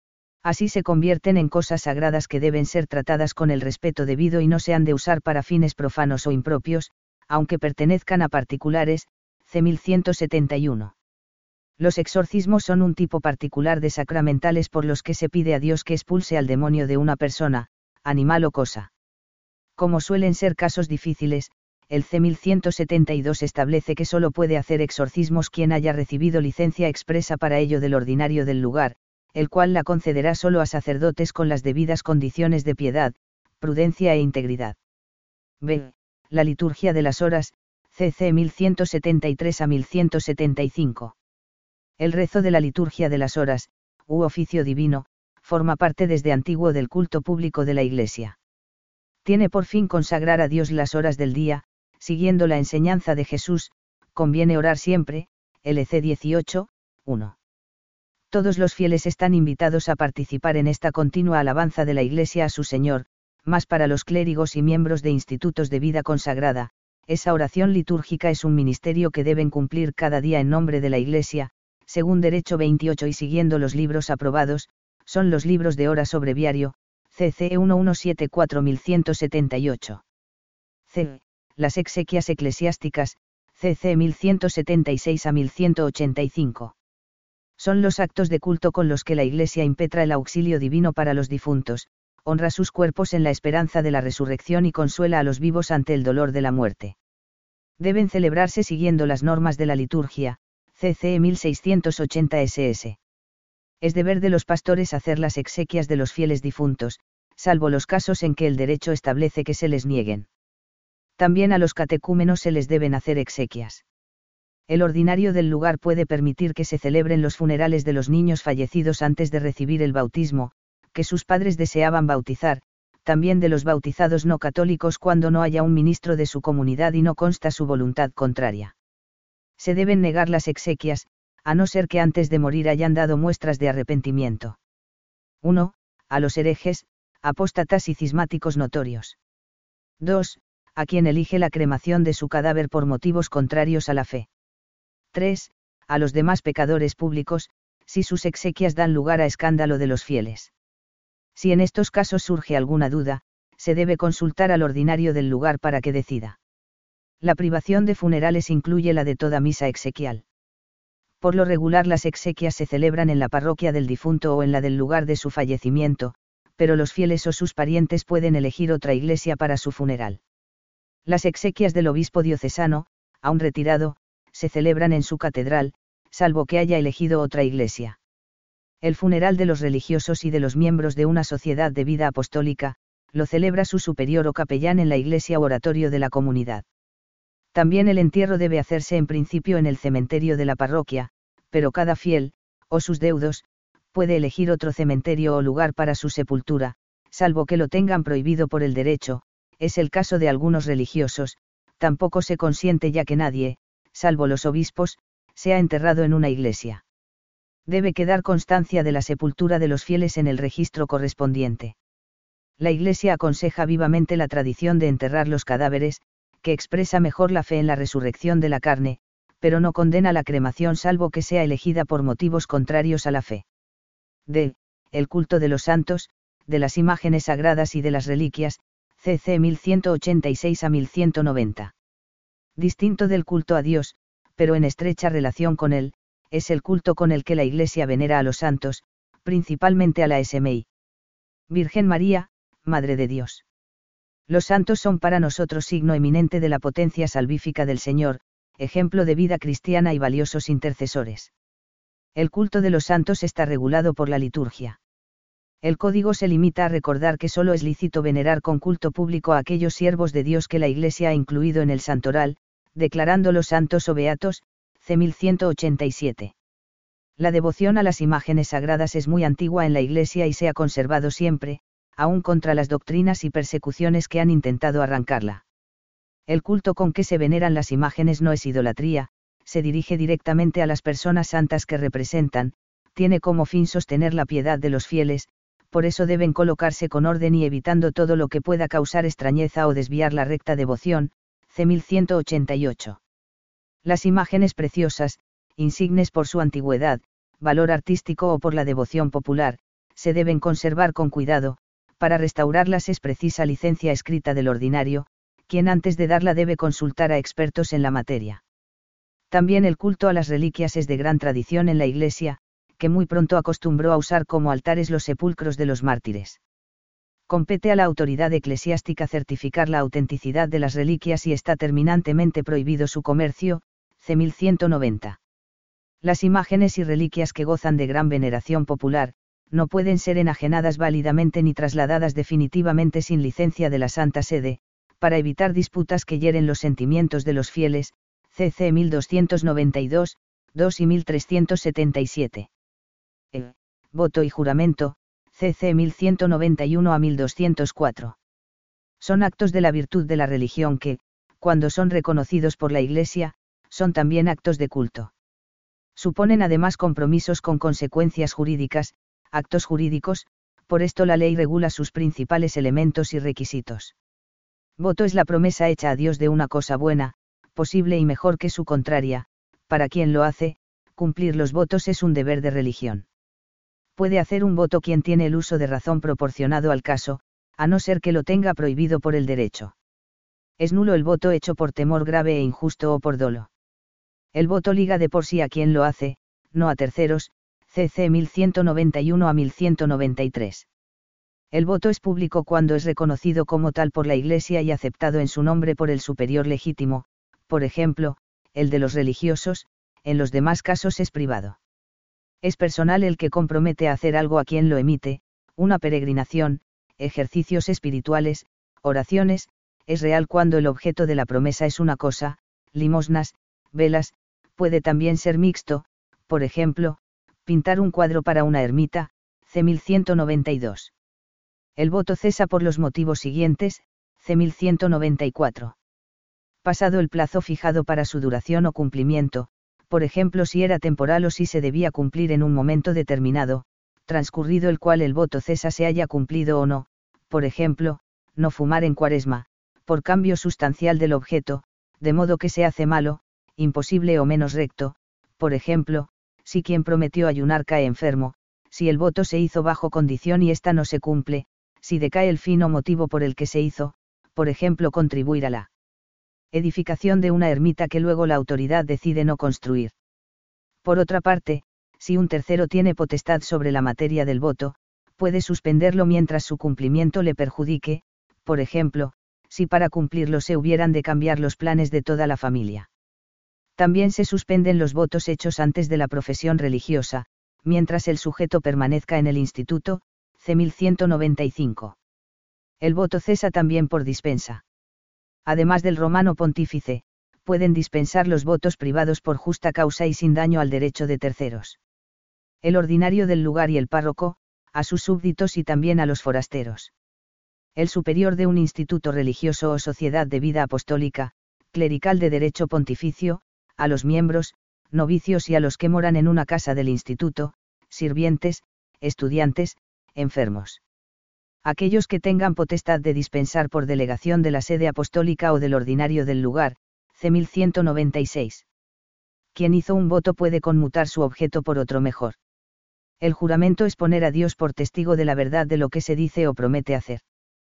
Así se convierten en cosas sagradas que deben ser tratadas con el respeto debido y no se han de usar para fines profanos o impropios, aunque pertenezcan a particulares, C mil ciento setenta y uno. Los exorcismos son un tipo particular de sacramentales por los que se pide a Dios que expulse al demonio de una persona, animal o cosa. Como suelen ser casos difíciles, el C mil ciento setenta y dos establece que solo puede hacer exorcismos quien haya recibido licencia expresa para ello del ordinario del lugar, el cual la concederá solo a sacerdotes con las debidas condiciones de piedad, prudencia e integridad. B. La liturgia de las horas, C C mil ciento setenta y tres a mil ciento setenta y cinco. El rezo de la liturgia de las horas, u oficio divino, forma parte desde antiguo del culto público de la Iglesia. Tiene por fin consagrar a Dios las horas del día, siguiendo la enseñanza de Jesús, conviene orar siempre, L C dieciocho, uno. Todos los fieles están invitados a participar en esta continua alabanza de la Iglesia a su Señor, más para los clérigos y miembros de institutos de vida consagrada, esa oración litúrgica es un ministerio que deben cumplir cada día en nombre de la Iglesia, según Derecho veintiocho y siguiendo los libros aprobados, son los libros de hora sobre viario, C C mil ciento setenta y cuatro a mil ciento setenta y ocho. C. Las exequias eclesiásticas, C C mil ciento setenta y seis a mil ciento ochenta y cinco. Son los actos de culto con los que la Iglesia impetra el auxilio divino para los difuntos, honra sus cuerpos en la esperanza de la resurrección y consuela a los vivos ante el dolor de la muerte. Deben celebrarse siguiendo las normas de la liturgia, C C mil seiscientos ochenta S S. Es deber de los pastores hacer las exequias de los fieles difuntos, salvo los casos en que el derecho establece que se les nieguen. También a los catecúmenos se les deben hacer exequias. El ordinario del lugar puede permitir que se celebren los funerales de los niños fallecidos antes de recibir el bautismo, que sus padres deseaban bautizar, también de los bautizados no católicos cuando no haya un ministro de su comunidad y no consta su voluntad contraria. Se deben negar las exequias, a no ser que antes de morir hayan dado muestras de arrepentimiento. uno. A los herejes, apóstatas y cismáticos notorios. dos. A quien elige la cremación de su cadáver por motivos contrarios a la fe. tres. A los demás pecadores públicos, si sus exequias dan lugar a escándalo de los fieles. Si en estos casos surge alguna duda, se debe consultar al ordinario del lugar para que decida. La privación de funerales incluye la de toda misa exequial. Por lo regular las exequias se celebran en la parroquia del difunto o en la del lugar de su fallecimiento, pero los fieles o sus parientes pueden elegir otra iglesia para su funeral. Las exequias del obispo diocesano, aún retirado, se celebran en su catedral, salvo que haya elegido otra iglesia. El funeral de los religiosos y de los miembros de una sociedad de vida apostólica, lo celebra su superior o capellán en la iglesia o oratorio de la comunidad. También el entierro debe hacerse en principio en el cementerio de la parroquia, pero cada fiel, o sus deudos, puede elegir otro cementerio o lugar para su sepultura, salvo que lo tengan prohibido por el derecho, es el caso de algunos religiosos, tampoco se consiente ya que nadie, salvo los obispos, sea enterrado en una iglesia. Debe quedar constancia de la sepultura de los fieles en el registro correspondiente. La Iglesia aconseja vivamente la tradición de enterrar los cadáveres, que expresa mejor la fe en la resurrección de la carne, pero no condena la cremación salvo que sea elegida por motivos contrarios a la fe. D. El culto de los santos, de las imágenes sagradas y de las reliquias, C C mil ciento ochenta y seis a mil ciento noventa. Distinto del culto a Dios, pero en estrecha relación con él, es el culto con el que la Iglesia venera a los santos, principalmente a la S M I. Virgen María, Madre de Dios. Los santos son para nosotros signo eminente de la potencia salvífica del Señor, ejemplo de vida cristiana y valiosos intercesores. El culto de los santos está regulado por la liturgia. El código se limita a recordar que solo es lícito venerar con culto público a aquellos siervos de Dios que la Iglesia ha incluido en el santoral, declarándolos santos o beatos, C mil ciento ochenta y siete. La devoción a las imágenes sagradas es muy antigua en la Iglesia y se ha conservado siempre, aún contra las doctrinas y persecuciones que han intentado arrancarla. El culto con que se veneran las imágenes no es idolatría, se dirige directamente a las personas santas que representan, tiene como fin sostener la piedad de los fieles, por eso deben colocarse con orden y evitando todo lo que pueda causar extrañeza o desviar la recta devoción, C mil ciento ochenta y ocho. Las imágenes preciosas, insignes por su antigüedad, valor artístico o por la devoción popular, se deben conservar con cuidado, para restaurarlas es precisa licencia escrita del ordinario, quien antes de darla debe consultar a expertos en la materia. También el culto a las reliquias es de gran tradición en la Iglesia, que muy pronto acostumbró a usar como altares los sepulcros de los mártires. Compete a la autoridad eclesiástica certificar la autenticidad de las reliquias y está terminantemente prohibido su comercio, C mil ciento noventa. Las imágenes y reliquias que gozan de gran veneración popular, no pueden ser enajenadas válidamente ni trasladadas definitivamente sin licencia de la Santa Sede, para evitar disputas que hieren los sentimientos de los fieles, C C mil doscientos noventa y dos, dos y mil trescientos setenta y siete. E. Voto y juramento, C C mil ciento noventa y uno a mil doscientos cuatro. Son actos de la virtud de la religión que, cuando son reconocidos por la Iglesia, son también actos de culto. Suponen además compromisos con consecuencias jurídicas, actos jurídicos, por esto la ley regula sus principales elementos y requisitos. Voto es la promesa hecha a Dios de una cosa buena, posible y mejor que su contraria, para quien lo hace, cumplir los votos es un deber de religión. Puede hacer un voto quien tiene el uso de razón proporcionado al caso, a no ser que lo tenga prohibido por el derecho. Es nulo el voto hecho por temor grave e injusto o por dolo. El voto liga de por sí a quien lo hace, no a terceros, C C mil ciento noventa y uno a mil ciento noventa y tres. El voto es público cuando es reconocido como tal por la Iglesia y aceptado en su nombre por el superior legítimo, por ejemplo, el de los religiosos, en los demás casos es privado. Es personal el que compromete a hacer algo a quien lo emite, una peregrinación, ejercicios espirituales, oraciones, es real cuando el objeto de la promesa es una cosa, limosnas, velas, puede también ser mixto, por ejemplo, pintar un cuadro para una ermita, C mil ciento noventa y dos. El voto cesa por los motivos siguientes, C mil ciento noventa y cuatro. Pasado el plazo fijado para su duración o cumplimiento, por ejemplo si era temporal o si se debía cumplir en un momento determinado, transcurrido el cual el voto cesa se haya cumplido o no, por ejemplo, no fumar en Cuaresma, por cambio sustancial del objeto, de modo que se hace malo, imposible o menos recto, por ejemplo, si quien prometió ayunar cae enfermo, si el voto se hizo bajo condición y ésta no se cumple, si decae el fin o motivo por el que se hizo, por ejemplo contribuir a la edificación de una ermita que luego la autoridad decide no construir. Por otra parte, si un tercero tiene potestad sobre la materia del voto, puede suspenderlo mientras su cumplimiento le perjudique, por ejemplo, si para cumplirlo se hubieran de cambiar los planes de toda la familia. También se suspenden los votos hechos antes de la profesión religiosa, mientras el sujeto permanezca en el instituto, C mil ciento noventa y cinco. El voto cesa también por dispensa. Además del romano pontífice, pueden dispensar los votos privados por justa causa y sin daño al derecho de terceros. El ordinario del lugar y el párroco, a sus súbditos y también a los forasteros. El superior de un instituto religioso o sociedad de vida apostólica, clerical de derecho pontificio, a los miembros, novicios y a los que moran en una casa del instituto, sirvientes, estudiantes, enfermos. Aquellos que tengan potestad de dispensar por delegación de la sede apostólica o del ordinario del lugar, C mil ciento noventa y seis. Quien hizo un voto puede conmutar su objeto por otro mejor. El juramento es poner a Dios por testigo de la verdad de lo que se dice o promete hacer.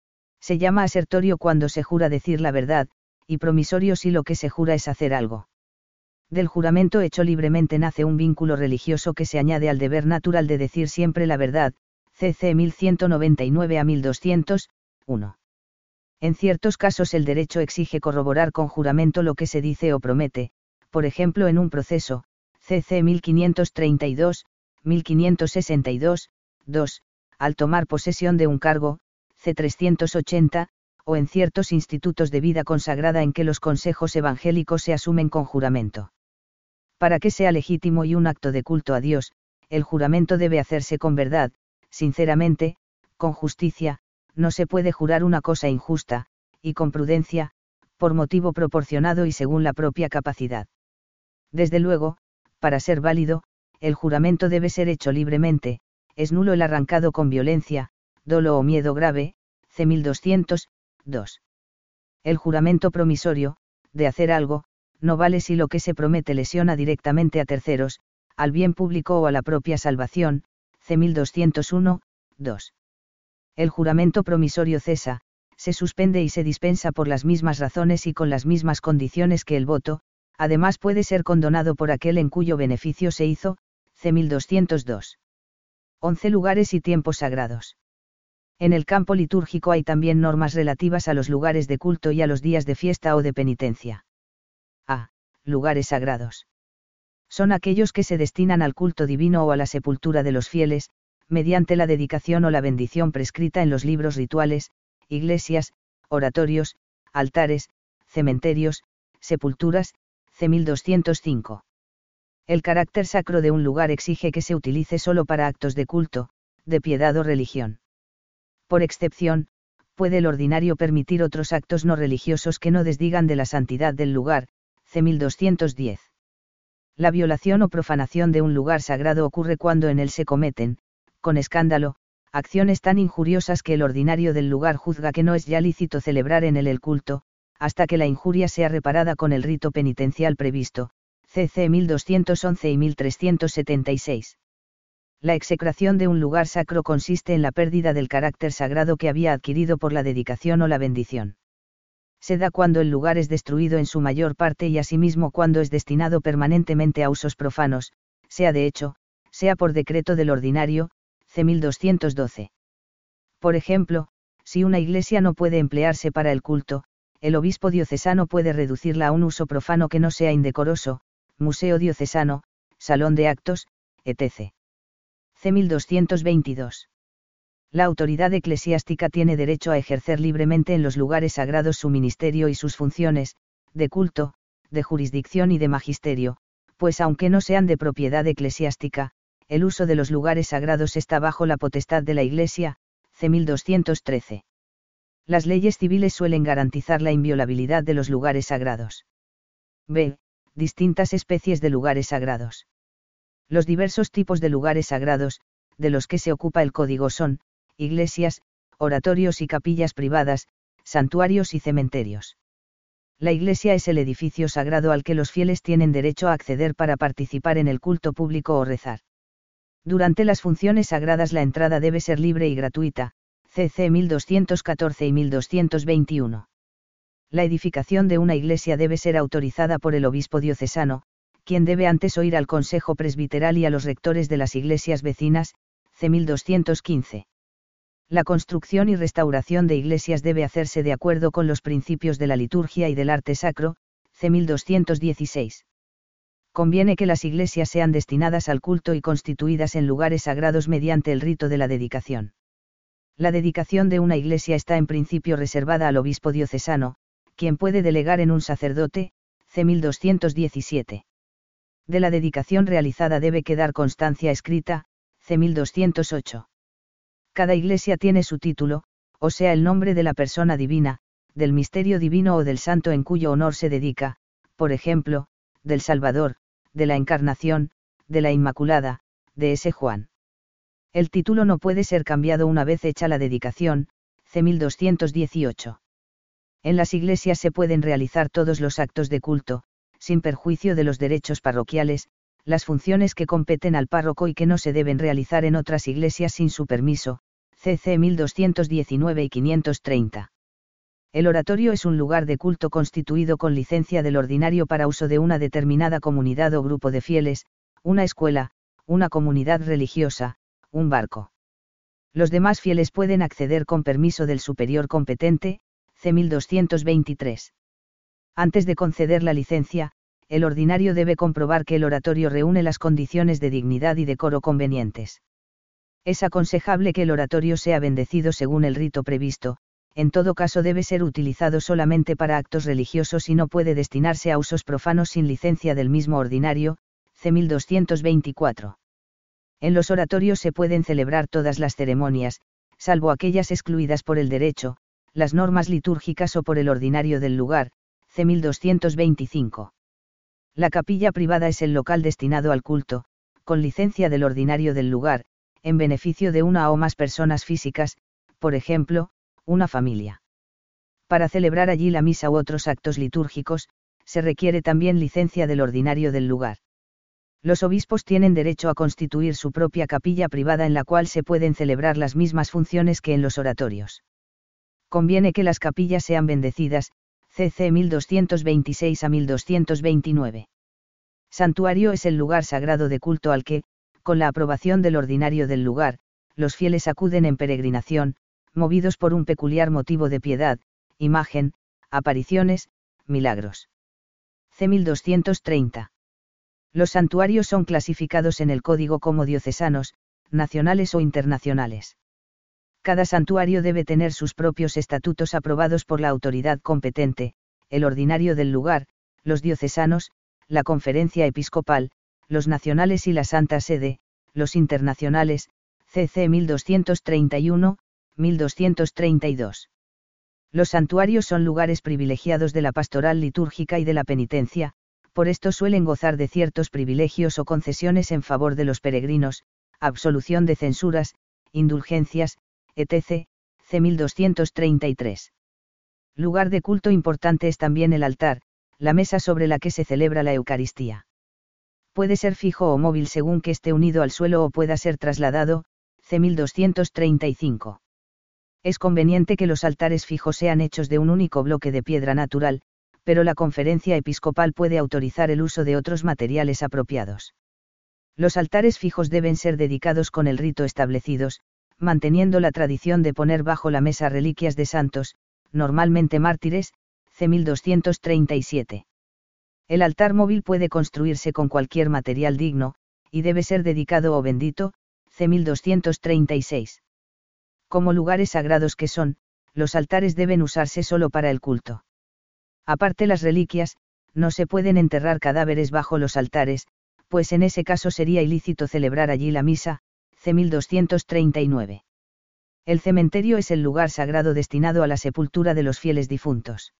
Se llama asertorio cuando se jura decir la verdad, y promisorio si lo que se jura es hacer algo. Del juramento hecho libremente nace un vínculo religioso que se añade al deber natural de decir siempre la verdad, C C mil ciento noventa y nueve a mil doscientos, uno. En ciertos casos el derecho exige corroborar con juramento lo que se dice o promete, por ejemplo en un proceso, C C mil quinientos treinta y dos, mil quinientos sesenta y dos, dos, al tomar posesión de un cargo, C trescientos ochenta, o en ciertos institutos de vida consagrada en que los consejos evangélicos se asumen con juramento. Para que sea legítimo y un acto de culto a Dios, el juramento debe hacerse con verdad, sinceramente, con justicia, no se puede jurar una cosa injusta, y con prudencia, por motivo proporcionado y según la propia capacidad. Desde luego, para ser válido, el juramento debe ser hecho libremente, es nulo el arrancado con violencia, dolo o miedo grave, C mil doscientos, dos. El juramento promisorio, de hacer algo, no vale si lo que se promete lesiona directamente a terceros, al bien público o a la propia salvación, C mil doscientos uno, dos. El juramento promisorio cesa, se suspende y se dispensa por las mismas razones y con las mismas condiciones que el voto, además puede ser condonado por aquel en cuyo beneficio se hizo, C mil doscientos dos. once Lugares y tiempos sagrados. En el campo litúrgico hay también normas relativas a los lugares de culto y a los días de fiesta o de penitencia. A. Lugares sagrados. Son aquellos que se destinan al culto divino o a la sepultura de los fieles, mediante la dedicación o la bendición prescrita en los libros rituales, iglesias, oratorios, altares, cementerios, sepulturas, C mil doscientos cinco. El carácter sacro de un lugar exige que se utilice solo para actos de culto, de piedad o religión. Por excepción, puede el ordinario permitir otros actos no religiosos que no desdigan de la santidad del lugar, C mil doscientos diez. La violación o profanación de un lugar sagrado ocurre cuando en él se cometen, con escándalo, acciones tan injuriosas que el ordinario del lugar juzga que no es ya lícito celebrar en él el culto, hasta que la injuria sea reparada con el rito penitencial previsto, C C mil doscientos once y mil trescientos setenta y seis. La execración de un lugar sacro consiste en la pérdida del carácter sagrado que había adquirido por la dedicación o la bendición. Se da cuando el lugar es destruido en su mayor parte y asimismo cuando es destinado permanentemente a usos profanos, sea de hecho, sea por decreto del ordinario, C mil doscientos doce. Por ejemplo, si una iglesia no puede emplearse para el culto, el obispo diocesano puede reducirla a un uso profano que no sea indecoroso, museo diocesano, salón de actos, etcétera. C mil doscientos veintidós. La autoridad eclesiástica tiene derecho a ejercer libremente en los lugares sagrados su ministerio y sus funciones, de culto, de jurisdicción y de magisterio, pues aunque no sean de propiedad eclesiástica, el uso de los lugares sagrados está bajo la potestad de la Iglesia, C mil doscientos trece. Las leyes civiles suelen garantizar la inviolabilidad de los lugares sagrados. B. Distintas especies de lugares sagrados. Los diversos tipos de lugares sagrados, de los que se ocupa el Código son, iglesias, oratorios y capillas privadas, santuarios y cementerios. La iglesia es el edificio sagrado al que los fieles tienen derecho a acceder para participar en el culto público o rezar. Durante las funciones sagradas la entrada debe ser libre y gratuita, C C mil doscientos catorce y mil doscientos veintiuno. La edificación de una iglesia debe ser autorizada por el obispo diocesano, quien debe antes oír al consejo presbiteral y a los rectores de las iglesias vecinas, C mil doscientos quince. La construcción y restauración de iglesias debe hacerse de acuerdo con los principios de la liturgia y del arte sacro, C mil doscientos dieciséis. Conviene que las iglesias sean destinadas al culto y constituidas en lugares sagrados mediante el rito de la dedicación. La dedicación de una iglesia está en principio reservada al obispo diocesano, quien puede delegar en un sacerdote, C mil doscientos diecisiete. De la dedicación realizada debe quedar constancia escrita, C mil doscientos ocho. Cada iglesia tiene su título, o sea el nombre de la persona divina, del misterio divino o del santo en cuyo honor se dedica, por ejemplo, del Salvador, de la Encarnación, de la Inmaculada, de ese Juan. El título no puede ser cambiado una vez hecha la dedicación, C mil doscientos dieciocho. En las iglesias se pueden realizar todos los actos de culto, sin perjuicio de los derechos parroquiales, las funciones que competen al párroco y que no se deben realizar en otras iglesias sin su permiso, C C mil doscientos diecinueve y quinientos treinta. El oratorio es un lugar de culto constituido con licencia del ordinario para uso de una determinada comunidad o grupo de fieles, una escuela, una comunidad religiosa, un barco. Los demás fieles pueden acceder con permiso del superior competente, C mil doscientos veintitrés. Antes de conceder la licencia, el ordinario debe comprobar que el oratorio reúne las condiciones de dignidad y decoro convenientes. Es aconsejable que el oratorio sea bendecido según el rito previsto, en todo caso debe ser utilizado solamente para actos religiosos y no puede destinarse a usos profanos sin licencia del mismo ordinario, C mil doscientos veinticuatro. En los oratorios se pueden celebrar todas las ceremonias, salvo aquellas excluidas por el derecho, las normas litúrgicas o por el ordinario del lugar, C mil doscientos veinticinco. La capilla privada es el local destinado al culto, con licencia del ordinario del lugar, en beneficio de una o más personas físicas, por ejemplo, una familia. Para celebrar allí la misa u otros actos litúrgicos, se requiere también licencia del ordinario del lugar. Los obispos tienen derecho a constituir su propia capilla privada en la cual se pueden celebrar las mismas funciones que en los oratorios. Conviene que las capillas sean bendecidas, C C mil doscientos veintiséis a mil doscientos veintinueve. Santuario es el lugar sagrado de culto al que, con la aprobación del ordinario del lugar, los fieles acuden en peregrinación, movidos por un peculiar motivo de piedad, imagen, apariciones, milagros. C mil doscientos treinta. Los santuarios son clasificados en el Código como diocesanos, nacionales o internacionales. Cada santuario debe tener sus propios estatutos aprobados por la autoridad competente, el ordinario del lugar, los diocesanos, la conferencia episcopal, los nacionales y la Santa Sede, los internacionales, C C mil doscientos treinta y uno, mil doscientos treinta y dos. Los santuarios son lugares privilegiados de la pastoral litúrgica y de la penitencia, por esto suelen gozar de ciertos privilegios o concesiones en favor de los peregrinos, absolución de censuras, indulgencias, etcétera, C mil doscientos treinta y tres. Lugar de culto importante es también el altar, la mesa sobre la que se celebra la Eucaristía. Puede ser fijo o móvil según que esté unido al suelo o pueda ser trasladado, C mil doscientos treinta y cinco. Es conveniente que los altares fijos sean hechos de un único bloque de piedra natural, pero la conferencia episcopal puede autorizar el uso de otros materiales apropiados. Los altares fijos deben ser dedicados con el rito establecidos, manteniendo la tradición de poner bajo la mesa reliquias de santos, normalmente mártires, C mil doscientos treinta y siete. El altar móvil puede construirse con cualquier material digno, y debe ser dedicado o bendito, C mil doscientos treinta y seis. Como lugares sagrados que son, los altares deben usarse solo para el culto. Aparte las reliquias, no se pueden enterrar cadáveres bajo los altares, pues en ese caso sería ilícito celebrar allí la misa, C mil doscientos treinta y nueve. El cementerio es el lugar sagrado destinado a la sepultura de los fieles difuntos.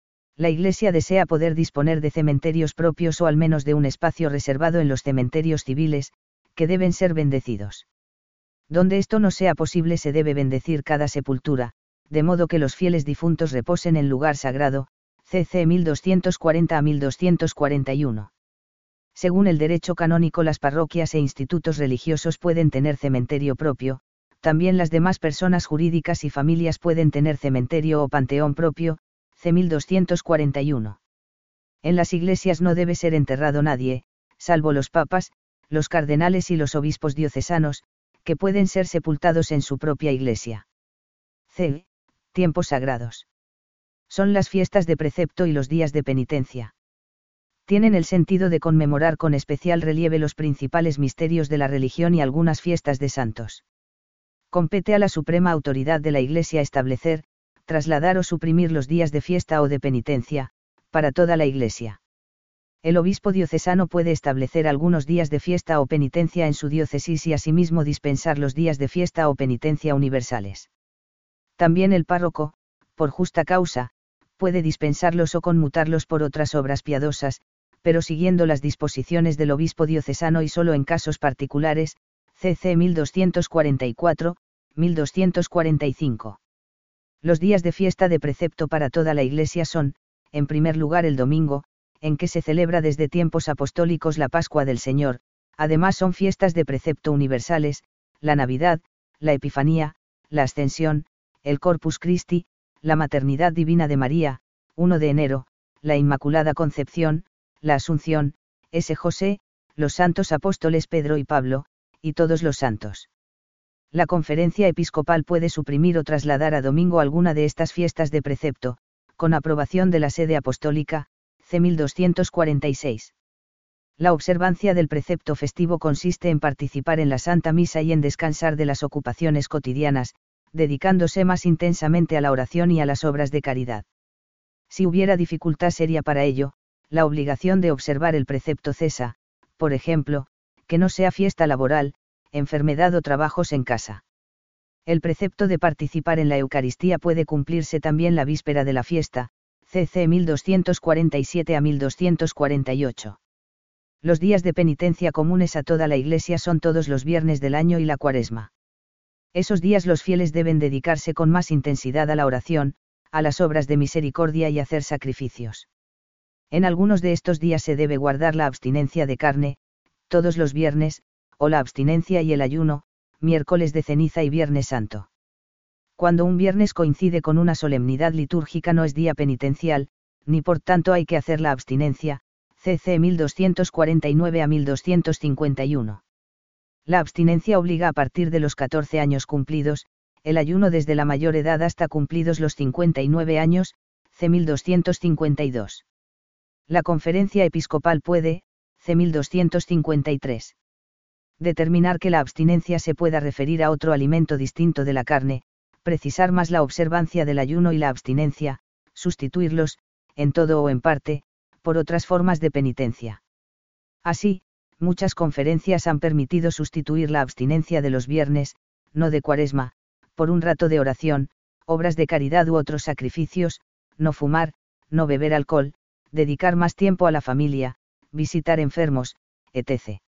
La Iglesia desea poder disponer de cementerios propios o al menos de un espacio reservado en los cementerios civiles, que deben ser bendecidos. Donde esto no sea posible se debe bendecir cada sepultura, de modo que los fieles difuntos reposen en lugar sagrado, C C mil doscientos cuarenta a mil doscientos cuarenta y uno. Según el derecho canónico, las parroquias e institutos religiosos pueden tener cementerio propio, también las demás personas jurídicas y familias pueden tener cementerio o panteón propio, C mil doscientos cuarenta y uno. En las iglesias no debe ser enterrado nadie, salvo los papas, los cardenales y los obispos diocesanos, que pueden ser sepultados en su propia iglesia. C. Tiempos sagrados. Son las fiestas de precepto y los días de penitencia. Tienen el sentido de conmemorar con especial relieve los principales misterios de la religión y algunas fiestas de santos. Compete a la suprema autoridad de la Iglesia establecer, trasladar o suprimir los días de fiesta o de penitencia, para toda la Iglesia. El obispo diocesano puede establecer algunos días de fiesta o penitencia en su diócesis y asimismo dispensar los días de fiesta o penitencia universales. También el párroco, por justa causa, puede dispensarlos o conmutarlos por otras obras piadosas, pero siguiendo las disposiciones del obispo diocesano y solo en casos particulares, C C mil doscientos cuarenta y cuatro, mil doscientos cuarenta y cinco. Los días de fiesta de precepto para toda la Iglesia son, en primer lugar, el domingo, en que se celebra desde tiempos apostólicos la Pascua del Señor. Además son fiestas de precepto universales, la Navidad, la Epifanía, la Ascensión, el Corpus Christi, la Maternidad Divina de María, primero de enero, la Inmaculada Concepción, la Asunción, S. José, los santos apóstoles Pedro y Pablo, y todos los santos. La conferencia episcopal puede suprimir o trasladar a domingo alguna de estas fiestas de precepto, con aprobación de la sede apostólica, C mil doscientos cuarenta y seis. La observancia del precepto festivo consiste en participar en la Santa Misa y en descansar de las ocupaciones cotidianas, dedicándose más intensamente a la oración y a las obras de caridad. Si hubiera dificultad seria para ello, la obligación de observar el precepto cesa, por ejemplo, que no sea fiesta laboral, enfermedad o trabajos en casa. El precepto de participar en la Eucaristía puede cumplirse también la víspera de la fiesta, C C mil doscientos cuarenta y siete a mil doscientos cuarenta y ocho. Los días de penitencia comunes a toda la Iglesia son todos los viernes del año y la Cuaresma. Esos días los fieles deben dedicarse con más intensidad a la oración, a las obras de misericordia y hacer sacrificios. En algunos de estos días se debe guardar la abstinencia de carne, todos los viernes, o la abstinencia y el ayuno, miércoles de ceniza y viernes santo. Cuando un viernes coincide con una solemnidad litúrgica no es día penitencial, ni por tanto hay que hacer la abstinencia, C C mil doscientos cuarenta y nueve a mil doscientos cincuenta y uno. La abstinencia obliga a partir de los catorce años cumplidos, el ayuno desde la mayor edad hasta cumplidos los cincuenta y nueve años, C mil doscientos cincuenta y dos. La conferencia episcopal puede, C mil doscientos cincuenta y tres. Determinar que la abstinencia se pueda referir a otro alimento distinto de la carne, precisar más la observancia del ayuno y la abstinencia, sustituirlos, en todo o en parte, por otras formas de penitencia. Así, muchas conferencias han permitido sustituir la abstinencia de los viernes, no de Cuaresma, por un rato de oración, obras de caridad u otros sacrificios, no fumar, no beber alcohol, dedicar más tiempo a la familia, visitar enfermos, etcétera.